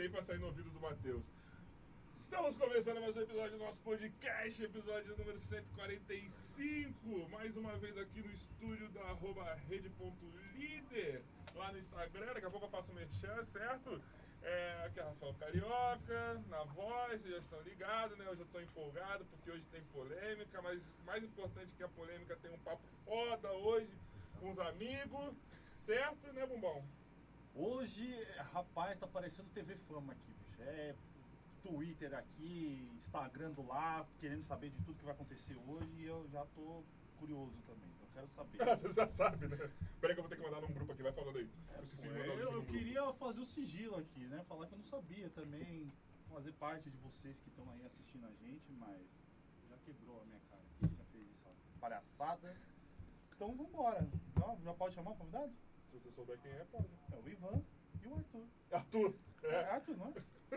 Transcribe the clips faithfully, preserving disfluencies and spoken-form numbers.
gritei pra sair no ouvido do Matheus. Estamos começando mais um episódio do nosso podcast, episódio número cento e quarenta e cinco. Mais uma vez aqui no estúdio da arroba rede.líder, lá no Instagram. Daqui a pouco eu faço o merchan, certo? É, aqui é Rafael Carioca, na voz, vocês já estão ligados, né? Hoje eu estou empolgado porque hoje tem polêmica, mas mais importante que a polêmica, tem um papo foda hoje com os amigos, certo, né, Bumbão? Hoje, rapaz, tá parecendo T V Fama aqui, bicho. É Twitter aqui, Instagram do lá, querendo saber de tudo que vai acontecer hoje e eu já tô curioso também. Eu quero saber. Ah, você já sabe, né? Peraí que eu vou ter que mandar num grupo aqui, vai falando aí. É, eu pô, eu, eu, eu queria fazer o sigilo aqui, né? Falar que eu não sabia também, fazer parte de vocês que estão aí assistindo a gente, mas já quebrou a minha cara aqui, já fez essa palhaçada. Então vambora. Não, já pode chamar o convidado? Se você souber quem é, pode. É o Ivan e o Arthur. Arthur! É, É. Arthur, não é?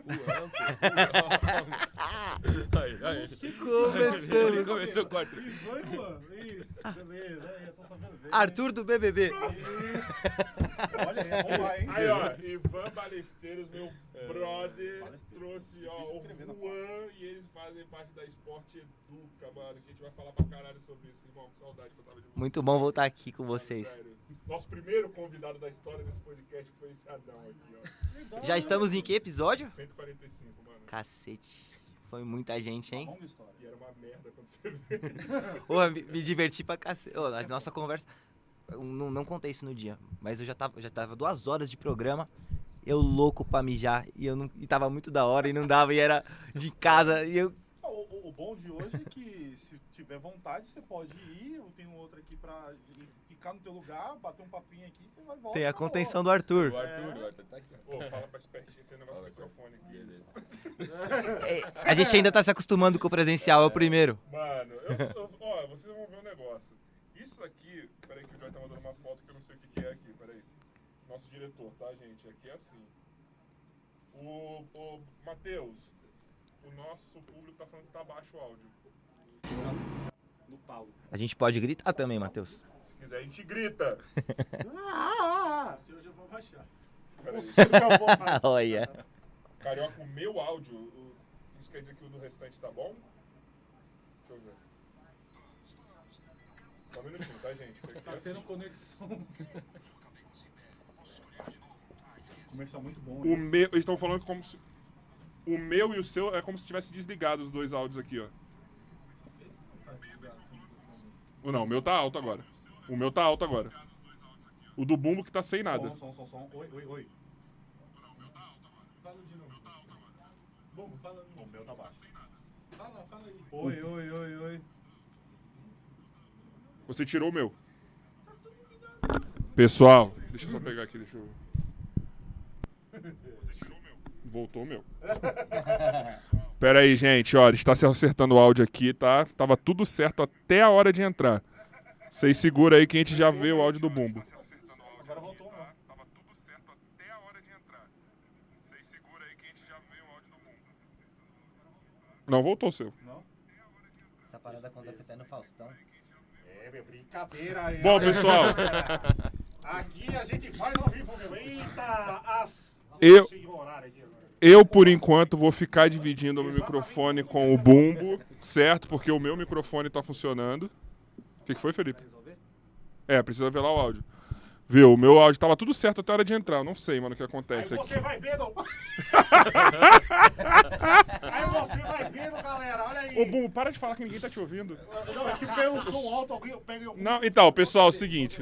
Aí, aí. Começamos. Começou o quarto. Ivan e Juan. Isso, beleza. Aí, eu tô sabendo bem. Arthur do B B B. Isso. Olha aí, vamos lá, hein? Aí, ó, Ivan Balesteiros, meu É, brother, Balesteiros. trouxe, ó, Difícil o escrever na Juan, e eles fazem parte da Esporte Educa, mano, que a gente vai falar pra caralho sobre isso, irmão, que saudade que eu tava de você. Muito bom voltar aqui com Mano, vocês. sério. Nosso primeiro convidado da história desse podcast foi esse Adão aqui, ó. Verdade. Já estamos em que episódio? cento e quarenta e cinco, mano. Cacete. Foi muita gente, Uma hein? longa história. E era uma merda quando você vê. Ô, me, me diverti pra cacete. Ô, a nossa conversa... Eu não, não contei isso no dia, mas eu já tava, já tava duas horas de programa, eu louco pra mijar, e, eu não, e tava muito da hora, e não dava, e era de casa, e eu... O, o- o bom de hoje é que se tiver vontade, você pode ir. Eu tenho outro aqui pra ficar no teu lugar, bater um papinho aqui, você vai voltar. Tem a contenção do Arthur. O Arthur, o Arthur tá aqui. ó. Ô, fala pra espertinho, tem um negócio do microfone aqui. Beleza. É, a gente ainda tá se acostumando com o presencial, é o primeiro. Mano, eu, sou- ó, vocês vão ver um negócio. Isso aqui, peraí que o Joy tá mandando uma foto que eu não sei o que, que é aqui, peraí. Nosso diretor, tá, gente? Aqui é assim. O, o Matheus, o nosso público tá falando que tá baixo o áudio. No pau. A gente pode gritar também, Matheus. Se quiser, a gente grita. Ah, se hoje eu vou baixar. Peraí. O seu que eu vou baixar. Olha. Carioca, o meu áudio, o- isso quer dizer que o do restante tá bom? Deixa eu ver. Só um minutinho, tá, gente? Que aqui Tá é tendo assim. conexão. Comercial muito bom. O meu, eles estão falando como se. O meu e o seu é como se tivesse desligado os dois áudios aqui, ó. O não, o meu tá alto agora. O meu tá alto agora. O do Bumbo que tá sem nada. Som, som, som, som. Oi, oi, oi. Fala de novo. Bom, fala de novo. O meu tá baixo. Fala, fala aí. Oi, oi, oi, oi. Você tirou o meu. Pessoal, deixa eu só pegar aqui, deixa eu. Você tirou o meu. Voltou o meu. Pera aí, gente, ó, está se acertando o áudio aqui, tá? Tava tudo certo até a hora de entrar. Vocês segura aí que a gente já vê o áudio do Bumbo. Agora voltou, né? Tava tudo certo até a hora de entrar. Vocês segura aí que a gente já vê o áudio do Bumbo. Não voltou o seu. Não? Essa parada acontece até no Faustão. É, meu, brincadeira aí. Bom, pessoal, Aqui a gente faz ao vivo, meu. Eita, as... Eu- Cheguei o horário aqui agora. eu por enquanto vou ficar dividindo o meu microfone com o Bumbo, certo? Porque o meu microfone tá funcionando. O que, que foi, Felipe? É, precisa ver lá o áudio. Viu, o meu áudio tava tudo certo até a hora de entrar. Eu não sei, mano, o que acontece Aí aqui. você vai vendo. Aí você vai vendo, galera. Olha aí. Ô, Bumbo, para de falar que ninguém tá te ouvindo. Não, é que pelo som alto, alguém pega o. Não, então, pessoal, é o seguinte.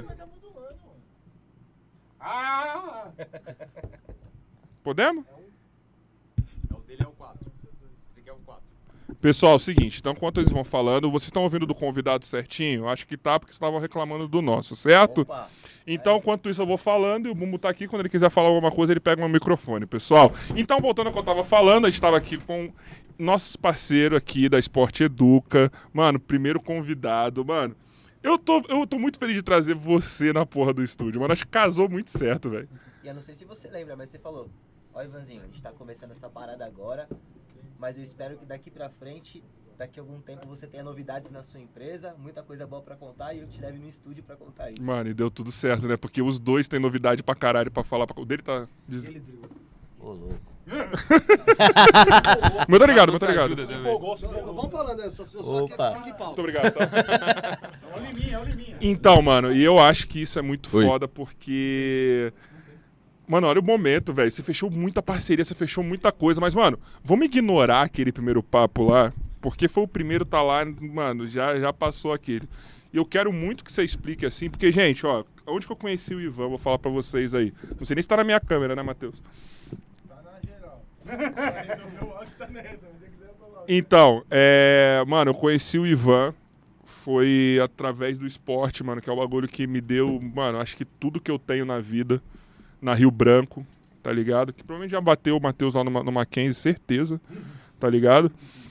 Ah! Podemos? O dele é o quatro. Esse aqui é o quatro. Pessoal, é o seguinte, então enquanto eles vão falando, vocês estão ouvindo do convidado certinho? Acho que tá, porque vocês estavam reclamando do nosso, certo? Opa. Então, enquanto isso, eu vou falando e o Bumbo tá aqui. Quando ele quiser falar alguma coisa, ele pega o meu microfone, pessoal. Então, voltando ao que eu tava falando, a gente tava aqui com nossos parceiros aqui da Esporte Educa. Mano, primeiro convidado, mano. Eu tô, eu tô muito feliz de trazer você na porra do estúdio, mano. Acho que casou muito certo, velho. E eu não sei se você lembra, mas você falou: ó, Ivanzinho, a gente tá começando essa parada agora, mas eu espero que daqui pra frente, daqui a algum tempo, você tenha novidades na sua empresa, muita coisa boa pra contar, e eu te leve no estúdio pra contar isso. Mano, e deu tudo certo, né? Porque os dois têm novidade pra caralho pra falar. Pra... O dele tá... Ô, louco. Muito obrigado, muito obrigado. Ajuda Se também. empolgou, se empolgou. Vamos falando, eu só, eu só aqui Opa. assistente de pau. Muito obrigado, tá? É o liminha, é o liminha. Então, mano, e eu acho que isso é muito Oi. foda porque. Mano, olha o momento, velho. Você fechou muita parceria, você fechou muita coisa, mas, mano, vamos ignorar aquele primeiro papo lá, porque foi o primeiro tá lá, mano, já, já passou aquele. E eu quero muito que você explique assim, porque, gente, ó, onde que eu conheci o Ivan, vou falar pra vocês aí. Não sei nem se tá na minha câmera, né, Matheus? Tá na geral. Resolveu, acho que tá nessa, mas se quiser eu coloco. Então, é, mano, eu conheci o Ivan, foi através do esporte, mano, que é o bagulho que me deu, mano, acho que tudo que eu tenho na vida, na Rio Branco, tá ligado? Que provavelmente já bateu o Matheus lá no, no Mackenzie, certeza, tá ligado?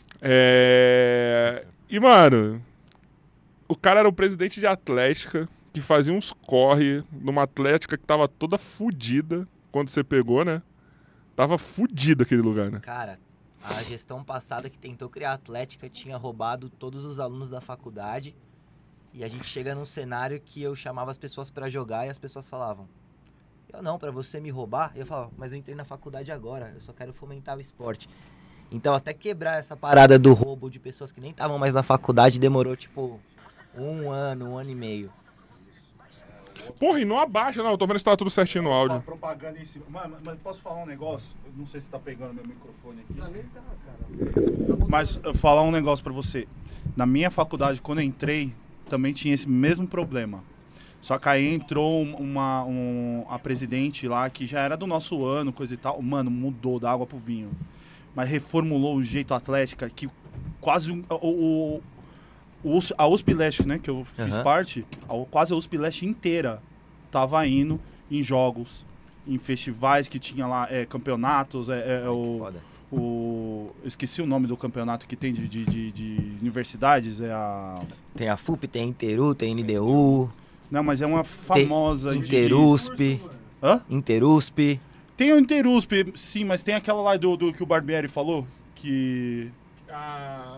É... E, mano, o cara era o presidente de Atlética, que fazia uns corre numa Atlética que tava toda fudida quando você pegou, né? Tava fudida aquele lugar, né? Cara, a gestão passada que tentou criar a Atlética tinha roubado todos os alunos da faculdade. E a gente chega num cenário que eu chamava as pessoas pra jogar e as pessoas falavam: eu não, pra você me roubar? Eu falava: mas eu entrei na faculdade agora, eu só quero fomentar o esporte. Então até quebrar essa parada do roubo de pessoas que nem estavam mais na faculdade demorou tipo um ano, um ano e meio. Porra, e não abaixa, não. Eu tô vendo se tá tudo certinho no Tá áudio. propaganda em cima. Mano, mas posso falar um negócio? Eu não sei se tá pegando meu microfone aqui. Pra mim tá, cara. Tá bom. Mas eu falar um negócio pra você. Na minha faculdade, quando eu entrei, também tinha esse mesmo problema. Só que aí entrou um- uma um, a presidente lá, que já era do nosso ano, coisa e tal. Mano, mudou da água pro vinho. Mas reformulou o jeito Atlética que quase um- o, o, o US a U S P Leste, né, que eu fiz Aham. parte, a- quase a U S P Leste inteira tava indo em jogos, em festivais que tinha lá, é, campeonatos, é, é, o, Foda. o... eu esqueci o nome do campeonato que tem de, de, de- de universidades, é a... Tem a F U P, tem a Interu, tem a N D U, Não, mas é uma famosa de- de... Interusp, Hã? Interusp. Tem o Interusp, sim, mas tem aquela lá do, do que o Barbieri falou, que... Ah...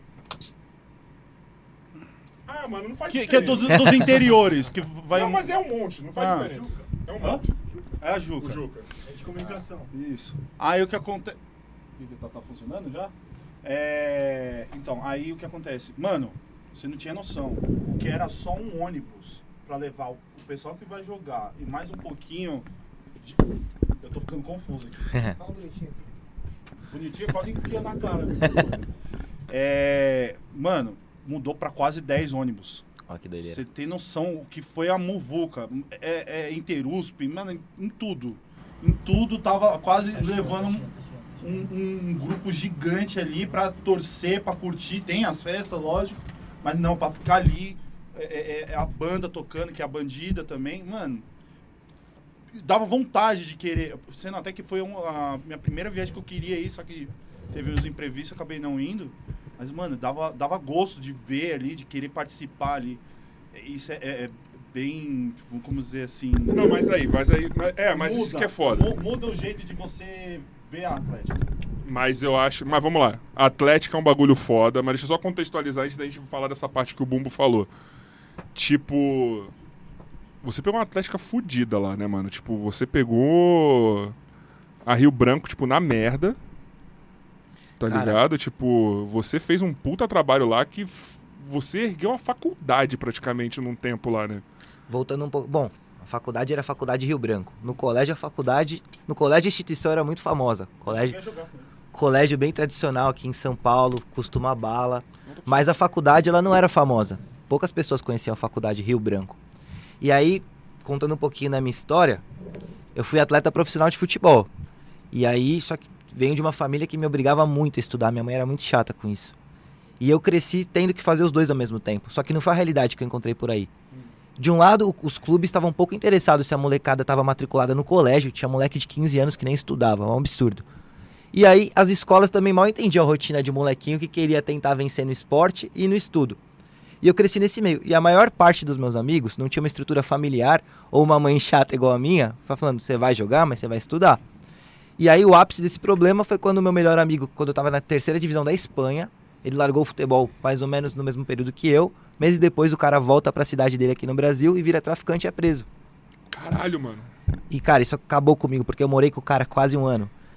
ah, mano, não faz Que, que é diferença. dos, dos interiores, que vai... Não, mas é um monte, não faz Ah. diferença. É um Hã? monte. É a O Juca. Juca. É de comunicação. Isso. Aí o que acontece... Tá, tá funcionando já? É... Então, aí o que acontece? Mano, você não tinha noção. O que era só um ônibus pra levar o o pessoal que vai jogar e mais um pouquinho... De... Eu tô ficando confuso aqui. Fala bonitinho aqui. Bonitinho, quase enfia na cara. meu. É... Mano, mudou pra quase dez ônibus. Olha que doideira. Você tem noção o que foi a Muvuca, é, é Interusp, mano, em, em tudo. Em tudo tava quase levando um, um- um grupo gigante ali pra torcer, pra curtir. Tem as festas, lógico, mas não, pra ficar ali, é, é- é a banda tocando, que é a bandida também, mano. Dava vontade de querer, sendo até que foi um- a minha primeira viagem que eu queria ir, só que teve uns imprevistos, acabei não indo. Mas, mano, dava, dava gosto de ver ali, de querer participar ali. Isso é, é- é bem, tipo, como dizer assim... Não, mas aí, mas aí... mas- É, mas isso muda, que é foda. mu- Muda o jeito de você ver a Atlético. Mas eu acho... Mas vamos lá. Atlética é um bagulho foda, mas deixa eu só contextualizar antes da gente falar dessa parte que o Bumbo falou. Tipo... Você pegou uma Atlética fudida lá, né, mano? Tipo, você pegou a Rio Branco, tipo, na merda. Tá Cara. ligado? Tipo, você fez um puta trabalho lá que f- você ergueu uma faculdade praticamente num tempo lá, né? Voltando um pouco. Bom, a faculdade era a faculdade Rio Branco. No colégio, a faculdade. No colégio, a instituição era muito famosa. Colégio, Quer jogar com ele? colégio bem tradicional aqui em São Paulo, costuma bala. Mas a faculdade, ela não era famosa. Poucas pessoas conheciam a faculdade Rio Branco. E aí, contando um pouquinho da minha história, eu fui atleta profissional de futebol. E aí, só que venho de uma família que me obrigava muito a estudar. Minha mãe era muito chata com isso. E eu cresci tendo que fazer os dois ao mesmo tempo. Só que não foi a realidade que eu encontrei por aí. De um lado, o- os clubes estavam um pouco interessados se a molecada estava matriculada no colégio. Tinha moleque de quinze anos que nem estudava, é um absurdo. E aí, as escolas também mal entendiam a rotina de molequinho que queria tentar vencer no esporte e no estudo. E eu cresci nesse meio. E a maior parte dos meus amigos não tinha uma estrutura familiar ou uma mãe chata igual a minha, falando, você vai jogar, mas você vai estudar. E aí o ápice desse problema foi quando o meu melhor amigo, quando eu tava na terceira divisão da Espanha, ele largou o futebol mais ou menos no mesmo período que eu. Meses depois o cara volta pra cidade dele aqui no Brasil e vira traficante e é preso. Caralho, mano. E cara, isso acabou comigo, porque eu morei com o cara quase um ano.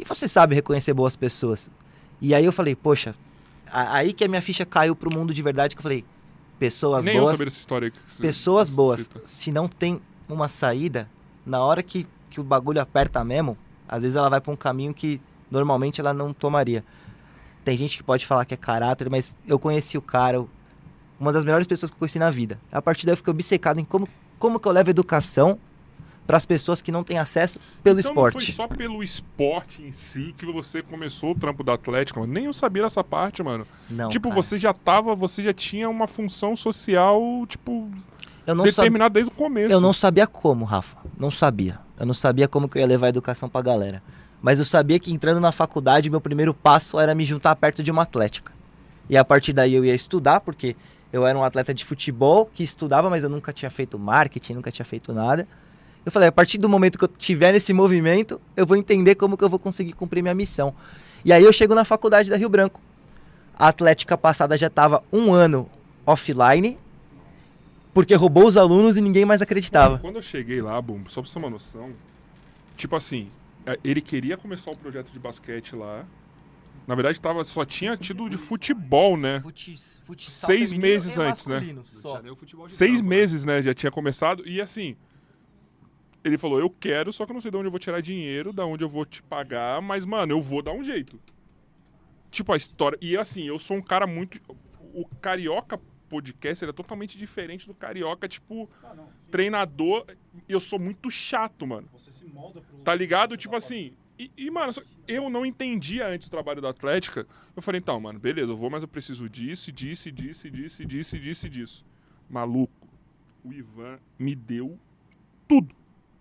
E você sabe reconhecer boas pessoas. E aí eu falei, poxa, a- aí que a minha ficha caiu pro mundo de verdade, que eu falei, pessoas Nem eu boas, sabia dessa história aí que você- pessoas você boas, cita. se não tem uma saída, na hora que, que o bagulho aperta mesmo, às vezes ela vai pra um caminho que normalmente ela não tomaria. Tem gente que pode falar que é caráter, mas eu conheci o cara, uma das melhores pessoas que eu conheci na vida. A partir daí eu fiquei obcecado em como, como que eu levo educação para as pessoas que não têm acesso pelo Então esporte. não foi só pelo esporte em si que você começou o trampo do Atlético, mano. Nem eu sabia dessa parte, mano. Não, tipo, cara. você já tava, você já tinha uma função social, tipo, eu não sabia, determinada desde o começo. eu não sabia como, Rafa. Não sabia. Eu não sabia como que eu ia levar a educação pra galera. Mas eu sabia que entrando na faculdade, meu primeiro passo era me juntar perto de uma atlética. E a partir daí eu ia estudar, porque eu era um atleta de futebol que estudava, mas eu nunca tinha feito marketing, nunca tinha feito nada. Eu falei, a partir do momento que eu tiver nesse movimento, eu vou entender como que eu vou conseguir cumprir minha missão. E aí eu chego na faculdade da Rio Branco. A atlética passada já estava um ano offline, porque roubou os alunos e ninguém mais acreditava. Quando eu cheguei lá, Bum, só pra você ter uma noção, tipo assim, é, ele queria começar o projeto de basquete lá. Na verdade, tava, só tinha tido de futebol, né? Fute- futsal Seis feminino meses e antes, né? masculino, Não só. tinha nem o futebol de Seis campo, né? meses, né? Já tinha começado. E assim, ele falou, eu quero, só que eu não sei de onde eu vou tirar dinheiro, de onde eu vou te pagar, mas, mano, eu vou dar um jeito. Tipo, a história... E assim, eu sou um cara muito... O Carioca Podcast, ele é totalmente diferente do Carioca, tipo, Ah, não, sim. treinador. Eu sou muito chato, mano. Você se molda pro... Tá ligado? você Tipo tá assim... E, e, mano, só- eu não entendia antes o trabalho da Atlética. Eu falei, então, mano, beleza, eu vou, mas eu preciso disso, disso, disso, disso, disso, disso, disso. Maluco, o Ivan me deu tudo.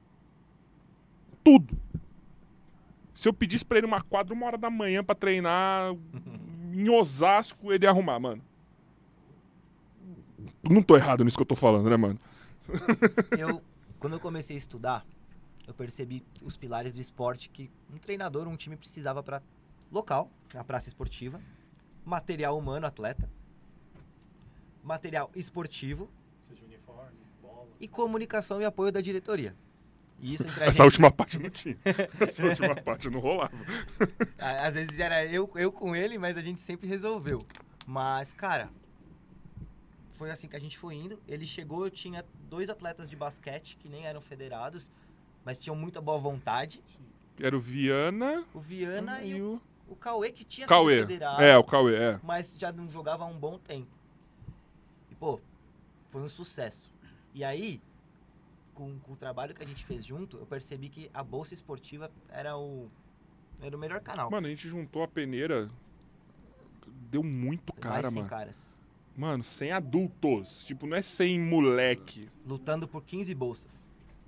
Tudo. Se eu pedisse pra ele uma quadra uma hora da manhã pra treinar em Osasco, ele ia arrumar, mano. Não tô errado nisso que eu tô falando, né, mano? Eu, quando eu comecei a estudar, eu percebi os pilares do esporte que um treinador, um time precisava para local, a praça esportiva, material humano, atleta, material esportivo Seja uniforme, bola. e comunicação e apoio da diretoria. E isso entre a Essa gente, última parte não tinha. Essa última parte não rolava. a- às vezes era eu, eu com ele, mas a gente sempre resolveu. Mas, cara, foi assim que a gente foi indo. Ele chegou, eu tinha dois atletas de basquete que nem eram federados, mas tinham muita boa vontade. Era o Viana O Viana e o, o o Cauê, que tinha Cauê. sido federado, É, o Cauê, é. mas já não jogava há um bom tempo. E, pô, foi um sucesso. E aí, com, com o trabalho que a gente fez junto, eu percebi que a Bolsa Esportiva era o, era o melhor canal. Mano, a gente juntou a peneira. Deu muito Mais cara, cem mano. caras. Mano, sem adultos. Tipo, não é sem moleque. Lutando por quinze bolsas.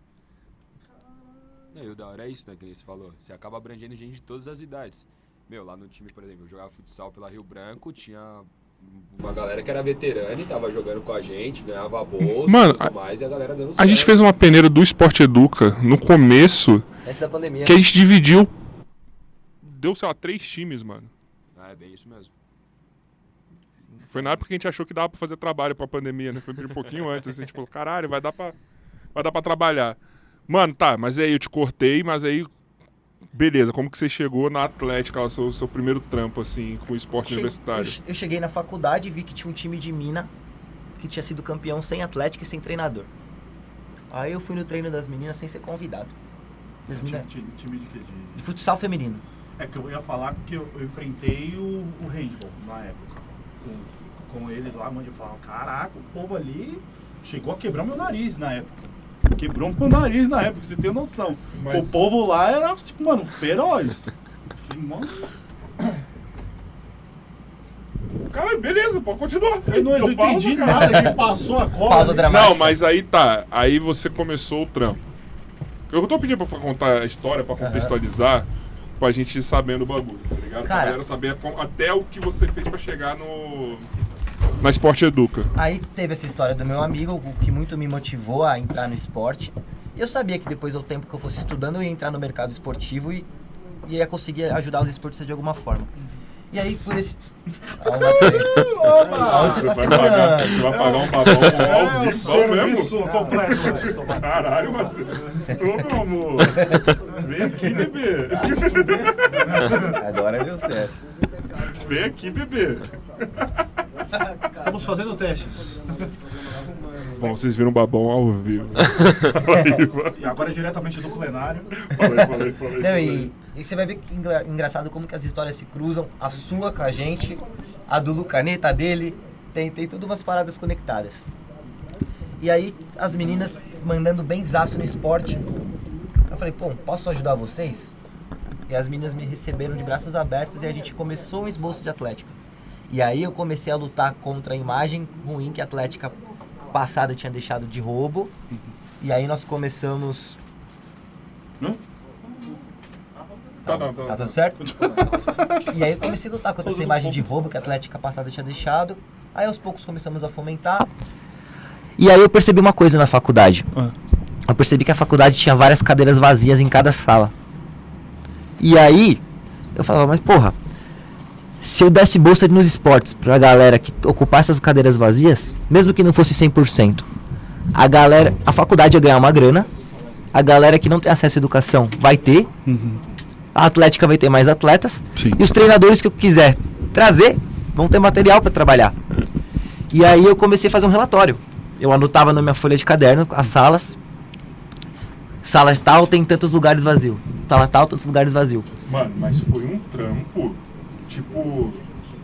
Não, e o da hora é isso, né? Que nem você falou. Você acaba abrangendo gente de todas as idades. Meu, lá no time, por exemplo, eu jogava futsal pela Rio Branco, tinha uma galera que era veterana e tava jogando com a gente, ganhava bolsa Mano, e tudo mais, e a galera dando A gente certo. fez uma peneira do Esporte Educa no começo, Antes da pandemia. que a gente dividiu. Deu, sei lá, três times, mano. Ah, é bem isso mesmo. Foi na época que a gente achou que dava pra fazer trabalho pra pandemia, né? Foi um pouquinho antes. Assim, a gente falou, caralho, vai dar pra, vai dar pra trabalhar. Mano, tá, mas aí eu te cortei, mas aí. Beleza, como que você chegou na Atlética, o seu, seu primeiro trampo, assim, com o esporte Che- universitário? Eu, eu cheguei na faculdade e vi que tinha um time de mina que tinha sido campeão sem atlética e sem treinador. Aí eu fui no treino das meninas sem ser convidado. Das Time, meninas time, time de quê? De... de futsal feminino. É que eu ia falar que eu, eu enfrentei o, o handball na época. Com, com eles lá, mano, eu falava, caraca, o povo ali chegou a quebrar meu nariz na época. Quebrou meu nariz na época, você tem noção. Mas- O povo lá era, tipo, mano, feroz. Eu falei, mano, Cara, beleza, pode continuar. eu não, eu não pauso, entendi cara. nada, que passou a cola. Pausa ali. dramática. Não, mas aí tá. Aí você começou o trampo. Eu tô pedindo pra contar a história, pra contextualizar, pra gente ir sabendo o bagulho, tá ligado? Pra Cara- galera saber com- até o que você fez pra chegar no. Na Esporte Educa. Aí teve essa história do meu amigo, o que muito me motivou a entrar no esporte. E eu sabia que depois do tempo que eu fosse estudando, eu ia entrar no mercado esportivo e e ia conseguir ajudar os esportistas de alguma forma. E aí, por esse... Ah, uma treta. Aonde você tá vai pagar, segurando? você vai pagar um babão ao É, o vivo, ao mesmo? serviço completo, velho. Caralho, Matheus. Ô, meu amor. Vem aqui, bebê. Agora deu certo. Vem aqui, bebê. Estamos fazendo testes. Bom, vocês viram o Babão ao vivo. E agora é diretamente do plenário. Falei, falei, falei. Não, e, e você vai ver que engra- engraçado como que as histórias se cruzam, a sua com a gente, a do Lucaneta, a dele, tem, tem tudo umas paradas conectadas. E aí, as meninas mandando benzaço no esporte. Eu falei, pô, posso ajudar vocês? E as meninas me receberam de braços abertos e a gente começou um esboço de Atlética. E aí eu comecei a lutar contra a imagem ruim que a Atlética passada tinha deixado de roubo. E aí nós começamos... Hum? Tá, tá, tá. Tá tudo certo? E aí eu comecei a lutar contra essa imagem de roubo que a Atlética passada tinha deixado. Aí aos poucos começamos a fomentar. E aí eu percebi uma coisa na faculdade. Eu percebi que a faculdade tinha várias cadeiras vazias em cada sala. E aí eu falava, mas porra, se eu desse bolsa nos esportes pra galera que ocupar essas cadeiras vazias, mesmo que não fosse cem por cento, a galera, a faculdade ia ganhar uma grana, a galera que não tem acesso à educação vai ter, Uhum. a Atlética vai ter mais atletas, Sim. e os treinadores que eu quiser trazer vão ter material para trabalhar. E aí eu comecei a fazer um relatório. Eu anotava na minha folha de caderno as salas. Sala tal tem tantos lugares vazios. Sala tal, tantos lugares vazios. Mano, mas foi um trampo, tipo...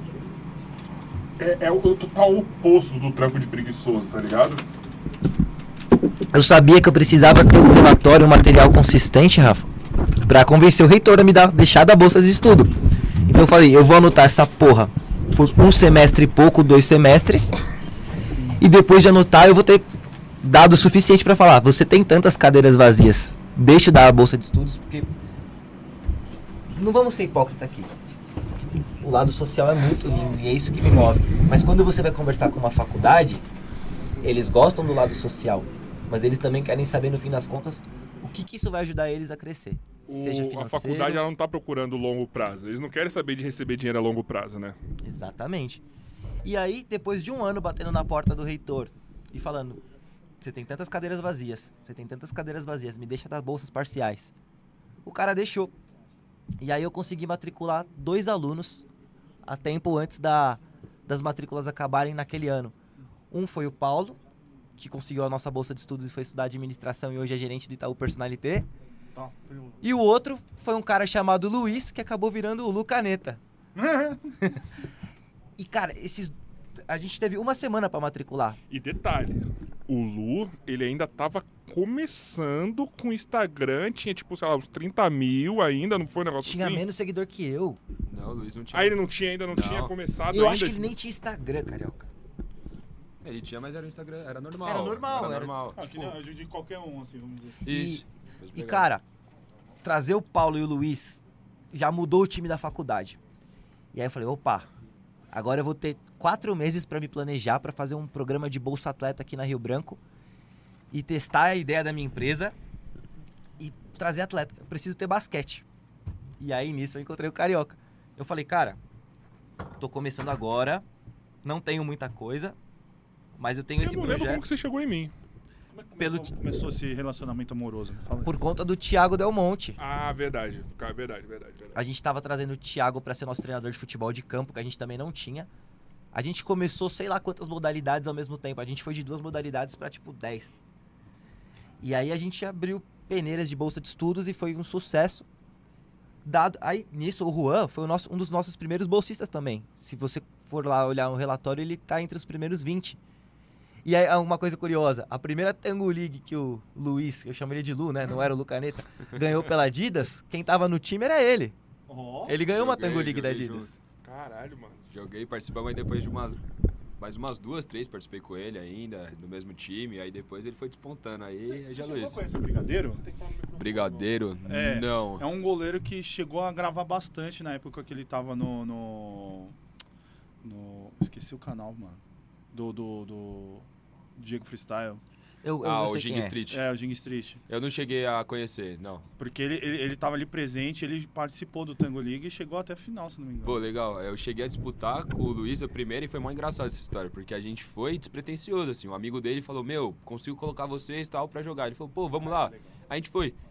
É, é o total oposto do trampo de preguiçoso, tá ligado? Eu sabia que eu precisava ter um relatório, um material consistente, Rafa, pra convencer o reitor a me dar, deixar da bolsa de estudo. Então eu falei, eu vou anotar essa porra por um semestre e pouco, dois semestres, e depois de anotar eu vou ter dado o suficiente pra falar, você tem tantas cadeiras vazias, deixa eu dar a bolsa de estudos, porque não vamos ser hipócritas aqui. O lado social é muito lindo e é isso que me move. Mas quando você vai conversar com uma faculdade, eles gostam do lado social, mas eles também querem saber no fim das contas o que, que isso vai ajudar eles a crescer. O- Seja a financeiro. faculdade ela não tá procurando longo prazo. Eles não querem saber de receber dinheiro a longo prazo, né? Exatamente. E aí, depois de um ano batendo na porta do reitor e falando, você tem tantas cadeiras vazias, você tem tantas cadeiras vazias, me deixa das bolsas parciais. O cara deixou. E aí eu consegui matricular dois alunos a tempo antes da, das matrículas acabarem naquele ano. Um foi o Paulo, que conseguiu a nossa bolsa de estudos e foi estudar administração e hoje é gerente do Itaú Personalité. Tá. E o outro foi um cara chamado Luiz, que acabou virando o Lucaneta. E, cara, esses... a gente teve uma semana pra matricular. E detalhe, o Lu, ele ainda tava começando com o Instagram, tinha tipo, sei lá, uns trinta mil ainda, não foi um negócio Tinha assim? menos seguidor que eu. Não, o Luiz não tinha. Aí ele não tinha ainda, não, Não. tinha começado Eu ainda. acho que ele esse- nem tinha Instagram, carioca. Ele tinha, mas era o Instagram, era normal. Era normal, Era era- normal. Ah, que nem eu de qualquer um, assim, vamos dizer assim. Isso. E, Mesmo e pegada. cara, trazer o Paulo e o Luiz já mudou o time da faculdade. E aí eu falei, opa, agora eu vou ter quatro meses pra me planejar pra fazer um programa de Bolsa Atleta aqui na Rio Branco e testar a ideia da minha empresa e trazer atleta. Eu preciso ter basquete. E aí nisso eu encontrei o Carioca. Eu falei, cara, tô começando agora, não tenho muita coisa, mas eu tenho Eu esse não lembro projeto como que você chegou em mim. Como é que Pelo começou, começou esse relacionamento amoroso? Fala aí. por conta do Thiago Del Monte. Ah, verdade. Cara, verdade, verdade, verdade. A gente tava trazendo o Thiago pra ser nosso treinador de futebol de campo, que a gente também não tinha. A gente começou sei lá quantas modalidades ao mesmo tempo. A gente foi de duas modalidades pra tipo dez. E aí a gente abriu peneiras de bolsa de estudos e foi um sucesso. Dado, aí nisso o Juan foi o nosso, um dos nossos primeiros bolsistas também. Se você for lá olhar o relatório, ele tá entre os primeiros vinte. E aí uma coisa curiosa, a primeira Tango League que o Luiz, eu chamo ele de Lu, né, não era o Lucaneta, ganhou pela Adidas, quem tava no time era ele. Ó, Ele ganhou uma Joguei, Tango League da joguei Adidas. junto. Caralho, mano. Joguei, participamos, mas depois de umas... Mais umas duas, três participei com ele ainda, do mesmo time. Aí depois ele foi despontando. Aí, aí Você já chegou a Luiz. conhecer o Brigadeiro? Brigadeiro? É, Não. É um goleiro que chegou a gravar bastante na época que ele tava no... no, no- esqueci o canal, mano. Do, do, do Diego Freestyle. Eu, eu Ah, não o sei Jing quem é. Street. É, o Jing Street. Eu não cheguei a conhecer, não. Porque ele, ele, ele tava ali presente, ele participou do Tango League e chegou até a final, se não me engano. Pô, legal. Eu cheguei a disputar com o Luiz a primeira e foi mó engraçado essa história, porque a gente foi despretensioso, assim. Um amigo dele falou, meu, consigo colocar vocês e tal pra jogar. Ele falou, pô, vamos lá. A gente foi.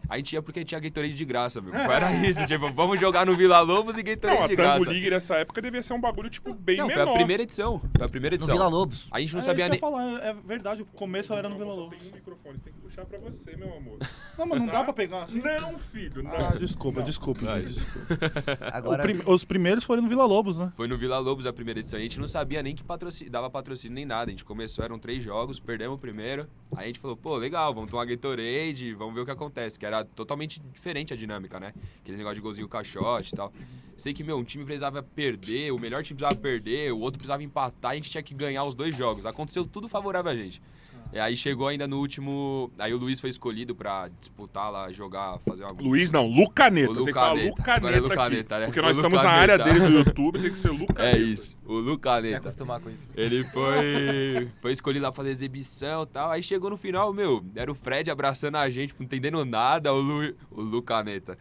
A gente ia porque tinha Gatorade de graça, meu. Era isso, tipo, vamos jogar no Vila Lobos e Gatorade Não, a de Tango graça. League nessa época devia ser um bagulho, tipo, bem Não, menor. foi a primeira edição. Foi a primeira No edição. Vila Lobos. A gente não É sabia isso nem... que eu ia falar, é verdade, o começo era no Não, Vila só Lobos. tem um microfone, você tem que puxar pra você, meu amor. Não, mas não Tá? dá pra pegar assim. Não, filho, não. Ah, desculpa, Não. desculpa, Vai. gente, desculpa. Agora, O prim- Os primeiros foram no Vila Lobos, né? Foi no Vila Lobos a primeira edição. A gente não sabia nem que patrocínio, dava patrocínio nem nada. A gente começou, eram três jogos, perdemos o primeiro. Aí a gente falou, pô, legal, vamos tomar Gatorade, vamos ver o que acontece. Que era totalmente diferente a dinâmica, né? Aquele negócio de golzinho caixote e tal. Sei que, meu, um time precisava perder, o melhor time precisava perder, o outro precisava empatar, a gente tinha que ganhar os dois jogos. Aconteceu tudo favorável a gente. E aí chegou ainda no último... Aí o Luiz foi escolhido pra disputar lá, jogar, fazer uma... Luiz não, Lucaneta. O Tem que falar Lucaneta. Lucaneta Agora é aqui. Lucaneta, né? Porque O nós estamos na Lucaneta. área dele do YouTube, tem que ser Lucaneta. É isso, o me Lucaneta. acostumar com isso. Ele foi, foi escolhido lá pra fazer exibição e tal. Aí chegou no final, meu, era o Fred abraçando a gente, não entendendo nada, o, Lu, o Lucaneta.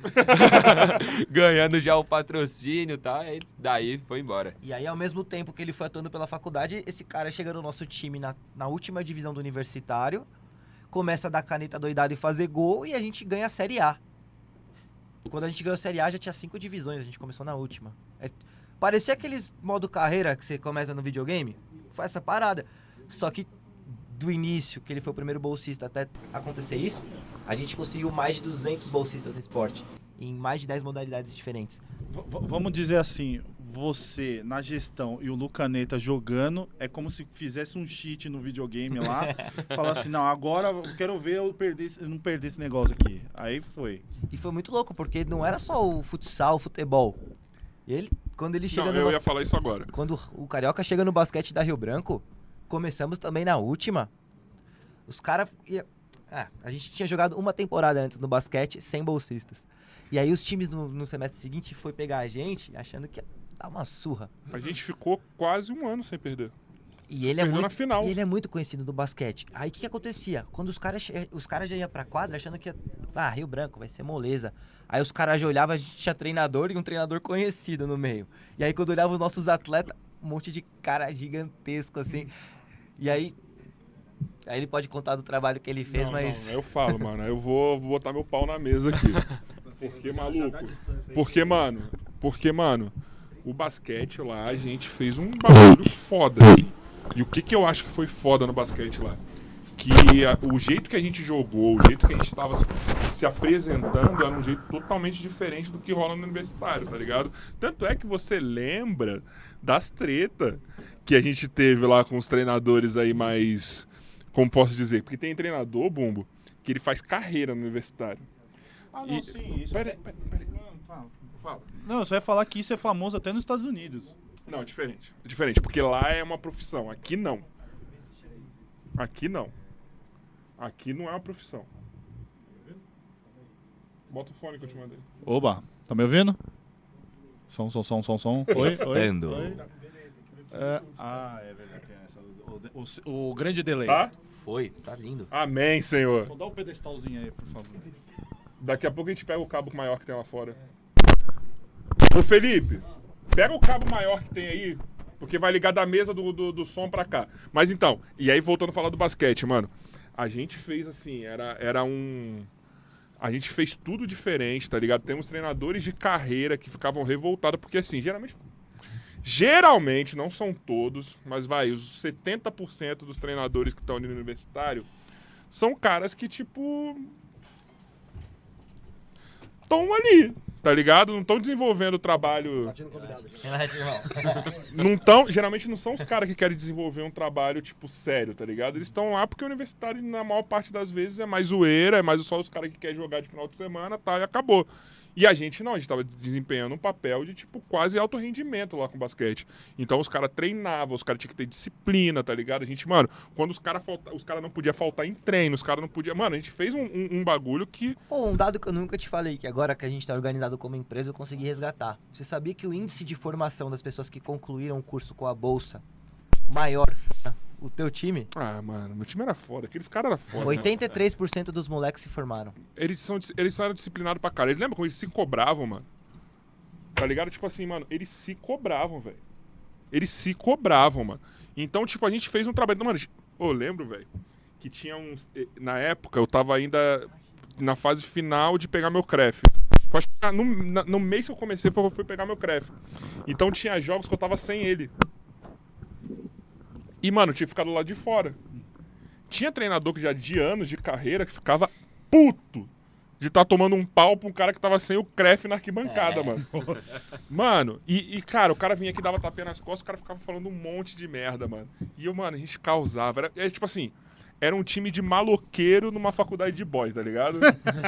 Ganhando já o patrocínio e tal. Aí daí foi embora. E aí, ao mesmo tempo que ele foi atuando pela faculdade, esse cara chega no nosso time na, na última divisão do universitário, começa a dar caneta doidada e fazer gol, e a gente ganha a Série A. Quando a gente ganhou a Série A, já tinha cinco divisões, a gente começou na última. É, parecia aqueles modo carreira que você começa no videogame. Foi essa parada. Só que do início, que ele foi o primeiro bolsista, até acontecer isso, a gente conseguiu mais de duzentos bolsistas no esporte, em mais de dez modalidades diferentes. V- v- vamos dizer assim, você na gestão e o Lucaneta jogando, é como se fizesse um cheat no videogame lá, falar assim, não, agora eu quero ver eu, perder, esse- eu não perder esse negócio aqui. Aí foi. E foi muito louco, porque não era só o futsal, o futebol. Ele, quando ele chega Não, no... eu ia falar isso agora. Quando o Carioca chega no basquete da Rio Branco, começamos também na última. Os caras... Ah, a gente tinha jogado uma temporada antes no basquete sem bolsistas. E aí os times no, no semestre seguinte foi pegar a gente achando que ia dar uma surra. A gente ficou quase um ano sem perder. E ele é Perdeu muito, na final. e ele é muito conhecido do basquete. Aí o que, que acontecia? Quando os caras che- os caras já iam pra quadra achando que ia, ah, Rio Branco vai ser moleza. Aí os caras já olhavam, a gente tinha treinador e um treinador conhecido no meio. E aí quando olhavam os nossos atletas, um monte de cara gigantesco assim. E aí aí ele pode contar do trabalho que ele fez, não, mas não, eu falo, mano, eu vou, vou botar meu pau na mesa aqui. Porque, maluco, porque, mano, porque, mano, o basquete lá, a gente fez um bagulho foda, assim. E o que que eu acho que foi foda no basquete lá? Que a- o jeito que a gente jogou, o jeito que a gente tava se, se apresentando era um jeito totalmente diferente do que rola no universitário, tá ligado? Tanto é que você lembra das tretas que a gente teve lá com os treinadores aí mais... Como posso dizer? Porque tem treinador, Bumbo, que ele faz carreira no universitário. Ah, não, E- sim, isso Pera até- aí, pera aí. Não, tá. Fala. Não, eu só ia falar que isso é famoso até nos Estados Unidos. Não, é diferente. É diferente, porque lá é uma profissão. Aqui não. Aqui não. Aqui não é uma profissão. Bota o fone que eu te mandei. Oba, tá me ouvindo? Som, som, som, som, som. Oi, oi, Testando. oi. É, ah, é verdade. Tem essa. O, o- o grande delay. Tá? foi, tá lindo. Amém, Senhor. Então dá o pedestalzinho aí, por favor. Daqui a pouco a gente pega o cabo maior que tem lá fora. Ô Felipe, pega o cabo maior que tem aí, porque vai ligar da mesa do, do, do som pra cá. Mas então, e aí voltando a falar do basquete, mano. A gente fez assim, era, era um... A gente fez tudo diferente, tá ligado? Temos treinadores de carreira que ficavam revoltados, porque assim, geralmente... Geralmente, não são todos, mas vai, os setenta por cento dos treinadores que estão ali no universitário são caras que, tipo... Estão ali, tá ligado? Não estão desenvolvendo o trabalho... Latino convidado. Relaxa, irmão. Não tão, geralmente não são os caras que querem desenvolver um trabalho, tipo, sério, tá ligado? Eles estão lá porque o universitário, na maior parte das vezes, é mais zoeira, é mais só os caras que querem jogar de final de semana, tá, e acabou. E a gente não, a gente tava desempenhando um papel de, tipo, quase alto rendimento lá com o basquete. Então os caras treinavam, os caras tinham que ter disciplina, tá ligado? A gente, mano, quando os caras falta, os cara não podiam faltar em treino, os caras não podiam... Mano, a gente fez um, um, um bagulho que... Pô, um dado que eu nunca te falei, que agora que a gente tá organizado como empresa, eu consegui resgatar. Você sabia que o índice de formação das pessoas que concluíram o curso com a bolsa maior, o teu time, Ah, mano, meu time era foda, aqueles caras eram foda. né? oitenta e três por cento dos moleques se formaram. Eles são, eles eram disciplinados pra caralho. Lembra quando eles se cobravam, mano? Tá ligado? Tipo assim, mano, eles se cobravam, velho. Eles se cobravam, mano. Então, tipo, a gente fez um trabalho... Mano, eu lembro, velho, que tinha uns... Na época, eu tava ainda na fase final de pegar meu cref. Foi, acho que no, na- no mês que eu comecei, foi, eu fui pegar meu cref. Então tinha jogos que eu tava sem ele. E, mano, eu tinha ficado lá de fora. Tinha treinador que já de anos de carreira que ficava puto de estar tomando um pau pra um cara que tava sem o cref na arquibancada, É. mano. Mano, e, e, cara, o cara vinha aqui, dava tapinha nas costas, o cara ficava falando um monte de merda, mano. E eu, mano, a gente causava. Era, é, tipo assim, era um time de maloqueiro numa faculdade de boy, tá ligado?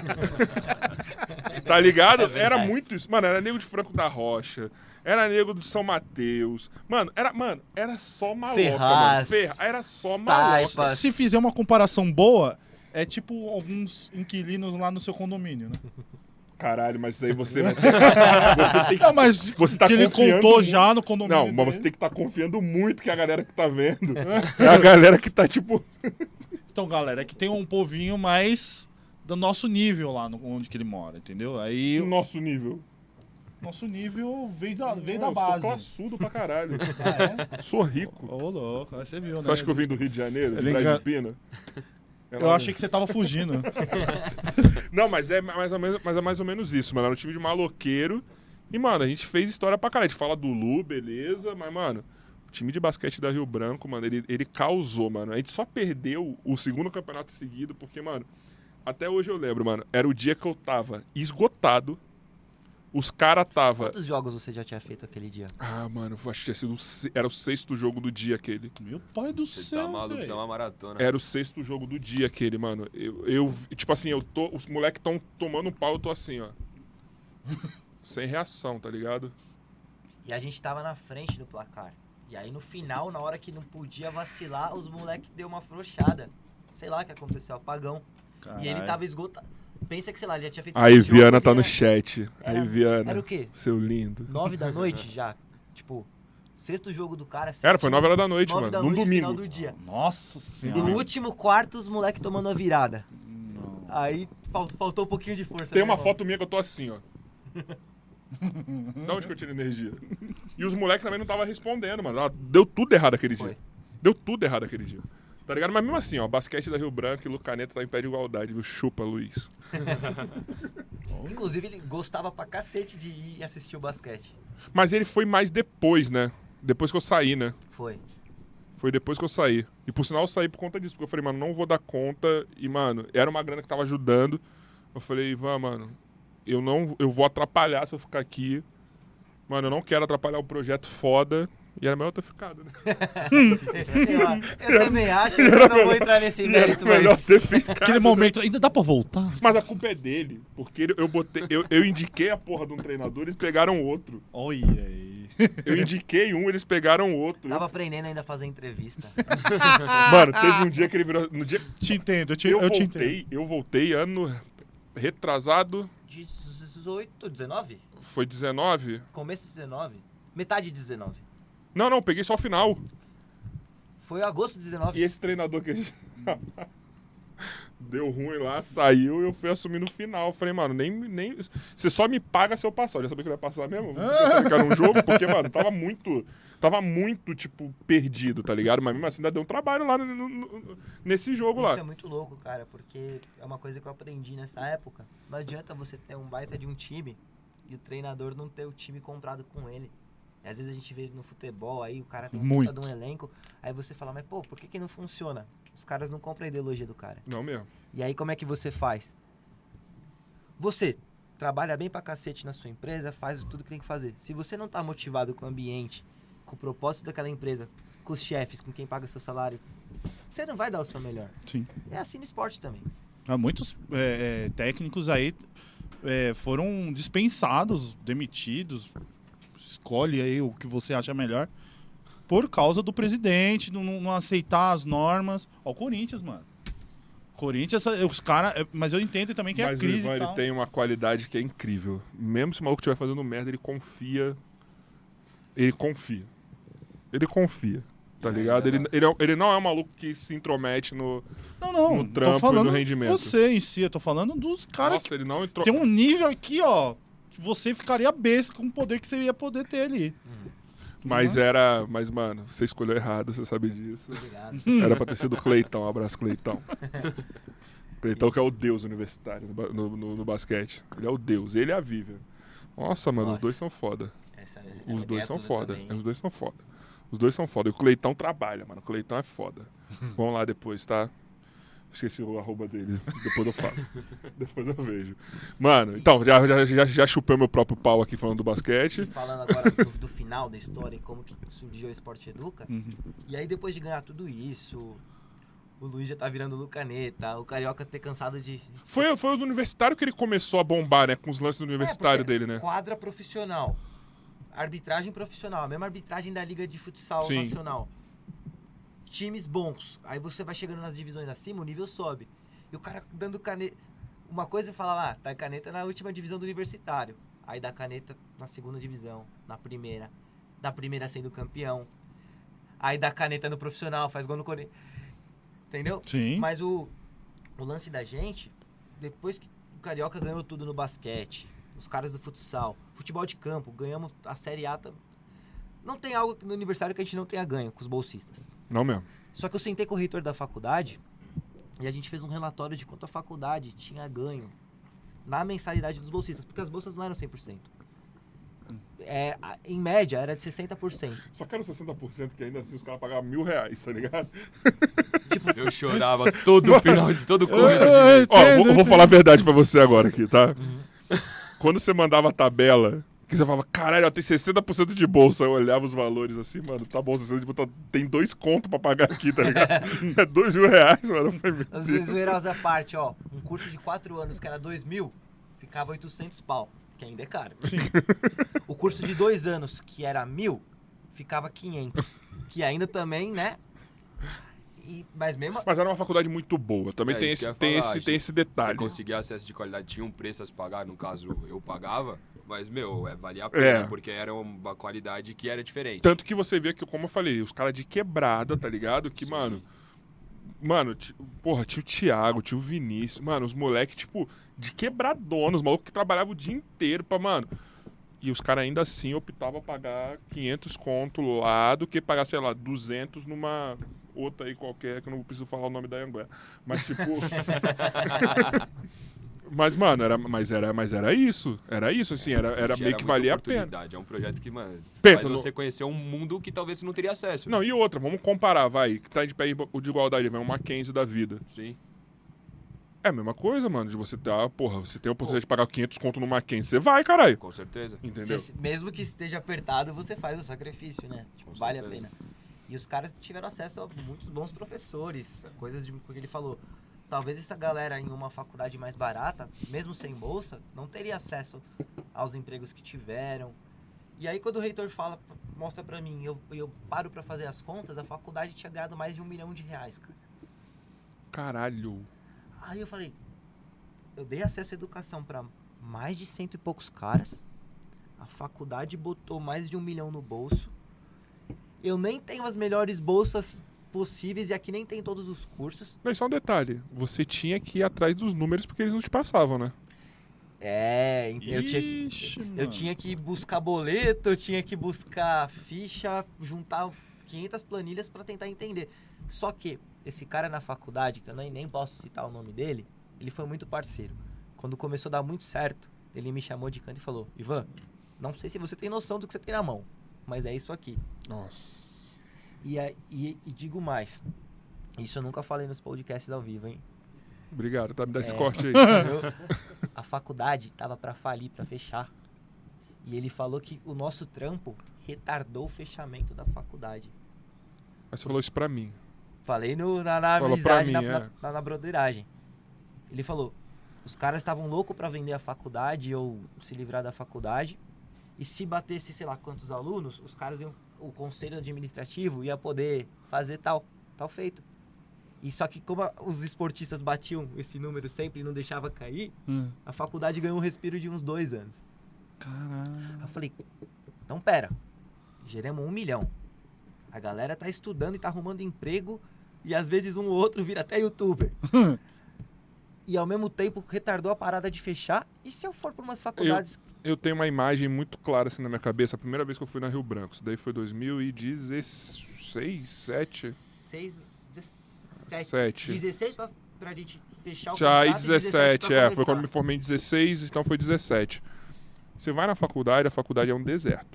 Tá ligado? Era muito isso. Mano, era nego de Franco da Rocha, era nego de São Mateus. Mano, era, mano, era só maloca, Ferraz. mano. Ferra, era só maloca. Taipas. Se fizer uma comparação boa, é tipo alguns inquilinos lá no seu condomínio, né? Caralho, mas isso aí você vai ter você tem que Não, mas Você tá que ele confiando contou muito. já no condomínio Não, mas dele. você tem que estar confiando muito que a galera que tá vendo é a galera que tá, tipo... Então, galera, é que tem um povinho mais do nosso nível lá no, onde que ele mora, entendeu? Aí no o nosso nível. nosso nível vem da, vem Não, da base. Eu sou classudo pra caralho. Ah, é? Sou rico. Ô, louco, aí você viu, né? Você acha que eu vim do Rio de Janeiro? De Ele Brás engan- de Pina? É Eu lá achei que você tava fugindo. Não, mas é mais, ou menos, mas é mais ou menos isso, mano. Era um time de maloqueiro. E, mano, a gente fez história pra caralho. A gente fala do Lu, beleza, mas, mano, o time de basquete da Rio Branco, mano, ele, ele causou, mano. A gente só perdeu o segundo campeonato seguido, porque, mano, até hoje eu lembro, mano, era o dia que eu tava esgotado. Os caras tava. Quantos jogos você já tinha feito aquele dia? Ah, mano, eu acho que tinha sido. o se- Era o sexto jogo do dia aquele. Meu pai do Você céu, tá maluco, isso é velho. uma maratona. Era o sexto jogo do dia aquele, mano. Eu, eu tipo assim, eu tô. Os moleques tão tomando um pau, eu tô assim, ó. Sem reação, tá ligado? E a gente tava na frente do placar. E aí no final, na hora que não podia vacilar, os moleques deu uma afrouxada. Sei lá o que aconteceu, apagão. E ele Caralho. tava esgotado. Pensa que, sei lá, ele já tinha feito Aí, seis Viana jogos tá e no era- chat. Aí, era- Viana. Era o quê? Seu lindo. Nove da noite já? Tipo, sexto jogo do cara. Era, foi sétimo, nove horas da noite, nove mano. da Num noite, final domingo. do dia. Nossa No senhora. último quarto, os moleques tomando a virada. Não. Aí fal- faltou um pouquinho de força. Tem né, uma irmão? foto minha que eu tô assim, ó. Da onde que eu tiro energia? E os moleques também não tava respondendo, mano. Ela Deu tudo errado aquele Foi. dia. Deu tudo errado aquele dia. Tá ligado? Mas mesmo assim, ó, basquete da Rio Branco e Lucaneta tá em pé de igualdade, viu? Chupa, Luiz. Inclusive, ele gostava pra cacete de ir assistir o basquete. Mas ele foi mais depois, né? Depois que eu saí, né? Foi. Foi depois que eu saí. E por sinal eu saí por conta disso. Porque eu falei, mano, não vou dar conta. E, mano, era uma grana que tava ajudando. Eu falei, Ivan, mano, eu não. Eu vou atrapalhar se eu ficar aqui. Mano, eu não quero atrapalhar o projeto foda. E era melhor eu ter ficado, né? Eu, eu também acho que eu não vou entrar nesse E era mérito, melhor mas... ter ficado. Aquele momento, ainda dá pra voltar? Mas a culpa é dele. Porque ele- eu botei. Eu, eu indiquei a porra de um treinador, eles pegaram outro. Olha aí. Eu indiquei um, eles pegaram outro. Tava aprendendo ainda a fazer entrevista. Mano, teve um dia que ele virou. No dia Te entendo, eu te, eu eu te entendo. voltei, eu voltei ano retrasado. dezoito, dezenove? Foi dezenove? Começo de dezenove? Metade de dezenove. Não, não, peguei só o final. Foi agosto de dezenove. E esse treinador que a gente... deu ruim lá, saiu e eu fui assumir no final. Falei, mano, nem, nem. Você só me paga se eu passar. Eu já sabia que eu ia passar mesmo. Eu sabia que era um jogo, porque, mano, tava muito. Tava muito, tipo, perdido, tá ligado? Mas mesmo assim ainda deu um trabalho lá no- no- no- nesse jogo Isso lá. é muito louco, cara, porque é uma coisa que eu aprendi nessa época. Não adianta você ter um baita de um time e o treinador não ter o time comprado com ele. E às vezes a gente vê no futebol aí, o cara tem um Muito. puta de um elenco, aí você fala, mas pô, por que que não funciona? Os caras não compram a ideologia do cara. Não mesmo. E aí como é que você faz? Você trabalha bem pra cacete na sua empresa, faz tudo que tem que fazer. Se você não tá motivado com o ambiente, com o propósito daquela empresa, com os chefes, com quem paga seu salário, você não vai dar o seu melhor. Sim. É assim no esporte também. Há muitos é, é, técnicos aí é, foram dispensados, demitidos. Escolhe aí o que você acha melhor. Por causa do presidente, não, não aceitar as normas. Ó, o Corinthians, mano. Corinthians, os caras. Mas eu entendo também que é a Mas o crise. Ivan, e ele tal. tem uma qualidade que é incrível. Mesmo se o maluco estiver fazendo merda, ele confia. Ele confia. Ele confia. Tá É, ligado? é, Ele, ele, é- ele não é um maluco que se intromete no. Não, não. no tô trampo e falando no rendimento. você em si. Eu tô falando dos caras Nossa, ele não entrou. que tem um nível aqui, ó. Que você ficaria besta com o poder que você ia poder ter ali. Mas era. Mas, mano, você escolheu errado, você sabe disso. Obrigado. Era pra ter sido o Cleitão. Um abraço, Cleitão. Cleitão que é o deus universitário no, ba- no, no- no basquete. Ele é o deus, ele é a Vivian. Nossa, mano, os Nossa. dois são foda. Essa, Os ela dois ganha são tudo foda. também. É, Os dois são foda. Os dois são foda. E o Cleitão trabalha, mano. O Cleitão é foda. Vamos lá depois, tá? Esqueci o arroba dele. Depois eu falo. Depois eu vejo. Mano, então, já, já, já, já chupei meu próprio pau aqui falando do E basquete. falando agora do, do final da história e como que surgiu o Esporte Educa. Uhum. E aí depois de ganhar tudo isso, o Luiz já tá virando Lucaneta, o Carioca ter cansado de... Foi, foi o universitário que ele começou a bombar, né? Com os lances do universitário É, porque dele, né? Quadra profissional, arbitragem profissional, a mesma arbitragem da Liga de Futsal Sim. Nacional. Times bons. Aí você vai chegando nas divisões acima, o nível sobe. E o cara dando caneta... Uma coisa é falar, ah, tá caneta na última divisão do universitário. Aí dá caneta na segunda divisão, na primeira. Da primeira sendo campeão. Aí dá caneta no profissional, faz gol no Corinthians. Entendeu? Sim. Mas o, o lance da gente, depois que o Carioca ganhou tudo no basquete, os caras do futsal, futebol de campo, ganhamos a Série A. tam- Não tem algo no aniversário que a gente não tenha ganho com os bolsistas. Não mesmo. Só que eu sentei com o reitor da faculdade e a gente fez um relatório de quanto a faculdade tinha ganho na mensalidade dos bolsistas, porque as bolsas não eram cem por cento. É, a- em média, era de sessenta por cento. Só quero sessenta por cento que ainda assim os caras pagavam mil reais, tá ligado? Eu chorava todo final de todo começo de Ai, mês. Ó, Entendo, vou, vou falar a verdade pra você agora aqui, tá? Uhum. Quando você mandava a tabela, que você falava, caralho, ó, tem sessenta por cento de bolsa, eu olhava os valores assim, mano, tá bom, sessenta por cento, tem dois contos pra pagar aqui, tá ligado? É dois mil reais, mano. Eu falei, meu As Deus. zoeiras à parte, ó, um curso de quatro anos que era dois mil, ficava oitocentos pau, que ainda é caro. O curso de dois anos, que era mil, ficava quinhentos, que ainda também, né? E, mas mesmo... Mas era uma faculdade muito boa, também É, tem, isso que esse, eu ia tem, falar, esse, gente. tem esse Você detalhe. conseguir acesso de qualidade, tinha um preço a se pagar, no caso eu pagava, mas, meu, é, valia a pena, É. porque era uma qualidade que era diferente. Tanto que você vê que, como eu falei, os caras de quebrada, tá ligado? Que, Sim. mano, mano, ti- porra, tio Thiago, tio Vinícius, mano, os moleques, tipo, de quebradona, os malucos que trabalhavam o dia inteiro pra, mano. E os caras ainda assim optavam a pagar quinhentos conto lá do que pagar, sei lá, duzentos numa outra aí qualquer, que eu não preciso falar o nome da Anguera. Mas, tipo. Mas, mano, era, mas, era, mas era isso. Era isso, assim, era, era Gera meio que muita valia a pena. oportunidade, É um projeto que, mano, Pensa faz no- você conhecer um mundo que talvez você não teria acesso. Não, e outra, vamos comparar, vai, que tá de pé o de igualdade, vem um Mackenzie da vida. Sim. É a mesma coisa, mano, de você dar, porra, você tem a oportunidade de pagar quinhentos conto no Mackenzie, você vai, caralho. Com certeza. Entendeu? Você- mesmo que esteja apertado, você faz o sacrifício, né? Tipo, Com vale a certeza. pena. E os caras tiveram acesso a muitos bons professores, coisas de que ele falou. Talvez essa galera em uma faculdade mais barata, mesmo sem bolsa, não teria acesso aos empregos que tiveram. E aí quando o reitor fala, mostra pra mim, eu, eu paro pra fazer as contas, a faculdade tinha ganhado mais de um milhão de reais, cara. Caralho. Aí eu falei, eu dei acesso à educação pra mais de cento e poucos caras, a faculdade botou mais de um milhão no bolso, eu nem tenho as melhores bolsas possíveis e aqui nem tem todos os cursos. Mas só um detalhe, você tinha que ir atrás dos números porque eles não te passavam, né? É, ent- eu tinha, que, Ixi, eu mano. tinha que buscar boleto, eu tinha que buscar ficha, juntar quinhentas planilhas pra tentar entender. Só que esse cara na faculdade, que eu nem, nem posso citar o nome dele, ele foi muito parceiro. Quando começou a dar muito certo, ele me chamou de canto e falou, Ivan, não sei se você tem noção do que você tem na mão, mas é isso aqui. Nossa. E, aí- e, e digo mais, isso eu nunca falei nos podcasts ao vivo, hein? Obrigado, tá? Me dá esse É. corte aí. Eu- a faculdade tava pra falir, pra fechar. E ele falou que o nosso trampo retardou o fechamento da faculdade. Mas você falou isso pra mim. Falei no, na, na Falou pra amizade, mim, na, é. na, na, na broderagem. Ele falou, os caras estavam loucos pra vender a faculdade ou se livrar da faculdade. E se batesse, sei lá, quantos alunos, os caras iam, o conselho administrativo ia poder fazer tal, tal feito. E só que como a- os esportistas batiam esse número sempre e não deixava cair, Hum. a faculdade ganhou um respiro de uns dois anos. Caralho. Aí eu falei, então pera, geramos um milhão. A galera tá estudando e tá arrumando emprego e às vezes um ou outro vira até youtuber. E ao mesmo tempo retardou a parada de fechar. E se eu for para umas faculdades... Eu tenho uma imagem muito clara assim na minha cabeça. A primeira vez que eu fui na Rio Branco, isso daí foi dois mil e dezesseis, sete, seis, dezessete, sete. dezesseis pra, pra gente fechar o Já aí contrato e dezessete, pra é. começar. Foi quando me formei em dezesseis, então foi dezessete. Você vai na faculdade, a faculdade é um deserto.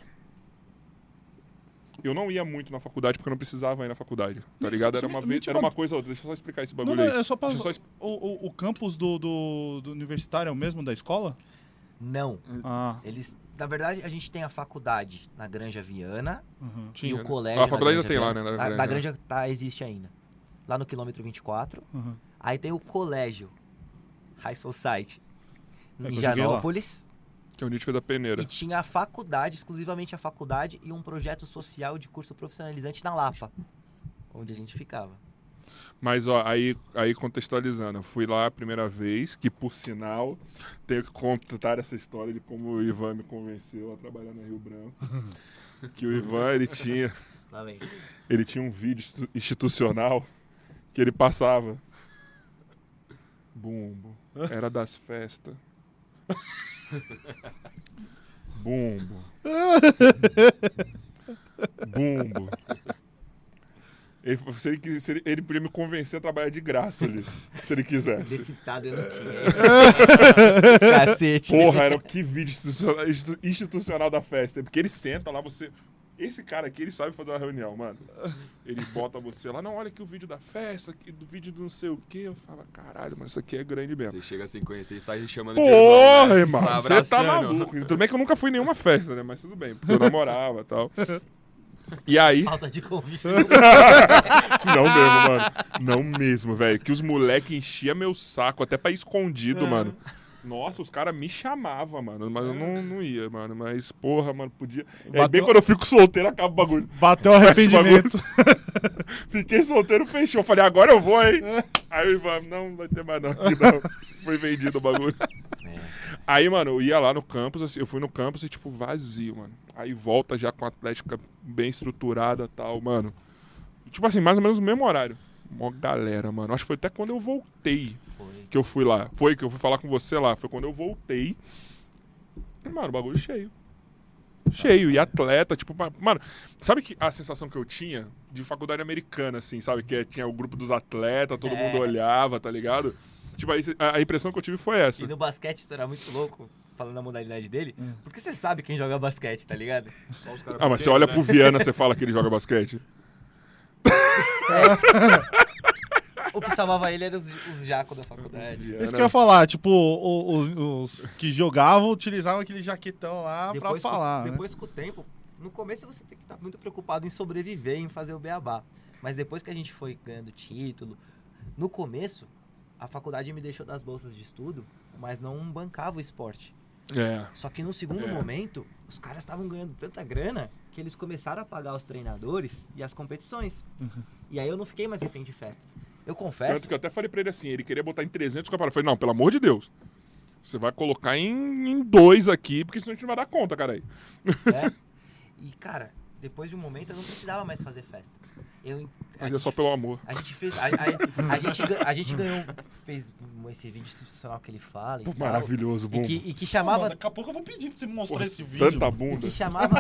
Eu não ia muito na faculdade porque eu não precisava ir na faculdade, tá Não, ligado? só- Era só uma me- vez, me tira era uma uma- coisa ou outra. Deixa eu só explicar esse Não, bagulho não, aí. é só pra... Deixa eu só es- o, o, o campus do, do, do universitário é o mesmo da escola? Não. Ah, Eles, na verdade, a gente tem a faculdade na Granja Viana uhum. Tinha, e o né? colégio. Ah, a faculdade na ainda tem Granja lá, Viana. né? Da, Na da Granja. Granja tá, existe ainda. Lá no quilômetro vinte e quatro. Uhum. Aí tem o colégio High Society É que eu em joguei lá. Janópolis. Que é o Nietzsche da peneira. E tinha a faculdade, exclusivamente a faculdade, e um projeto social de curso profissionalizante na Lapa, onde a gente ficava. Mas, ó, aí, aí contextualizando, eu fui lá a primeira vez, que por sinal, tenho que contar essa história de como o Ivan me convenceu a trabalhar na Rio Branco. Que o Ivan, ele tinha, Lá vem. ele tinha um vídeo institu- institucional que ele passava. Bumbo. Era das festas. Bumbo. Bumbo. Ele, se ele, quis- se ele, ele podia me convencer a trabalhar de graça ali, se ele quisesse. Desse tado eu não tinha. Cacete. Porra, era que vídeo institucional, institu- institucional da festa. Porque ele senta lá, você... Esse cara aqui, ele sabe fazer uma reunião, mano. Ele bota você lá, não, olha aqui o vídeo da festa, aqui, do vídeo do não sei o quê. Eu falo, caralho, mas isso aqui é grande mesmo. Você chega sem conhecer e sai chamando Porra, de irmão, irmão, né? você tá abraçando. maluco. Tudo bem que eu nunca fui em nenhuma festa, né? Mas tudo bem, porque eu namorava e tal. E aí... Falta de convite. Não mesmo, mano. Não mesmo, velho. Que os moleques enchiam meu saco, até pra ir escondido, mano. Nossa, os caras me chamavam, mano. Mas eu não, não ia, mano. Mas, porra, mano, podia. É bem Bateu- quando eu fico solteiro, acaba o bagulho. Bateu o arrependimento. Fiquei solteiro, fechou. Falei, agora eu vou, hein? Aí o Ivan, não, não vai ter mais não. Aqui não. Foi vendido o bagulho. É. Aí, mano, eu ia lá no campus, assim, eu fui no campus e, tipo, vazio, mano. Aí volta já com a atlética bem estruturada e tal, mano. Tipo assim, mais ou menos no mesmo horário. Mó galera, mano. Acho que foi até quando eu voltei Foi. que eu fui lá. Foi que eu fui falar com você lá. Foi quando eu voltei. E, mano, o bagulho cheio. Cheio. E atleta, tipo, ma- mano, sabe que a sensação que eu tinha de faculdade americana, assim, sabe? Que é- tinha o grupo dos atletas, todo É. mundo olhava, tá ligado? Tipo, aí a, a impressão que eu tive foi essa. E no basquete isso era muito louco, falando da modalidade dele, Hum. porque você sabe quem joga basquete, tá ligado? Só os caras Ah, mas você com olha dedo, pro né? Viana, você fala que ele joga basquete? O que salvava ele era os, os jacos da faculdade. Isso Viana- que eu ia falar, tipo, o- os, os que jogavam utilizavam aquele jaquetão lá pra com- falar, né? depois com o tempo, no começo você tem que estar muito preocupado em sobreviver, em fazer o beabá. Mas depois que a gente foi ganhando título, no começo, a faculdade me deixou das bolsas de estudo, mas não bancava o esporte. É. Só que no segundo É. momento, os caras estavam ganhando tanta grana que eles começaram a pagar os treinadores e as competições. E aí eu não fiquei mais refém de festa. Eu confesso, Tanto que eu até falei pra ele assim, ele queria botar em trezentos campeonatos. Eu falei, não, pelo amor de Deus. Você vai colocar em, em dois aqui, porque senão a gente não vai dar conta, cara aí. né? E cara, depois de um momento eu não precisava mais fazer festa. Eu, a Mas é gente só pelo amor. A gente fez. A, a- a gente, ga- a gente ganhou. Fez esse vídeo institucional que ele fala. E, Pô, tal, maravilhoso, e, bom. que, e que Pô, chamava. mano, daqui a pouco eu vou pedir pra você me mostrar Porra, esse vídeo. Tanta e bunda. que chamava.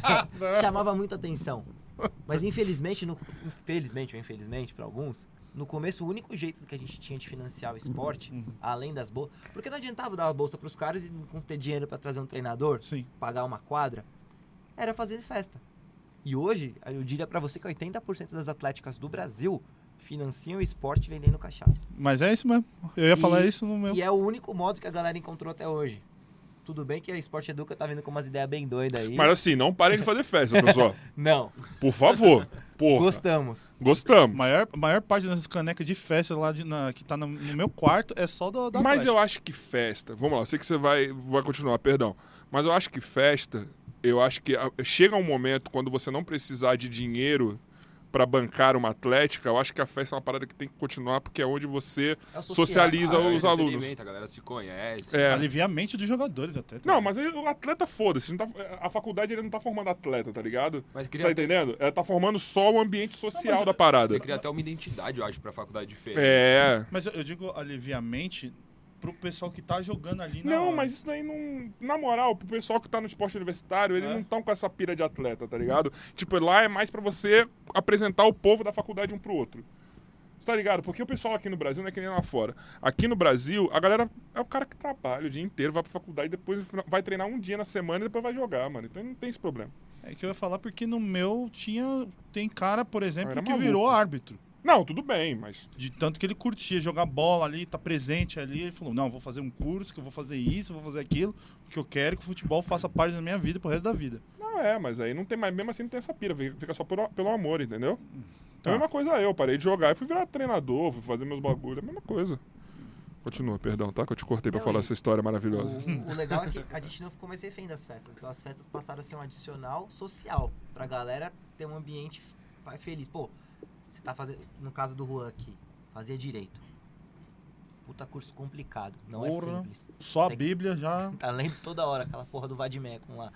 chamava muita atenção. Mas infelizmente, no, infelizmente ou infelizmente para alguns, no começo o único jeito que a gente tinha de financiar o esporte, Uhum. além das bolsas. Porque não adiantava dar a bolsa pros caras e não ter dinheiro para trazer um treinador, Sim. pagar uma quadra, era fazer festa. E hoje, eu diria pra você que oitenta por cento das atléticas do Brasil financiam o esporte vendendo cachaça. Mas é isso mesmo. Eu ia E- falar isso no meu. E é o único modo que a galera encontrou até hoje. Tudo bem que a Esporte Educa tá vindo com umas ideias bem doidas aí. Mas assim, não parem de fazer festa, pessoal. Não, Por favor. Porra. gostamos. Gostamos. Maior, maior parte dessas canecas de festa lá de, na- que tá no, no meu quarto é só do, da Mas Atlética. eu acho que festa. Vamos lá, eu sei que você vai, vai continuar, perdão. Mas eu acho que festa, eu acho que ah, chega um momento quando você não precisar de dinheiro pra bancar uma atlética, eu acho que a festa é uma parada que tem que continuar, porque é onde você É o social. socializa Ah, é os alunos. entretenimento, a galera se conhece. É. Alivia a mente dos jogadores até. Não, mas aí o atleta foda-se. não tá- A faculdade ele não tá formando atleta, tá ligado? Mas Você cria tá até- entendendo? Ela tá formando só o ambiente social Não, mas da parada. Você cria até uma identidade, eu acho, pra faculdade diferente. É. Mas eu, eu digo alivia a mente pro pessoal que tá jogando ali na Não, hora. mas isso daí não. Na moral, pro pessoal que tá no esporte universitário, eles É. não estão com essa pira de atleta, tá ligado? Tipo, lá é mais pra você apresentar o povo da faculdade um pro outro. Você tá ligado? Porque o pessoal aqui no Brasil não é que nem lá fora. Aqui no Brasil, a galera é o cara que trabalha o dia inteiro, vai pra faculdade, depois vai treinar um dia na semana e depois vai jogar, mano. Então não tem esse problema. É que eu ia falar porque no meu tinha... Tem cara, por exemplo, Era que maluco. virou árbitro. Não, tudo bem, mas... De tanto que ele curtia jogar bola ali, tá presente ali. Ele falou, não, vou fazer um curso, que eu vou fazer isso, vou fazer aquilo, porque eu quero que o futebol faça parte da minha vida pro resto da vida. Não é, mas aí não tem mais, mesmo assim não tem essa pira, fica só pelo, pelo amor, entendeu? Então Tá. é a mesma coisa eu, parei de jogar e fui virar treinador, fui fazer meus bagulhos, é a mesma coisa. Continua, perdão, tá? Que eu te cortei pra Não, falar e- essa história maravilhosa. O, o legal é que a gente não ficou mais refém das festas. Então as festas passaram a ser um adicional social. Pra galera ter um ambiente f- feliz. Pô, você tá fazendo. No caso do Juan aqui, fazia direito. Puta curso complicado. Não é Porra. simples. Só a Tem que- Bíblia já... Tá lendo toda hora aquela porra do Vadimecum lá.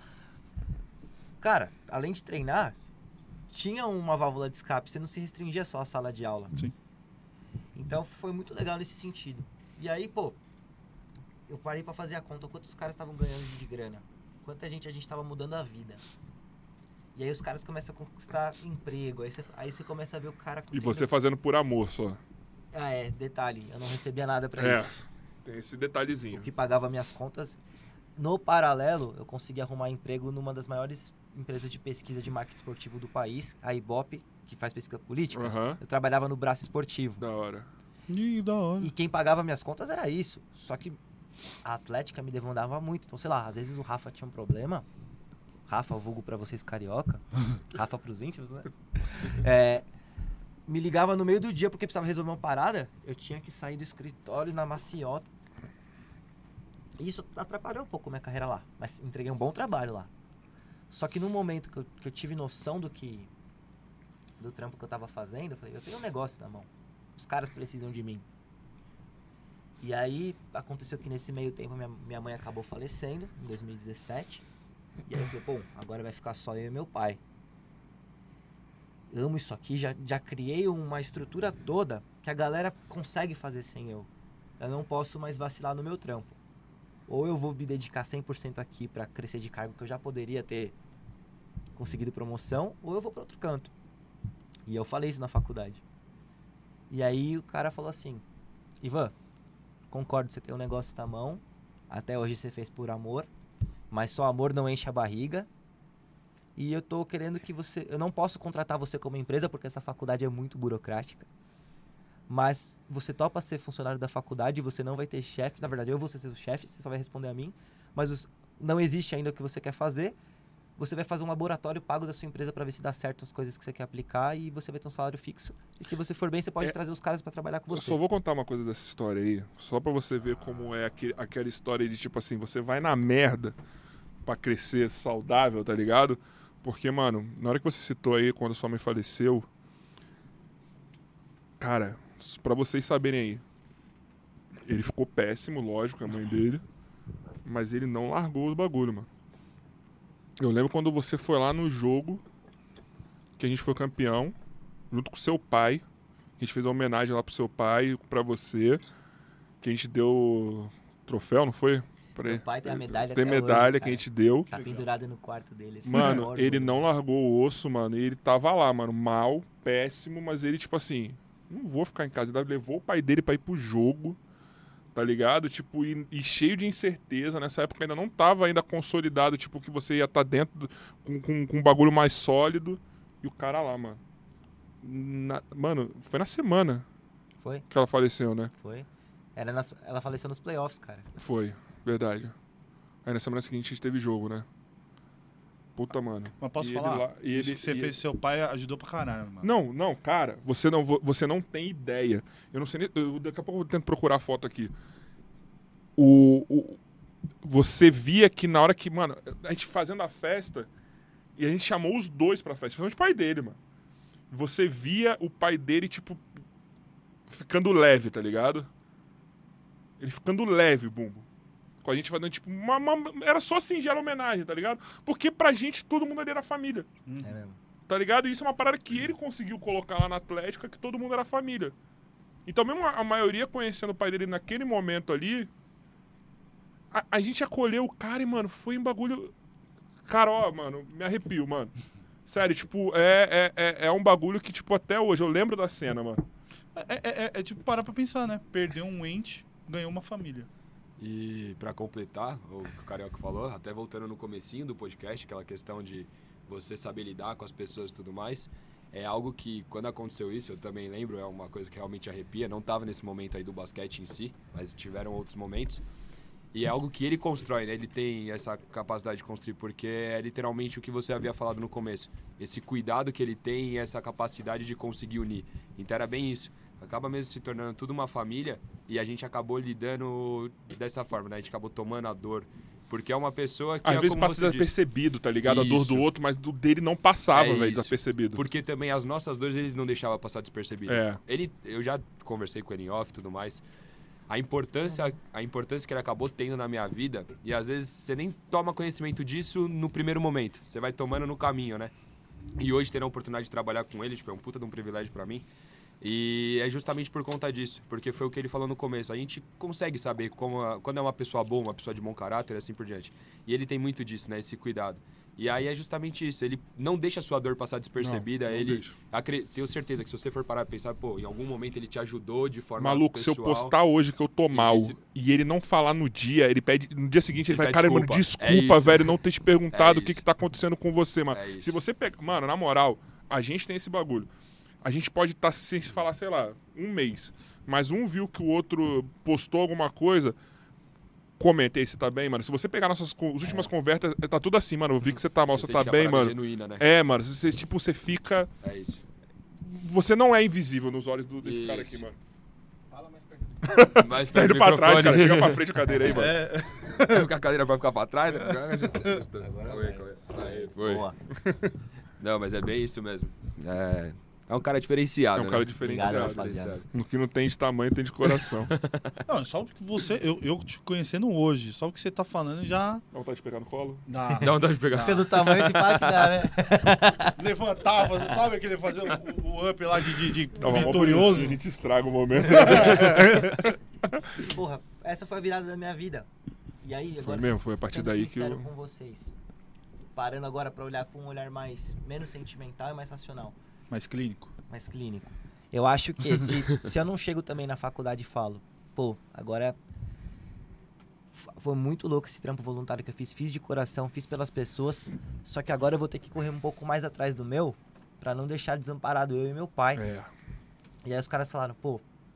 Cara, além de treinar, tinha uma válvula de escape. Você não se restringia só à sala de aula. Sim. Então foi muito legal nesse sentido. E aí, pô, eu parei pra fazer a conta quantos caras estavam ganhando de grana. Quanta gente a gente tava mudando a vida. E aí os caras começam a conquistar emprego. Aí você, aí você começa a ver o cara E conseguindo... você fazendo por amor só. Ah, é, detalhe, eu não recebia nada pra É. isso. Tem esse detalhezinho. O que pagava minhas contas. No paralelo, eu consegui arrumar emprego numa das maiores empresas de pesquisa de marketing esportivo do país, a Ibope, que faz pesquisa política. Aham, Eu trabalhava no braço esportivo. da hora. Ih, da hora. E quem pagava minhas contas era isso. Só que a Atlética me demandava muito. Então, sei lá, às vezes o Rafa tinha um problema. Rafa, vulgo pra vocês carioca. Rafa pros íntimos, né? É, me ligava no meio do dia porque precisava resolver uma parada. Eu tinha que sair do escritório na maciota. E isso atrapalhou um pouco a minha carreira lá. Mas entreguei um bom trabalho lá. Só que no momento que eu, que eu tive noção do que... do trampo que eu tava fazendo, eu falei, eu tenho um negócio na mão. Os caras precisam de mim. E aí, aconteceu que nesse meio tempo minha, minha mãe acabou falecendo, em dois mil e dezessete. E aí eu falei, pô, agora vai ficar só eu e meu pai. Amo isso aqui, já, já criei uma estrutura toda que a galera consegue fazer sem eu. Eu não posso mais vacilar no meu trampo. Ou eu vou me dedicar cem por cento aqui pra crescer de cargo, que eu já poderia ter conseguido promoção, ou eu vou pra outro canto. E eu falei isso na faculdade. E aí o cara falou assim, Ivan, concordo, você tem um negócio na mão, até hoje você fez por amor, mas só amor não enche a barriga. E eu tô querendo que você... Eu não posso contratar você como empresa, porque essa faculdade é muito burocrática. Mas você topa ser funcionário da faculdade, você não vai ter chefe. Na verdade, eu vou ser seu chefe, você só vai responder a mim. Mas os- não existe ainda o que você quer fazer. Você vai fazer um laboratório pago da sua empresa para ver se dá certo as coisas que você quer aplicar. E você vai ter um salário fixo. E se você for bem, você pode É, trazer os caras para trabalhar com Eu você. só vou contar uma coisa dessa história aí, só pra você ver como é aquele, aquela história de tipo assim, você vai na merda pra crescer saudável, tá ligado? Porque, mano, na hora que você citou aí, quando sua mãe faleceu, cara, pra vocês saberem aí, ele ficou péssimo, lógico, a mãe dele, mas ele não largou os bagulho, mano. Eu lembro quando você foi lá no jogo, que a gente foi campeão, junto com seu pai. A gente fez uma homenagem lá pro seu pai, pra você, que a gente deu troféu, não foi? Pra Meu ele. pai tem a medalha Tem até hoje, medalha que cara. a gente deu. Tá pendurado no quarto dele. assim, Mano, enorme, ele né? não largou o osso, mano. E ele tava lá, mano, mal, péssimo, mas ele, tipo assim, não vou ficar em casa. Ele levou o pai dele pra ir pro jogo, tá ligado? Tipo, e, e cheio de incerteza. Nessa época ainda não tava ainda consolidado, tipo, que você ia estar dentro do- com, com, com um bagulho mais sólido. E o cara lá, mano. Na- mano, foi na semana Foi? que ela faleceu, né? Foi. Era nas- ela faleceu nos playoffs, cara. Foi, verdade. Aí na semana seguinte a gente teve jogo, né? Puta, mano. Mas posso E falar? ele lá- e Isso ele- que você e- fez seu pai ajudou pra caralho, mano. Não, não, cara, você não, vo- você não tem ideia. Eu não sei nem. Eu, daqui a pouco eu tento procurar a foto aqui. O, o- você via que na hora que, mano, a gente fazendo a festa, e a gente chamou os dois pra festa, principalmente o pai dele, mano. Você via o pai dele, tipo, ficando leve, tá ligado? Ele ficando leve, Bumbo. Com a gente fazendo, tipo, uma, uma- era só singela homenagem, tá ligado? Porque pra gente todo mundo ali era família. É mesmo. Tá ligado? E isso é uma parada que ele conseguiu colocar lá na Atlética, que todo mundo era família. Então, mesmo a, a maioria conhecendo o pai dele naquele momento ali, a, a gente acolheu o cara e, mano, foi um bagulho. Cara, ó, mano, me arrepio, mano. Sério, tipo, é, é, é, é um bagulho que, tipo, até hoje, eu lembro da cena, mano. É, é, é, é tipo, parar pra pensar, né? Perdeu um ente, ganhou uma família. E pra completar o que o Carioca falou, até voltando no comecinho do podcast, aquela questão de você saber lidar com as pessoas e tudo mais, é algo que, quando aconteceu isso, eu também lembro, é uma coisa que realmente arrepia, não estava nesse momento aí do basquete em si, mas tiveram outros momentos, e é algo que ele constrói, né? Ele tem essa capacidade de construir, porque é literalmente o que você havia falado no começo, esse cuidado que ele tem e essa capacidade de conseguir unir. Então era bem isso. Acaba mesmo se tornando tudo uma família e a gente acabou lidando dessa forma, né? A gente acabou tomando a dor. Porque é uma pessoa que... Às é vezes como passa você disse. desapercebido, tá ligado? A dor Isso. do outro, mas do dele não passava, É velho, isso. desapercebido. Porque também as nossas dores eles não deixavam passar despercebido. É. Ele, eu já conversei com ele em off e tudo mais. A importância, a importância que ele acabou tendo na minha vida, e às vezes você nem toma conhecimento disso no primeiro momento. Você vai tomando no caminho, né? E hoje ter a oportunidade de trabalhar com ele, tipo, é um puta de um privilégio pra mim. E é justamente por conta disso, porque foi o que ele falou no começo. A gente consegue saber como a, quando é uma pessoa boa, uma pessoa de bom caráter e assim por diante. E ele tem muito disso, né? Esse cuidado. E aí é justamente isso. Ele não deixa a sua dor passar despercebida. Não, não ele deixa. acre- tenho certeza que se você for parar e pensar, pô, em algum momento ele te ajudou de forma Maluco, se eu pessoal. postar hoje que eu tô mal Isso. e ele não falar no dia, ele pede. No dia seguinte ele, Ele vai, pede cara, mano, desculpa. desculpa, É isso. velho, não ter te perguntado É o que, isso. que tá acontecendo com você, mano. É isso. Se você pega. Mano, na moral, a gente tem esse bagulho. A gente pode estar sem se falar, sei lá, um mês. Mas um viu que o outro postou alguma coisa. Comenta aí, você tá bem, mano? Se você pegar nossas co- as últimas conversas, tá tudo assim, mano. Eu vi que você tá mal, você, sente tá que a bem, parada é mano. genuína, né? É, mano, você, tipo, você fica. É isso. Você não é invisível nos olhos do- desse cara aqui, Isso. mano. Fala mais perto. Mas Tá indo pra trás, cara. Chega pra frente a cadeira aí, mano. É, Porque a cadeira vai ficar pra trás. Agora vai. Aí, foi. Boa. Não, mas é bem isso mesmo. É, é um cara diferenciado, É um cara né? diferenciado. Obrigado, rapaziada. No que não tem de tamanho, tem de coração. não, só porque você, eu, eu te conhecendo hoje, só o que você tá falando já Dá vontade de pegar no colo? dá. Dá vontade de pegar. Pelo tamanho, esse pá que dá, né? Levantava, você sabe aquele fazer o, o up lá de, de, de Tava mó vitorioso? bonitinho, a gente estraga o momento. Porra, essa foi a virada da minha vida. E aí, agora, mesmo, foi a partir sendo daí que sincero eu- com vocês. Parando agora pra olhar com um olhar mais menos sentimental e mais racional, Mais clínico. mais clínico. Eu acho que se, se eu não chego também na faculdade e falo, pô, agora f- foi muito louco esse trampo voluntário que eu fiz, fiz de coração, fiz pelas pessoas, só que agora eu vou ter que correr um pouco mais atrás do meu pra não deixar desamparado eu e meu pai. É. E aí os caras falaram, pô,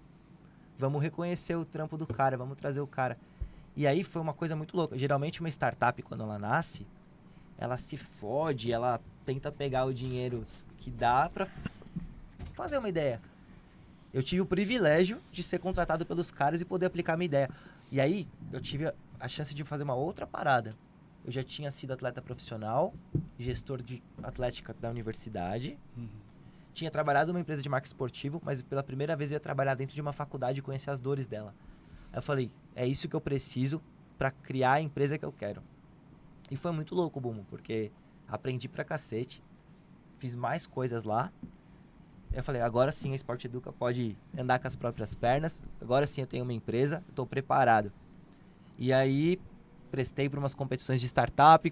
vamos reconhecer o trampo do cara, vamos trazer o cara. E aí foi uma coisa muito louca. Geralmente uma startup, quando ela nasce, ela se fode, ela tenta pegar o dinheiro que dá pra fazer uma ideia. Eu tive o privilégio de ser contratado pelos caras e poder aplicar minha ideia. E aí eu tive a, a chance de fazer uma outra parada. Eu já tinha sido atleta profissional, gestor de atlética da universidade, tinha trabalhado numa empresa de marketing esportivo, mas pela primeira vez eu ia trabalhar dentro de uma faculdade e conhecer as dores dela. Aí eu falei, é isso que eu preciso pra criar a empresa que eu quero. E foi muito louco, Bumo, porque aprendi pra cacete, fiz mais coisas lá. Eu falei, agora sim a Sport Educa pode andar com as próprias pernas, agora sim eu tenho uma empresa, eu tô preparado. E aí prestei para umas competições de startup,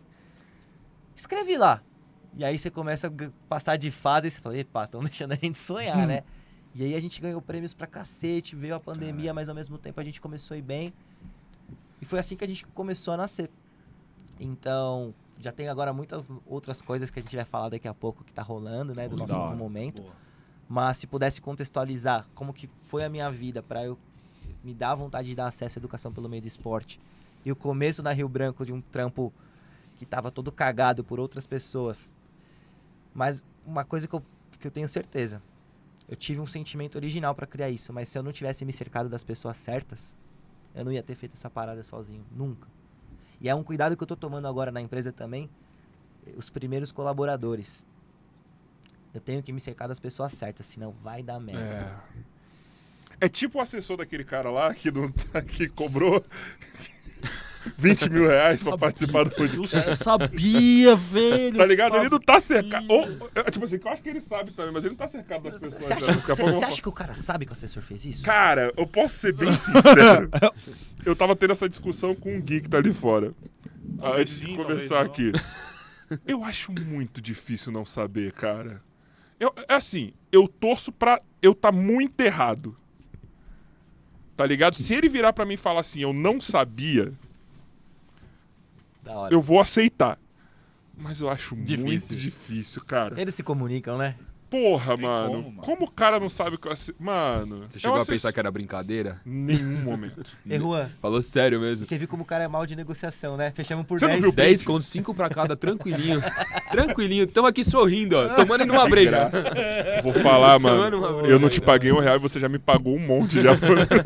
escrevi lá. E aí você começa a g- passar de fase e você fala, epa, estão deixando a gente sonhar, né? E aí a gente ganhou prêmios pra cacete, veio a pandemia, mas ao mesmo tempo a gente começou a ir bem. E foi assim que a gente começou a nascer. Então, já tem agora muitas outras coisas que a gente vai falar daqui a pouco que tá rolando, né? Do nosso Da novo hora. momento. Boa. Mas se pudesse contextualizar como que foi a minha vida pra eu me dar vontade de dar acesso à educação pelo meio do esporte. E o começo na Rio Branco de um trampo que tava todo cagado por outras pessoas. Mas uma coisa que eu, que eu tenho certeza. Eu tive um sentimento original pra criar isso, mas se eu não tivesse me cercado das pessoas certas, eu não ia ter feito essa parada sozinho, nunca. E é um cuidado que eu tô tomando agora na empresa também, os primeiros colaboradores. Eu tenho que me cercar das pessoas certas, senão vai dar merda. É. É tipo o assessor daquele cara lá que, não tá, que cobrou vinte mil reais pra participar do Eu podcast. sabia, velho. Tá ligado? Ele não tá cercado. sabia. Ou, é, tipo assim, eu acho que ele sabe também, mas ele não tá cercado das pessoas. Você né? acha, Daqui a você- pouco eu você vou acha que o cara sabe que o assessor fez isso? Cara, eu posso ser bem sincero. Eu tava tendo essa discussão com um Gui que tá ali fora. Talvez Antes de sim, conversar talvez aqui. Eu acho muito difícil não saber, cara. Eu, é assim, eu torço pra eu tá muito errado. Tá ligado? Se ele virar pra mim e falar assim, eu não sabia, Da hora. eu vou aceitar. Mas eu acho Difícil. muito difícil, cara. Eles se comunicam, né? Porra, Tem mano. como, Como, mano. o cara não sabe que eu assi... Mano. Você chegou eu a assisti- pensar que era brincadeira? Nenhum momento. E Juan, Falou sério mesmo. você viu como o cara é mal de negociação, né? Fechamos por Você não dez. viu? dez conto, cinco pra cada, tranquilinho. Tranquilinho. Tamo aqui sorrindo, ó. Tomando ainda uma De breja. graça. Vou falar, Tomando mano. uma breja Eu não te ainda. paguei um real e você já me pagou um monte já.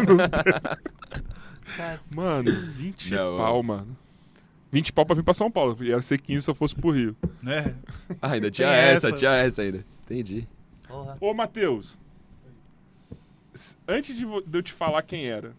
Mano, vinte Não, pau, mano. vinte pau pra vir pra São Paulo. Ia ser quinze se eu fosse pro Rio. Né? Ah, ainda tinha Tem essa, essa. tinha essa ainda. Entendi. Porra. Ô, Matheus. s- Antes de vo- de eu te falar quem era,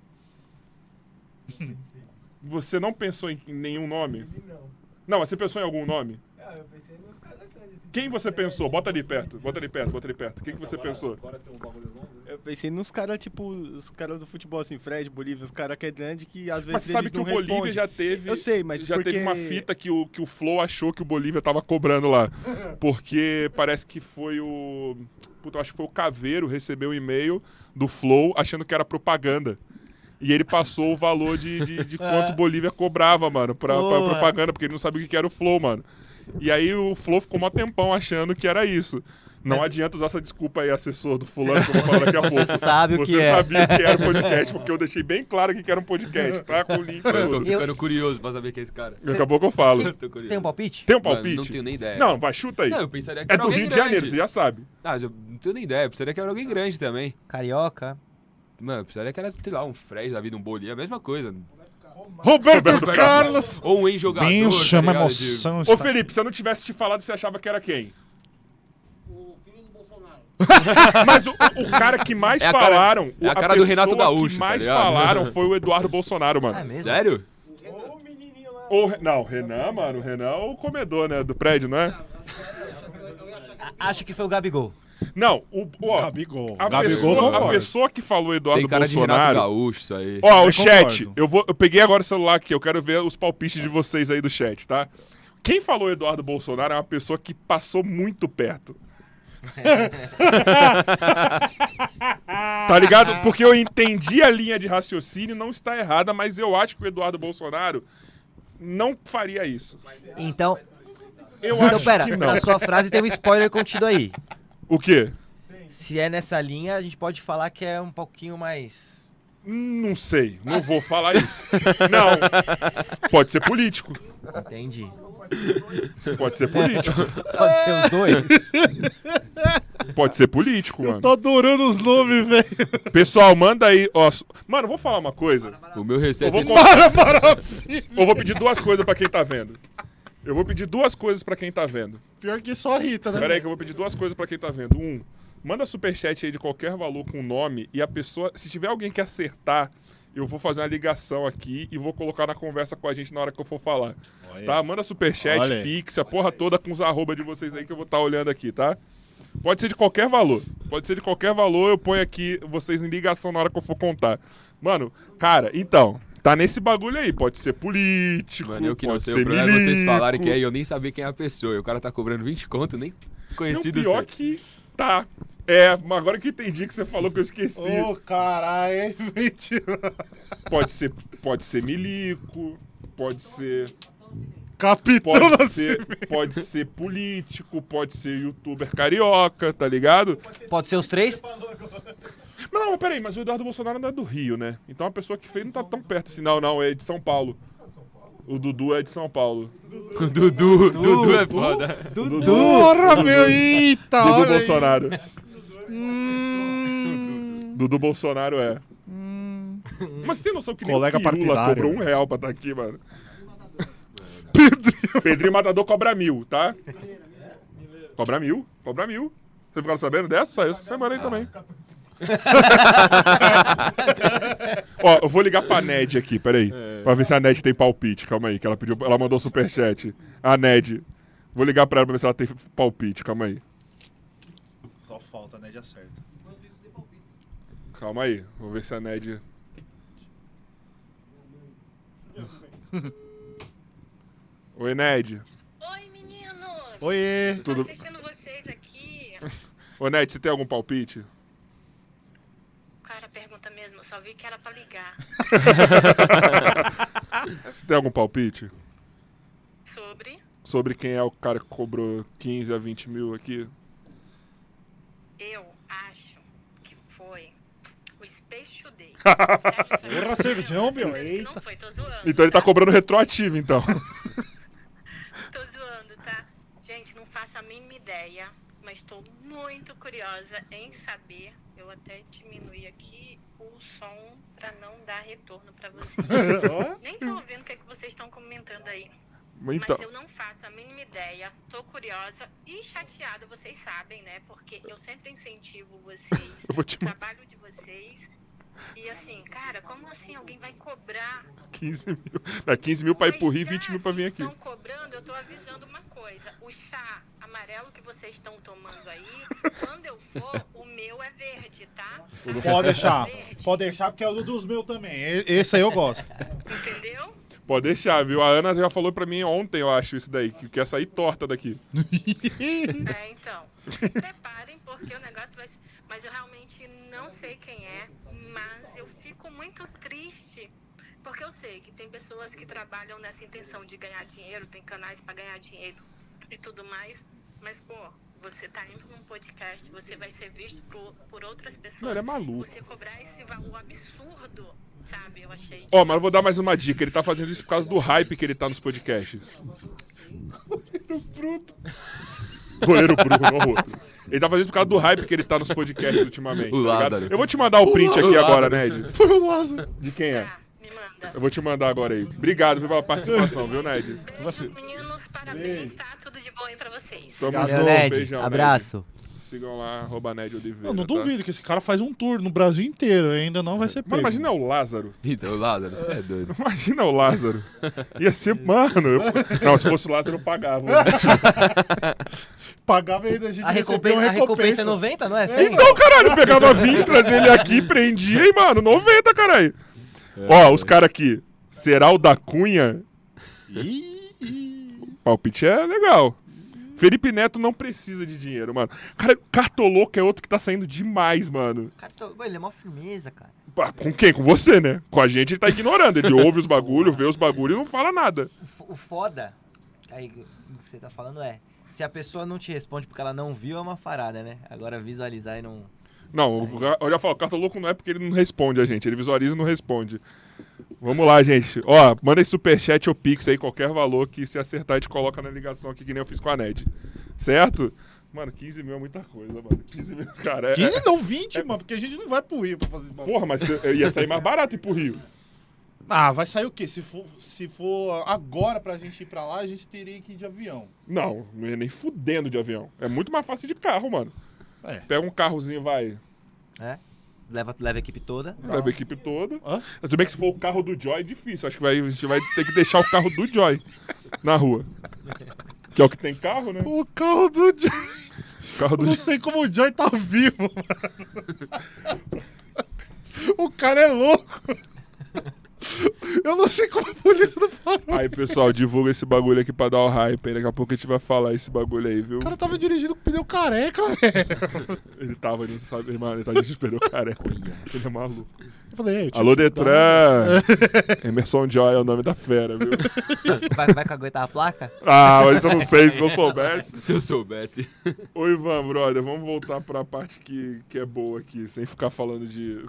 você não pensou em em nenhum nome? Não. Não, mas você pensou em algum nome? Ah, eu pensei nos caras grandes. Assim, Quem você pensou? Bota ali perto, bota ali perto, bota ali perto. Quem que você pensou? Eu pensei nos caras, tipo, os caras do futebol, assim, Fred, Bolívia, os caras que é grande que às vezes Mas você sabe eles que o não Bolívia respondem. já teve. Eu sei, mas já porque... teve uma fita que o, que o Flow achou que o Bolívia tava cobrando lá. Porque parece que foi o. Puta, eu acho que foi o Caveiro recebeu um e-mail do Flow achando que era propaganda. E ele passou o valor de, de, de quanto o Bolívia cobrava, mano, pra, pra Boa. propaganda, porque ele não sabia o que era o Flow, mano. E aí o Flow ficou um tempão achando que era isso. Não adianta usar essa desculpa aí, assessor do fulano, que eu vou falar daqui a Você pouco. sabe o Você que é. sabia que era um podcast, porque eu deixei bem claro que era um podcast, tá? Com o link e Eu tô tudo. ficando curioso pra saber quem é esse cara. Daqui a pouco eu falo. Eu tô curioso. Tem um palpite? Tem um Mano, palpite? não tenho nem ideia. Não, vai, chuta aí. Não, eu pensaria que É era do alguém Rio de grande. Janeiro, você já sabe. Ah, eu não tenho nem ideia. Eu pensaria que era alguém grande também. Carioca. Mano, eu pensaria que era, sei lá, um Fred da vida, um Bolinha, a mesma coisa. Roberto Carlos! Ou um ex-jogador, Bem, tá chama ligado? emoção. Ô, está- Felipe, se eu não tivesse te falado, você achava que era quem? O filho do Bolsonaro. Mas o, o cara que mais É a cara- falaram... é a o- cara do Renato pessoa Gaúcho, que tá mais ligado? falaram foi o Eduardo Bolsonaro, mano. Ah, mesmo? Sério? Ou o menininho lá. Ou, não, Renan, mano, o Renan é o comedor, né, do prédio, não é? Acho que foi o Gabigol. Não, o, ó, Gabigol. a, Gabigol pessoa, a concordo. pessoa que falou Eduardo Tem cara de Renato Bolsonaro... Gaúcho, isso aí. Ó, o Eu chat, concordo. eu, vou, eu peguei agora o celular aqui, eu quero ver os palpites de vocês aí do chat, tá? Quem falou Eduardo Bolsonaro é uma pessoa que passou muito perto. Tá ligado? Porque eu entendi a linha de raciocínio, não está errada, mas eu acho que o Eduardo Bolsonaro não faria isso. Então, Eu então acho pera, que não. na sua frase tem um spoiler contido aí. O quê? Se é nessa linha, a gente pode falar que é um pouquinho mais... Hum, Não sei, não vou falar isso. Não. Pode ser político. Entendi. Pode ser político. Pode ser os dois. Pode ser político, Eu mano. tô adorando os nomes, velho. Pessoal, manda aí. Ó, su- mano, vou falar uma coisa. O meu receio Eu vou, é con- Para, maravilha. eu vou pedir duas coisas pra quem tá vendo. Eu vou pedir duas coisas pra quem tá vendo. Pior que só Rita, né? Pera aí que eu vou pedir duas coisas pra quem tá vendo. Um, manda superchat aí de qualquer valor com o nome e a pessoa, se tiver alguém que acertar, eu vou fazer uma ligação aqui e vou colocar na conversa com a gente na hora que eu for falar. Olha. Tá? Manda superchat, Olha aí. pix, a porra toda com os arroba de vocês aí que eu vou estar olhando aqui, tá? Pode ser de qualquer valor. Pode ser de qualquer valor, eu ponho aqui vocês em ligação na hora que eu for contar. Mano, cara, então, tá nesse bagulho aí. Pode ser político, Mano, eu que não pode sei, ser o problema é vocês milico. falarem que é e eu nem sabia quem é a pessoa. E o cara tá cobrando vinte conto, nem Não, conhecido. pior sei. que tá. É, mas agora que eu entendi que você falou que eu esqueci. Ô, caralho, hein? Mentira. Pode ser, pode ser milico, pode ser, Capitão pode da ser, pode ser político, pode ser youtuber carioca, tá ligado? Pode ser os três? Mas não, mas peraí, mas o Eduardo Bolsonaro não é do Rio, né? Então a pessoa que fez não tá tão perto assim. Não, não, é de São Paulo. O Dudu é de São Paulo. O Dudu, Dudu é foda. Dudu, Porra, meu. Eita, Dudu olha aí. Bolsonaro. Hum. Dudu Bolsonaro é. Mas você tem noção que nem Colega o Pirula partidário. cobrou um real pra estar aqui, mano? Pedrinho. Pedrinho Matador cobra mil, tá? Cobra mil, cobra mil. Vocês ficaram sabendo dessa? Saiu essa semana aí também. Ó, eu vou ligar pra Ned aqui, peraí. Pra ver se a Ned tem palpite. Calma aí, que ela pediu. Ela mandou superchat. A Ned. Vou ligar pra ela pra ver se ela tem palpite. Calma aí. Só falta, né? Já acerta. Calma aí. Vou ver se a Ned. Oi, Ned. Oi, meninos! Oiê. Tudo- Tô assistindo vocês aqui. Ô, Ned, você tem algum palpite? Cara, pergunta mesmo, eu só vi que era pra ligar. Você tem algum palpite? Sobre? Sobre quem é o cara que cobrou quinze a vinte mil aqui? Eu acho que foi o Space Today. Porra, Serjão, meu, eita. Não foi, tô zoando. Então ele tá cobrando retroativo, então. Tô zoando, tá? Gente, não faço a mínima ideia, mas tô muito curiosa em saber. Eu até diminuí aqui o som pra não dar retorno pra vocês. Nem tô ouvindo o que, é que vocês estão comentando aí. Então, Mas eu não faço a mínima ideia, tô curiosa e chateada, vocês sabem, né? Porque eu sempre incentivo vocês, eu vou te o trabalho de vocês. E assim, cara, como assim alguém vai cobrar? quinze mil. Dá quinze mil pra ir Mas pro Rio e já vinte mil pra vir que aqui. estão cobrando, eu tô avisando uma coisa. O chá amarelo que vocês estão tomando aí, quando eu for, o meu é verde, tá? Sabe? Pode deixar. Verde. Pode deixar, porque é o dos meus também. E- Esse aí eu gosto. Entendeu? Pode deixar, viu? A Ana já falou pra mim ontem, eu acho, isso daí, que quer sair torta daqui. É, então. Se preparem, porque o negócio vai ser... Mas eu realmente não sei quem é, mas eu fico muito triste, porque eu sei que tem pessoas que trabalham nessa intenção de ganhar dinheiro, tem canais pra ganhar dinheiro e tudo mais, mas, pô, você tá indo num podcast, você vai ser visto por, por outras pessoas. Não, ele é maluco. Você cobrar esse valor absurdo, sabe? Eu achei... Ó, mas eu vou dar mais uma dica. Ele tá fazendo isso por causa do hype que ele tá nos podcasts. Goleiro Bruno, ó, outro. Ele tá fazendo isso por causa do hype que ele tá nos podcasts ultimamente. O tá ligado? Lázaro. Eu vou te mandar o print aqui O agora, Lázaro. Ned. Foi o Lázaro. De quem é? Tá, me manda. Eu vou te mandar agora aí. Obrigado viu, pela participação, viu, Ned? Beijos, meninos, parabéns, tá? Tudo de bom aí pra vocês. Tamo Obrigado, junto, Ned, beijão, abraço. Ned. Sigam lá, arroba Ned Oliveira. Eu não tá? duvido que esse cara faz um tour no Brasil inteiro. Ainda não vai ser pego. Mano, imagina o Lázaro. Então, Lázaro, você é doido. Imagina o Lázaro. Ia ser, mano. eu- Não, se fosse o Lázaro, eu pagava. né? Pagava ainda, a gente A recebeu recompensa, uma a recompensa é recompensa. noventa, não é? cem? Então, caralho, eu pegava vinte, trazia ele aqui, prendia e, mano, noventa, caralho. Ó, os caras aqui. Será o da Cunha? Ih, ih. Palpite é legal. Felipe Neto não precisa de dinheiro, mano. Cara, Cartoloco é outro que tá saindo demais, mano. Cara, tô- Pô, ele é mó firmeza, cara. Pá, com quem? Com você, né? Com a gente ele tá ignorando. Ele ouve os bagulho, vê os bagulho e não fala nada. O, fo- o foda, aí o que você tá falando é, se a pessoa não te responde porque ela não viu, é uma farada, né? Agora visualizar e não... Não, eu já falo, Cartoloco não é porque ele não responde a gente. Ele visualiza e não responde. Vamos lá, gente. Ó, manda aí superchat ou pix aí, qualquer valor que se acertar a gente coloca na ligação aqui, que nem eu fiz com a Ned. Certo? Mano, quinze mil é muita coisa, mano. quinze mil, cara. É, quinze não, vinte, mano, porque a gente não vai pro Rio pra fazer esse bagulho. Porra, mas cê- ia sair mais barato ir pro Rio. Ah, vai sair o quê? Se for, se for agora pra gente ir pra lá, a gente teria que ir de avião. Não, não ia nem fudendo de avião. É muito mais fácil de carro, mano. É. Pega um carrozinho, vai. É? Leva, leva a equipe toda. Leva a equipe toda. Hã? Tudo bem que se for o carro do Joy, é difícil. Acho que vai, a gente vai ter que deixar o carro do Joy na rua. Que é o que tem carro, né? O carro do Joy. O carro Eu do não Joy. sei como o Joy tá vivo, mano. O cara é louco. Eu não sei como a polícia não parou. Aí, pessoal, divulga esse bagulho aqui pra dar o hype. Aí daqui a pouco a gente vai falar esse bagulho aí, viu? O cara tava dirigindo com pneu careca, velho. Ele tava, ele não sabe, mano, ele tá desesperado, careca. Ele é maluco. Eu falei, "Ei, eu tive Alô, que dar Detran! Emerson Joy é o nome da fera, viu? Vai, vai caguetar a placa? Ah, mas eu não sei, se eu soubesse. Se eu soubesse. Ô, Ivan, brother, vamos voltar pra parte que, que é boa aqui, sem ficar falando de...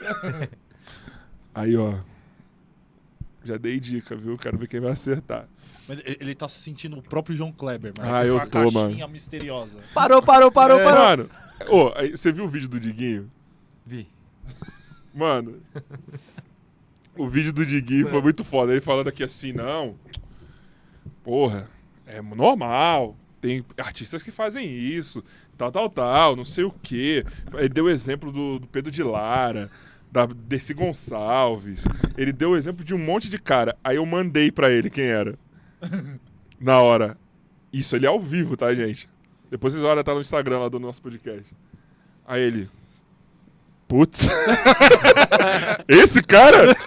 Aí, ó. Já dei dica, viu? Quero ver quem vai acertar. Mas ele ele tá se sentindo o próprio João Kleber, mano. Ah, eu Com a tô, caixinha mano. misteriosa. Parou, parou, parou, É. parou. Mano, ô, aí, você viu o vídeo do Diguinho? Vi. Mano, o vídeo do Diguinho foi muito foda. Ele falando aqui assim, não, porra, é normal, tem artistas que fazem isso, tal, tal, tal, não sei o quê. Ele deu o exemplo do, do Pedro de Lara, da Dercy Gonçalves. Ele deu o exemplo de um monte de cara. Aí eu mandei pra ele quem era. Na hora. Isso, ele é ao vivo, tá, gente? Depois vocês olham, tá no Instagram lá do nosso podcast. Aí ele... Putz. Esse cara?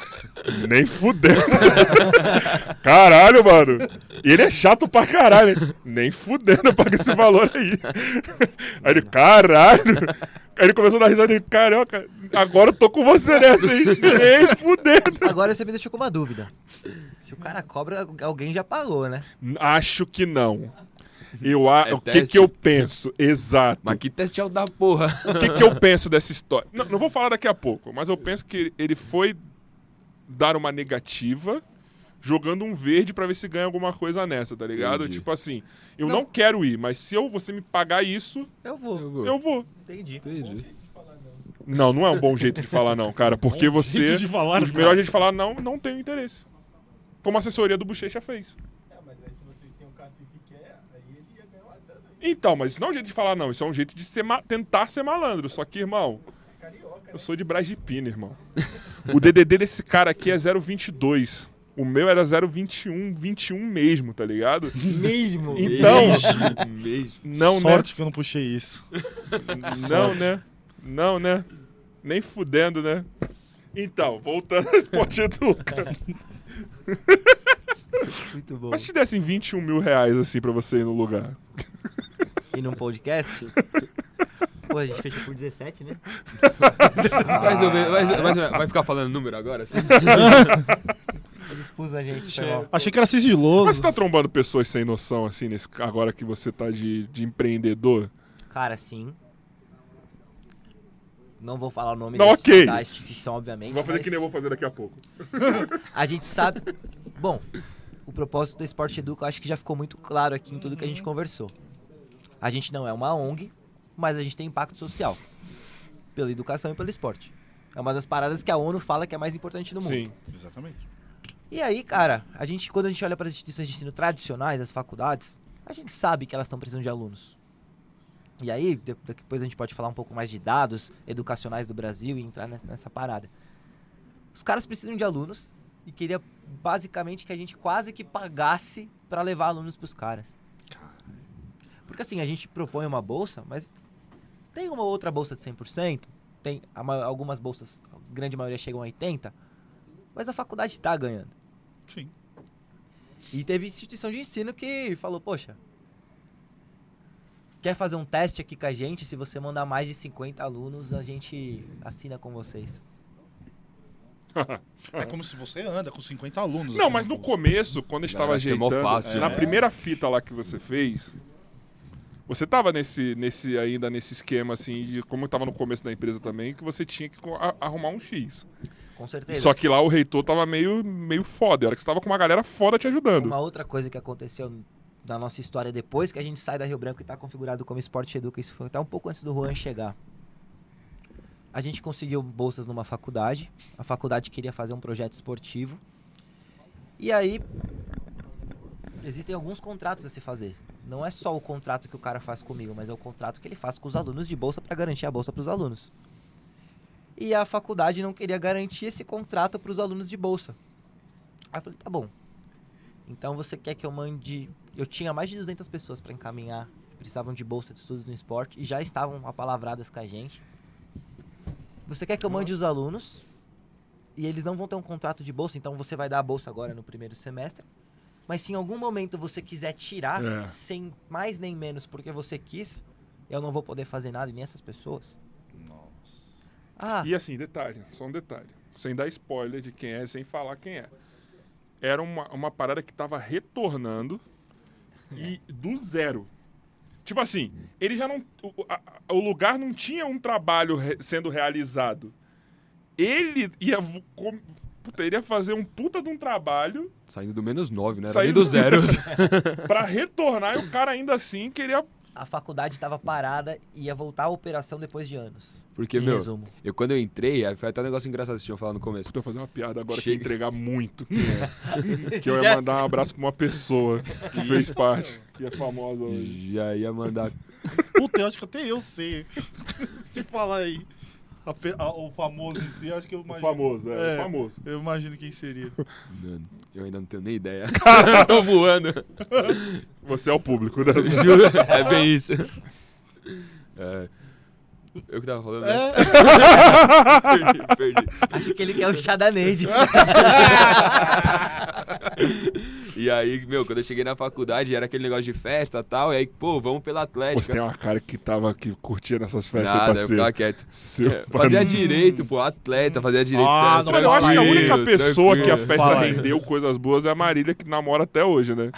Nem fudendo. Caralho, mano. Ele é chato pra caralho. Hein? Nem fudendo, paga esse valor aí. Aí ele, caralho. Aí ele começou a dar risada e carioca, agora eu tô com você nessa, hein? Nem fudendo. Agora você me deixou com uma dúvida. Se o cara cobra, alguém já pagou, né? Acho que não. Eu, a... É o que teste. que eu penso? Exato. Mas que teste é o da porra? O que que eu penso dessa história? Não, não vou falar daqui a pouco, mas eu penso que ele foi dar uma negativa jogando um verde pra ver se ganha alguma coisa nessa, tá ligado? Entendi. Tipo assim, eu não. Não. quero ir, mas se eu, você me pagar isso, Eu vou. Eu vou. eu vou. Entendi. Entendi. Não, não é um bom jeito de falar não, cara, porque você... jeito de falar, os não. melhores jeitos de falar não, não tenho interesse. Como a assessoria do Bochecha fez. É, mas aí se vocês têm o cacife que quer, aí ele ia ganhar uma grana Então, mas isso não é um jeito de falar não, isso é um jeito de ser ma- tentar ser malandro. Só que, irmão, carioca, eu sou de Brás de Pina, irmão. O D D D desse cara aqui é zero vinte e dois. O meu era zero vinte e um, vinte e um mesmo, tá ligado? Mesmo. Então, Mesmo. não, Sorte que eu não puxei isso. né? Não, né? Não, né? Nem fudendo, né? Então, voltando ao Esporte Educa. Muito bom. Mas se te dessem vinte e um mil reais assim pra você ir no lugar. E num podcast? Pô, a gente fechou por dezessete, né? Mais ou menos, mais- mais ou menos. Vai ficar falando número agora? Assim? Ele expôs a gente. Foi mal. Achei que era sigiloso. Mas você tá trombando pessoas sem noção, assim, nesse, agora que você tá de, de empreendedor? Cara, sim. Não vou falar o nome Não, da, ok. da instituição, obviamente. Vou fazer mas que nem eu vou fazer daqui a pouco. A gente sabe... Bom, o propósito do Esporte Educa, eu acho que já ficou muito claro aqui em tudo que a gente conversou. A gente não é uma O N G, mas a gente tem impacto social. Pela educação e pelo esporte. É uma das paradas que a ONU fala que é mais importante no mundo. Sim. Exatamente. E aí, cara, a gente, quando a gente olha para as instituições de ensino tradicionais, as faculdades, a gente sabe que elas estão precisando de alunos. E aí, de- depois a gente pode falar um pouco mais de dados educacionais do Brasil e entrar nessa, nessa parada. Os caras precisam de alunos e queria basicamente que a gente quase que pagasse para levar alunos pros caras. Porque assim, a gente propõe uma bolsa, mas tem uma outra bolsa de cem por cento, tem a ma- algumas bolsas, a grande maioria chegam a oitenta por cento, mas a faculdade está ganhando. Sim. E teve instituição de ensino que falou, poxa, quer fazer um teste aqui com a gente? Se você mandar mais de cinquenta alunos, a gente assina com vocês. É como se você anda com cinquenta alunos. Não, assim, mas no pô. começo, quando a gente tava Galera, que é mó ajeitando, fácil, na né? primeira fita lá que você fez, você tava nesse, nesse ainda nesse esquema assim, de como tava no começo da empresa também, que você tinha que co- a- arrumar um X. Com certeza. Só que lá o reitor tava meio, meio foda, era que você tava com uma galera foda te ajudando. Uma outra coisa que aconteceu na nossa história depois que a gente sai da Rio Branco e está configurado como Esporte Educa, isso foi até um pouco antes do Juan chegar. A gente conseguiu bolsas numa faculdade, a faculdade queria fazer um projeto esportivo, e aí existem alguns contratos a se fazer. Não é só o contrato que o cara faz comigo, mas é o contrato que ele faz com os alunos de bolsa para garantir a bolsa para os alunos. E a faculdade não queria garantir esse contrato para os alunos de bolsa. Aí eu falei, tá bom. Então você quer que eu mande... Eu tinha mais de duzentas pessoas para encaminhar que precisavam de bolsa de estudos no esporte e já estavam apalavradas com a gente. Você quer que eu mande os alunos e eles não vão ter um contrato de bolsa, então você vai dar a bolsa agora no primeiro semestre. Mas se em algum momento você quiser tirar, É. sem mais nem menos porque você quis, eu não vou poder fazer nada e nem essas pessoas. Nossa. Ah, E assim, detalhe, só um detalhe. Sem dar spoiler de quem é, sem falar quem é. Era uma, uma parada que tava retornando e do zero. Tipo assim, ele já não. O, a- a- o lugar não tinha um trabalho re- sendo realizado. Ele ia, vo- com- puta, ele ia fazer um puta de um trabalho Saindo do menos nove, né? Era Saindo nem do zero. pra retornar e o cara ainda assim queria. a faculdade estava parada e ia voltar à operação depois de anos. Porque, em meu, resumo. eu quando eu entrei, aí foi até um negócio engraçado que vocês tinham falado no começo. Puta, eu vou fazer uma piada agora que ia Chega. entregar muito. quem é. Que eu ia Já mandar um abraço pra uma pessoa que fez parte, que é famosa hoje. Já ia mandar. Puta, eu acho que até eu sei. Se falar aí. A fe- a- o famoso em si, acho que eu O imagino. famoso, é, É. o famoso. Eu imagino quem seria. Mano, eu ainda não tenho nem ideia. Tô voando. Você é o público, né? Juro, é bem isso. É. Eu que tava falando, né? É. perdi, perdi. Acho que ele quer o chá da Neide. E aí, meu, quando eu cheguei na faculdade, era aquele negócio de festa e tal, e aí, pô, vamos pela Atlética. Você tem uma cara que tava que curtia nessas festas, Nada, eu parceiro. ficava quieto. Seu É, fazia pan- direito, pô, atleta, fazia direito. Ah, certo, não, Mas eu acho que a única tranquilo, pessoa que a tranquilo. festa Fala aí. rendeu coisas boas é a Marília, que namora até hoje, né?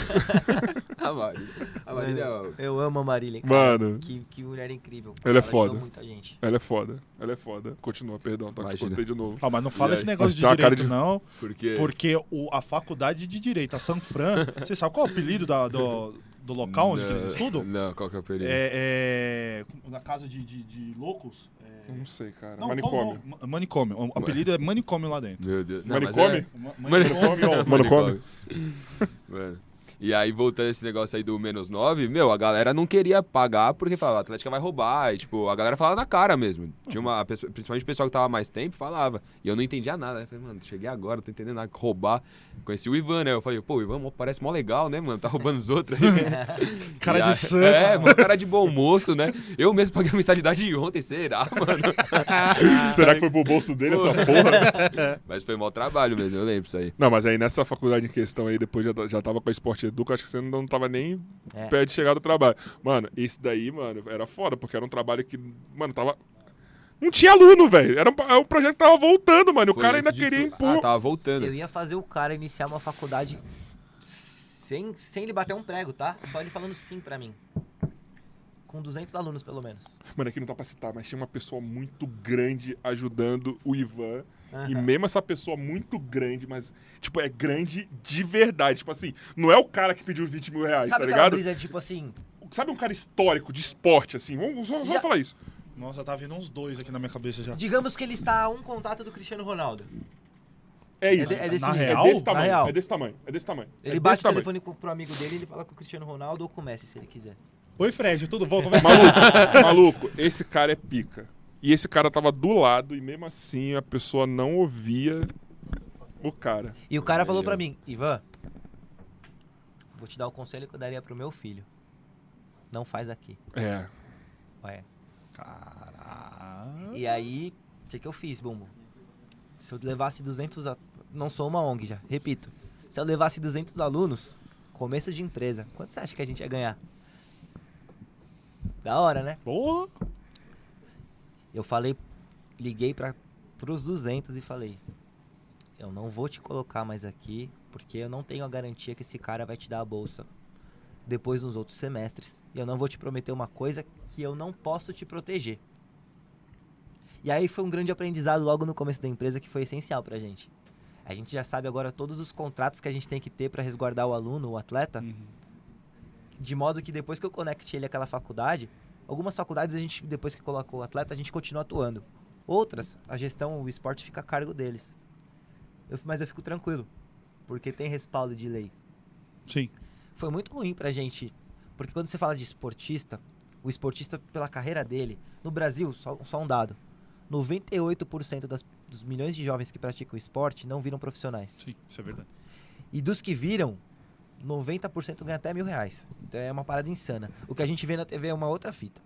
A Marília. A Marília é o- Eu amo a Marília, cara. Mano. Que, que mulher incrível. Ela é ajudou foda. muita gente. Ela é foda. Ela é foda. Continua, perdão, tá? Que te Imagina. cortei de novo. Ah, mas não fala E esse aí? negócio Mas de tem uma cara direito, de- não. Porque... Porque o, a faculdade de Direito, a Sanfran, você sabe qual é o apelido da- do, do local onde que eles estudam? Não, qual que é o período? É, é, na casa de, de, de loucos. É, Não sei, cara. não, Manicômio. qual- não, manicômio. O apelido é manicômio lá dentro. Meu Deus. Não, mas Manicômio? é- Ma- Manicômio. ó. Manicômio. Mano. E aí, voltando esse negócio aí do menos nove, meu, a galera não queria pagar porque falava, a Atlética vai roubar. E, tipo, a galera falava na cara mesmo. Tinha uma pessoa, principalmente o pessoal que tava mais tempo, falava. E eu não entendia nada. Eu falei, mano, cheguei agora, não tô entendendo nada. Roubar. Conheci o Ivan, né? Eu falei, pô, o Ivan mó- parece mó legal, né, mano? Tá roubando os outros aí. Cara E de aí- santo. É, mano, cara de bom moço, né? Eu mesmo paguei a mensalidade de ontem, será, mano? Será que foi pro bolso dele essa porra? Mas foi mau trabalho mesmo, eu lembro isso aí. Não, mas aí nessa faculdade em questão aí, depois já, já tava com a Esporte Educa, acho que você não tava nem É. perto de chegar do trabalho. Mano, esse daí, mano, era foda, porque era um trabalho que, mano, tava... Não tinha aluno, velho. Era um, era um projeto que tava voltando, mano. E o Foi cara ainda antes de queria tu- impor. Ah, tava voltando. Eu ia fazer o cara iniciar uma faculdade sem, sem ele bater um prego, tá? Só ele falando sim pra mim. Com duzentos alunos, pelo menos. Mano, aqui não dá pra citar, mas tinha uma pessoa muito grande ajudando o Ivan. E Aham. mesmo essa pessoa muito grande, mas, tipo, é grande de verdade. Tipo assim, não é o cara que pediu vinte mil reais, Sabe tá aquela ligado? brisa, tipo assim... Sabe um cara histórico de esporte, assim? Vamos só, só Já- falar isso. Nossa, tá vindo uns dois aqui na minha cabeça já. Digamos que ele está a um contato do Cristiano Ronaldo. É isso. de- é desse Na nível. real? É desse Na tamanho. real. É desse tamanho. É desse tamanho. Ele é bate desse o tamanho. telefone pro, pro amigo dele e ele fala com o Cristiano Ronaldo ou com o Messi, se ele quiser. Oi, Fred, tudo bom? Como é que você Maluco, maluco, esse cara é pica. E esse cara tava do lado e mesmo assim a pessoa não ouvia o cara. E o cara falou Aí, pra ó. mim, Ivan, vou te dar o conselho que eu daria pro meu filho. Não faz aqui. É. Ué. Caralho. E aí, o que, que eu fiz, Bumbo? Se eu levasse duzentos... A... Não sou uma O N G já, repito. Se eu levasse duzentos alunos, começo de empresa, quanto você acha que a gente ia ganhar? Da hora, né? Porra. Eu falei, liguei para os duzentos e falei, eu não vou te colocar mais aqui, porque eu não tenho a garantia que esse cara vai te dar a bolsa depois nos outros semestres. E eu não vou te prometer uma coisa que eu não posso te proteger. E aí foi um grande aprendizado logo no começo da empresa que foi essencial pra gente. A gente já sabe agora todos os contratos que a gente tem que ter para resguardar o aluno, o atleta, Uhum. de modo que depois que eu conecte ele àquela faculdade, algumas faculdades a gente, depois que colocou o atleta, a gente continua atuando. Outras, a gestão, o esporte fica a cargo deles. Eu- mas eu fico tranquilo, porque tem respaldo de lei. Sim. Foi muito ruim pra gente, porque quando você fala de esportista, o esportista, pela carreira dele, no Brasil, só, só um dado, noventa e oito por cento das, dos milhões de jovens que praticam esporte não viram profissionais. Sim, isso é verdade. E dos que viram, noventa por cento ganha até mil reais. Então é uma parada insana. O que a gente vê na T V é uma outra fita.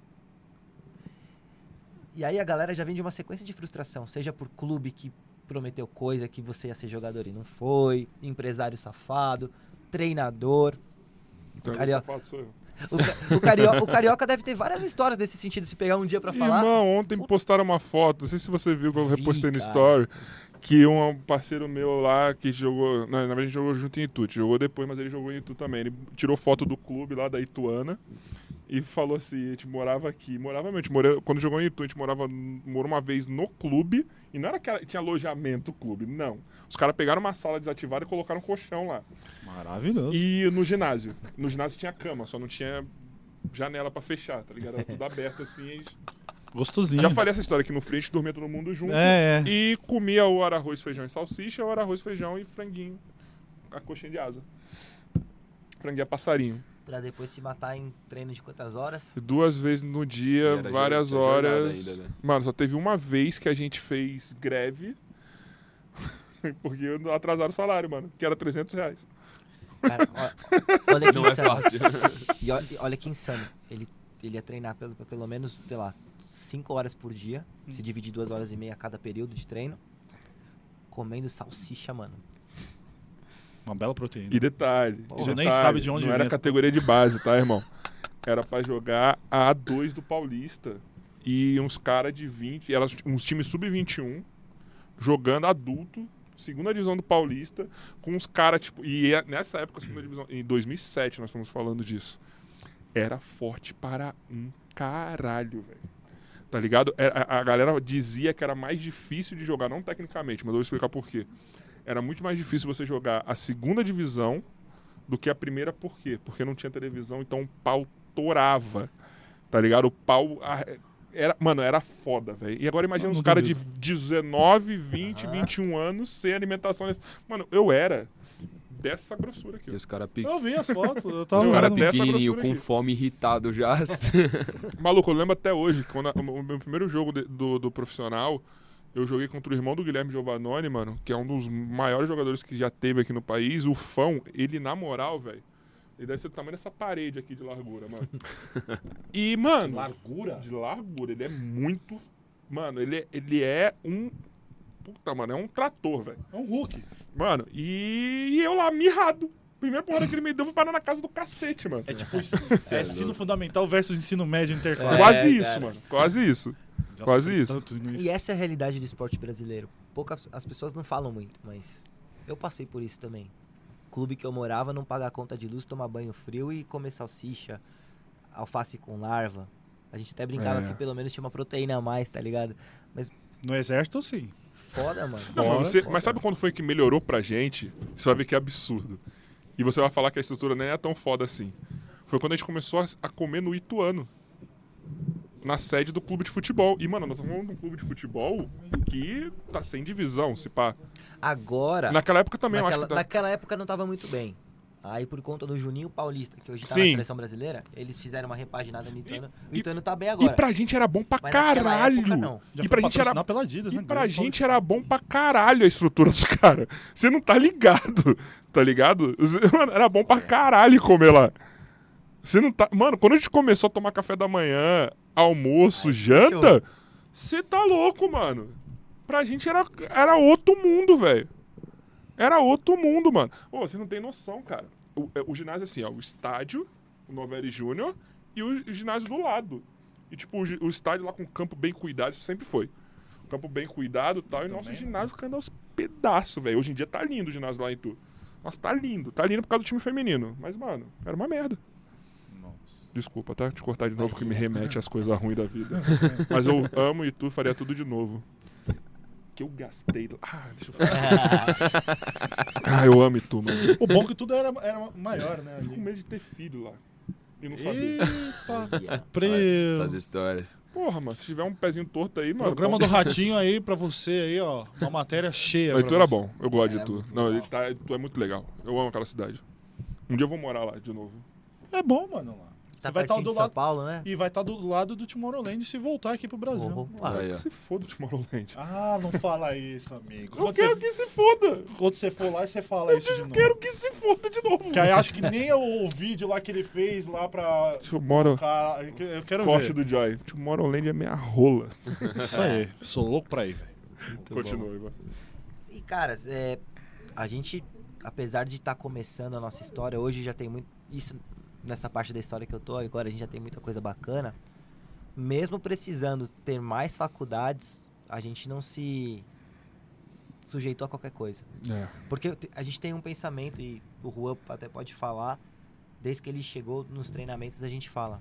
E aí a galera já vem de uma sequência de frustração, seja por clube que prometeu coisa que você ia ser jogador e não foi, empresário safado, treinador. Então, Carioca. safado sou eu. O, ca- o carioca, o carioca deve ter várias histórias desse sentido, se pegar um dia pra falar. Irmão, ontem me postaram uma foto, não sei se você viu que eu Vi, repostei no cara. story, que um parceiro meu lá que jogou, não, na verdade a gente jogou junto em Itu, jogou depois, mas ele jogou em Itu também. Ele tirou foto do clube lá da Ituana e falou assim, a gente morava aqui, morava mesmo, a gente morava- quando jogou em Itu, a gente morava, morou uma vez no clube, e não era que era- tinha alojamento o clube, não. Os caras pegaram uma sala desativada e colocaram um colchão lá. Maravilhoso. E no ginásio, no ginásio tinha cama, só não tinha janela pra fechar, tá ligado? Era tudo aberto assim. E... Gostosinho. Já falei essa história aqui no frente, dormia todo mundo junto. É, é. E comia o hora arroz, feijão e salsicha, ou era arroz, feijão e franguinho. A coxinha de asa. Franguinho a passarinho. Pra depois se matar em treino de quantas horas? E duas vezes no E dia, era várias jor- jornada horas. ainda, né? Mano, só teve uma vez que a gente fez greve. Porque atrasaram o salário, mano. Que era trezentos reais. Cara, ó- olha que Não é insano. fácil. E ó- e olha que insano. Ele, ele ia treinar pelo, pelo menos, sei lá, cinco horas por dia. Hum. Se dividir duas horas e meia a cada período de treino. Comendo salsicha, mano. Uma bela proteína. E detalhe, Você detalhe, nem sabe de onde não era vem categoria de base, tá, irmão? Era pra jogar a A dois do Paulista. E uns caras de vinte, elas, uns times sub vinte e um, jogando adulto, segunda divisão do Paulista, com uns caras, tipo... E nessa época, segunda divisão, em dois mil e sete nós estamos falando disso. Era forte para um caralho, velho. Tá ligado? A, a galera dizia que era mais difícil de jogar, não tecnicamente, mas eu vou explicar por quê. Era muito mais difícil você jogar a segunda divisão do que a primeira, por quê? Porque não tinha televisão, então o pau torava, tá ligado? O pau... Era, mano, era foda, velho. E agora imagina Não, os não caras de duvido. dezenove, vinte, Ah. vinte e um anos sem alimentação. Mano, eu era dessa grossura aqui. E Ó. os caras pe... Eu vi as fotos, eu tava os cara olhando olhando. dessa pequenininho, grossura com aqui. fome, irritado já. Maluco, eu lembro até hoje, quando a- o meu primeiro jogo de- do, do profissional, eu joguei contra o irmão do Guilherme Giovannone, mano, que é um dos maiores jogadores que já teve aqui no país. O Fão, ele, na moral, velho, ele deve ser do tamanho dessa parede aqui de largura, mano. E, mano... Largura? De largura, ele é muito... Mano, ele, é- ele é um... Puta, mano, é um trator, velho. É um Hulk. Mano, e, e eu lá, mirrado. Primeira porrada que ele me deu, eu fui parar na casa do cacete, mano. É tipo é ensino fundamental versus ensino médio interclasse. Quase É, isso, cara. mano. Quase isso. Já quase sofri isso. tanto nisso. E essa é a realidade do esporte brasileiro. Poucas as pessoas não falam muito, mas eu passei por isso também. Clube que eu morava, não pagar conta de luz, tomar banho frio e comer salsicha, alface com larva. A gente até brincava É. que pelo menos tinha uma proteína a mais, tá ligado? Mas No exército, sim. foda, mano. Não, Fora, mas, você- foda. mas sabe quando foi que melhorou pra gente? Você vai ver que é absurdo. E você vai falar que a estrutura nem é tão foda assim. Foi quando a gente começou a, a comer no Ituano. Na sede do clube de futebol. E, mano, nós estamos falando de um clube de futebol que tá sem divisão, se pá. Agora, Naquela época também, eu naquela, acho que... tá- naquela época não tava muito bem. Aí por conta do Juninho Paulista, que hoje tá na Sim. seleção brasileira, eles fizeram uma repaginada no Ituano. O e- Ituano tá bem E agora. pra gente era bom pra Mas naquela caralho. época, não. Já E foi pra gente era patrocinado pela Adidas, E né? pra Grande gente era bom pra caralho a estrutura dos caras. Você não tá ligado, tá ligado? Mano, era bom pra caralho comer lá. Você não tá... Mano, quando a gente começou a tomar café da manhã, almoço, Aí, janta, você tá louco, mano. Pra gente era, era outro mundo, velho. Era outro mundo, mano. Ô, você não tem noção, cara. O, é, o ginásio é assim, ó, o estádio, o Novelli Júnior e o, o ginásio do lado. E tipo, o, gi- o estádio lá com campo bem cuidado, isso sempre foi. Campo bem cuidado e tal, e Também, nosso né? ginásio caindo aos pedaços, velho. Hoje em dia tá lindo o ginásio lá em Tu. Nossa, tá lindo. Tá lindo por causa do time feminino. Mas, mano, era uma merda. Nossa. Desculpa, tá? Te cortar de novo que me remete às coisas ruins da vida. Mas eu amo Itu, faria tudo de novo. Que eu gastei... Ah, deixa eu falar. Ah, eu amo Itu, mano. O bom é que tudo era, era maior, né? Eu fico com ali. medo de ter filho lá. E não saber. Eita, preso. Essas histórias. Porra, mano, se tiver um pezinho torto aí, mano... Programa qual- do Ratinho aí pra você aí, ó. Uma matéria cheia. Mas pra Itu era você. bom, eu gosto de Era Itu. muito Não, legal. ele tá, Itu é muito legal. Eu amo aquela cidade. Um dia eu vou morar lá de novo. É bom, mano, lá. Tá Você vai estar pertinho do de São lado. Paulo, né? E vai estar do lado do Tomorrowland se voltar aqui pro Brasil. Opa. Aí, ó. Que se foda o Tomorrowland. Ah, não fala isso, amigo. Eu Quando quero você, que se foda. quando você for lá, você fala isso de novo. Quero que se foda de novo. Que aí acho que nem o vídeo lá que ele fez lá pra. Tomorrow... Cara, eu quero Corte ver. do Joy. Tomorrowland é minha rola. Isso aí. Sou louco pra ir, velho. Continua, Ivan. E, cara, é, a gente, apesar de estar começando a nossa história, hoje já tem muito... Isso, nessa parte da história que eu tô, agora a gente já tem muita coisa bacana. Mesmo precisando ter mais faculdades, a gente não se sujeitou a qualquer coisa. É. Porque te- a gente tem um pensamento, e o Juan até pode falar, desde que ele chegou nos treinamentos a gente fala.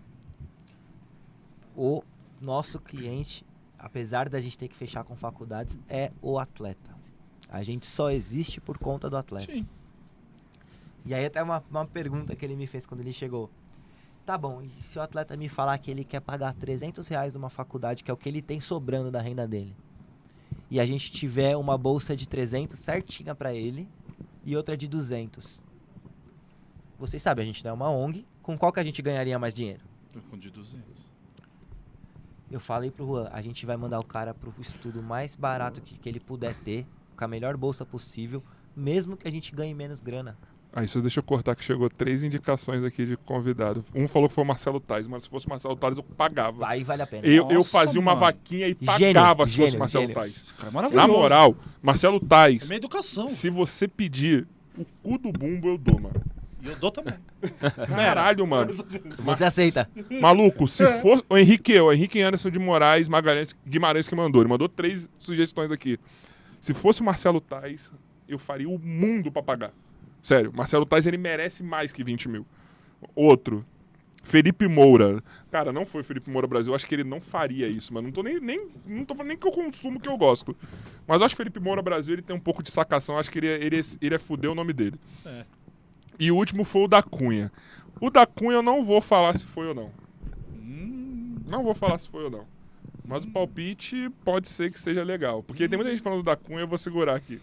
O nosso cliente, apesar da gente ter que fechar com faculdades, é o atleta. A gente só existe por conta do atleta. Sim. E aí até uma, uma pergunta que ele me fez quando ele chegou. Tá bom, e se o atleta me falar que ele quer pagar trezentos reais numa faculdade, que é o que ele tem sobrando da renda dele, e a gente tiver uma bolsa de trezentos certinha pra ele e outra de duzentos. Vocês sabem, a gente não é uma O N G, com qual que a gente ganharia mais dinheiro? Eu com de duzentos. Eu falei pro Juan, a gente vai mandar o cara pro estudo mais barato que, que ele puder ter, com a melhor bolsa possível, mesmo que a gente ganhe menos grana. Aí só deixa eu cortar que chegou três indicações aqui de convidado. Um falou que foi o Marcelo Tais, mas se fosse o Marcelo Tais eu pagava. Aí vale a pena. Eu, eu Nossa, fazia uma mano. vaquinha e pagava Gênio, se fosse gênio, o Marcelo gênio. Tais. Esse cara é maravilhoso. Na moral, Marcelo É Tais, minha educação. se você pedir o cu do bumbo, eu dou, mano. E eu dou também. Caralho, mano. Você aceita? Maluco, se for o Henrique, o Henrique Anderson de Moraes Magalhães, Guimarães que mandou. Ele mandou três sugestões aqui. Se fosse o Marcelo Tais, eu faria o mundo pra pagar. Sério, Marcelo Tais, ele merece mais que vinte mil. Outro, Felipe Moura. Cara, não foi Felipe Moura Brasil, eu acho que ele não faria isso, mano. Não tô nem, nem, não tô falando nem que eu consumo que eu gosto. Mas eu acho que Felipe Moura Brasil, ele tem um pouco de sacação, eu acho que ele, ele, ele é fuder o nome dele. É. E o último foi o da Cunha. O da Cunha eu não vou falar se foi ou não. Hum, Não vou falar se foi ou não. Mas o palpite pode ser que seja legal. Porque tem muita gente falando da Cunha, eu vou segurar aqui.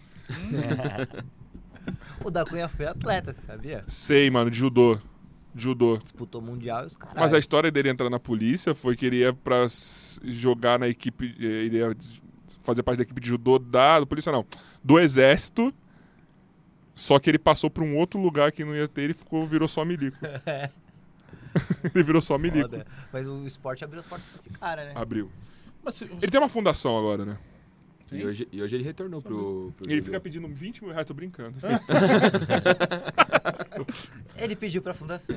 O da Cunha foi atleta, você sabia? Sei, mano, de judô. De judô. Disputou mundial e os caras. Mas a história dele entrar na polícia foi que ele ia pra s- jogar na equipe. Ele ia fazer parte da equipe de judô da. Do polícia não. Do exército. Só que ele passou pra um outro lugar que não ia ter e ficou, virou só milico. Ele virou só milico. Foda. Mas o esporte abriu as portas pra esse cara, né? Abriu. mas se- Ele tem uma fundação agora, né? E hoje, e hoje ele retornou pro, pro Ele judô. fica pedindo vinte mil reais, tô brincando. Ele pediu pra fundação.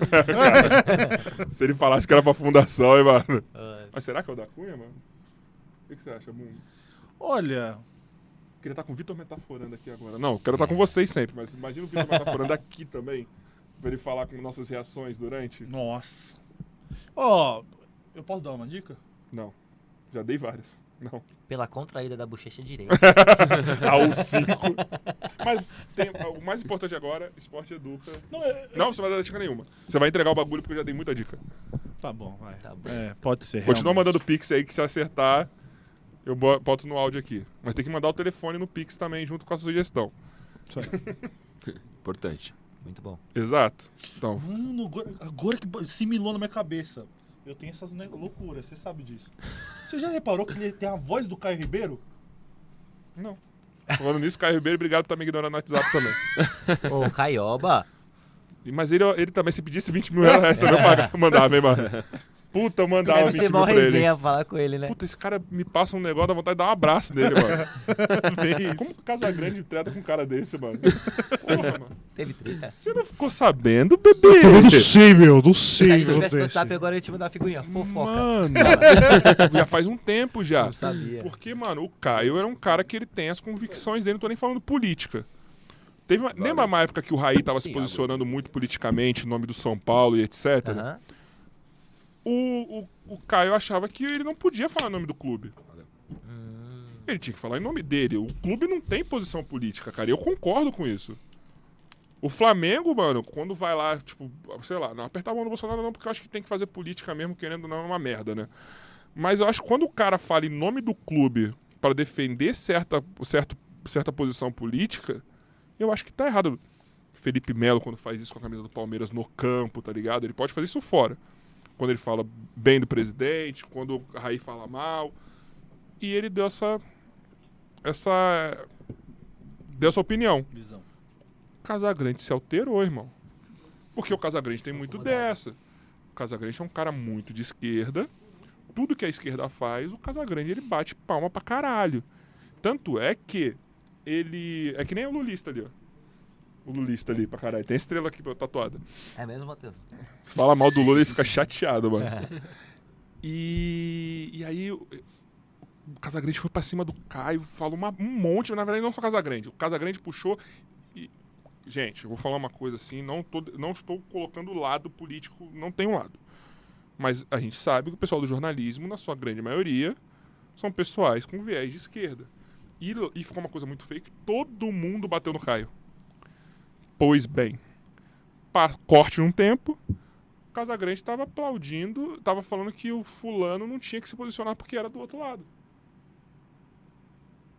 Se ele falasse que era pra fundação, hein, mano. Ah, Mas será que é o da Cunha, mano? O que, que você acha, Bum? Olha, Queria estar com o Vitor Metaforando aqui agora. Não, quero estar com vocês sempre, mas imagina o Vitor Metaforando aqui também. Pra ele falar com nossas reações durante. nossa. Ó, eu posso dar uma dica? Não. Já dei várias. Não. Pela contraída da bochecha direita. A U cinco. Mas tem- o mais importante agora, esporte educa. Não, é, Não, você vai dar dica nenhuma. Você vai entregar o bagulho porque eu já dei muita dica. tá bom, vai. Tá bom. É, pode ser. Continua realmente. mandando pix aí que se acertar, eu bo- boto no áudio aqui. Mas tem que mandar o telefone no pix também, junto com a sugestão. Isso aí. Importante. Muito bom. Exato. Então, Mano, agora, agora que assimilou na minha cabeça. Eu tenho essas ne- loucuras, você sabe disso. Você já reparou que ele tem a voz do Caio Ribeiro? não. Falando nisso, Caio Ribeiro, obrigado por estar me ignorando no WhatsApp também. Ô, Caioba. E- Mas ele, ele também, se pedisse vinte mil reais também, eu pagava, mandava, hein, mano? Puta, eu mandava Deve vinte ser mil mó pra ele. resenha falar com ele, né? Puta, esse cara me passa um negócio, dá vontade de dar um abraço nele, mano. Vê Como isso. que o Casagrande treta com um cara desse, mano? Porra, mano. Teve treta. Você não ficou sabendo, bebê? Eu não sei, meu, não Se a sei. gente tivesse no tap agora, eu ia te mandar uma figurinha. Fofoca. Mano, já faz um tempo já. Não sabia. Porque, mano, o Caio era um cara que ele tem as convicções dele, não tô nem falando política. Teve uma, lembra uma época que o Raí tava se Sim, posicionando muito politicamente, em nome do São Paulo e etcétera? Aham. O, o, o Caio achava que ele não podia falar em nome do clube. Ele tinha que falar em nome dele. O clube não tem posição política, cara. E eu concordo com isso. O Flamengo, mano, quando vai lá, tipo, sei lá, não apertar a mão do Bolsonaro não, porque eu acho que tem que fazer política mesmo, querendo ou não, é uma merda, né? Mas eu acho que quando o cara fala em nome do clube para defender certa, certa, certa posição política, eu acho que tá errado. Felipe Melo, quando faz isso com a camisa do Palmeiras no campo, tá ligado? Ele pode fazer isso fora. Quando ele fala bem do presidente, quando o Raí fala mal. E ele deu essa. Essa. Deu essa opinião. Visão. Casagrande se alterou, irmão. Porque o Casagrande tem muito dessa. O Casagrande é um cara muito de esquerda. Tudo que a esquerda faz, o Casagrande ele bate palma pra caralho. Tanto é que ele. É que nem o lulista ali, ó. O lulista ali pra caralho. Tem estrela aqui tatuada. É mesmo, Matheus? Fala mal do Lula e fica chateado, mano. E, e aí o o Casagrande foi pra cima do Caio, falou uma- um monte, mas na verdade não só o Casagrande. O Casagrande puxou e... Gente, eu vou falar uma coisa assim, não, tô, não estou colocando lado político, não tem um lado. Mas a gente sabe que o pessoal do jornalismo, na sua grande maioria, são pessoais com viés de esquerda. E, e ficou uma coisa muito feia que todo mundo bateu no Caio. Pois bem, pa- corte num tempo, o Casagrande estava aplaudindo, estava falando que o fulano não tinha que se posicionar porque era do outro lado.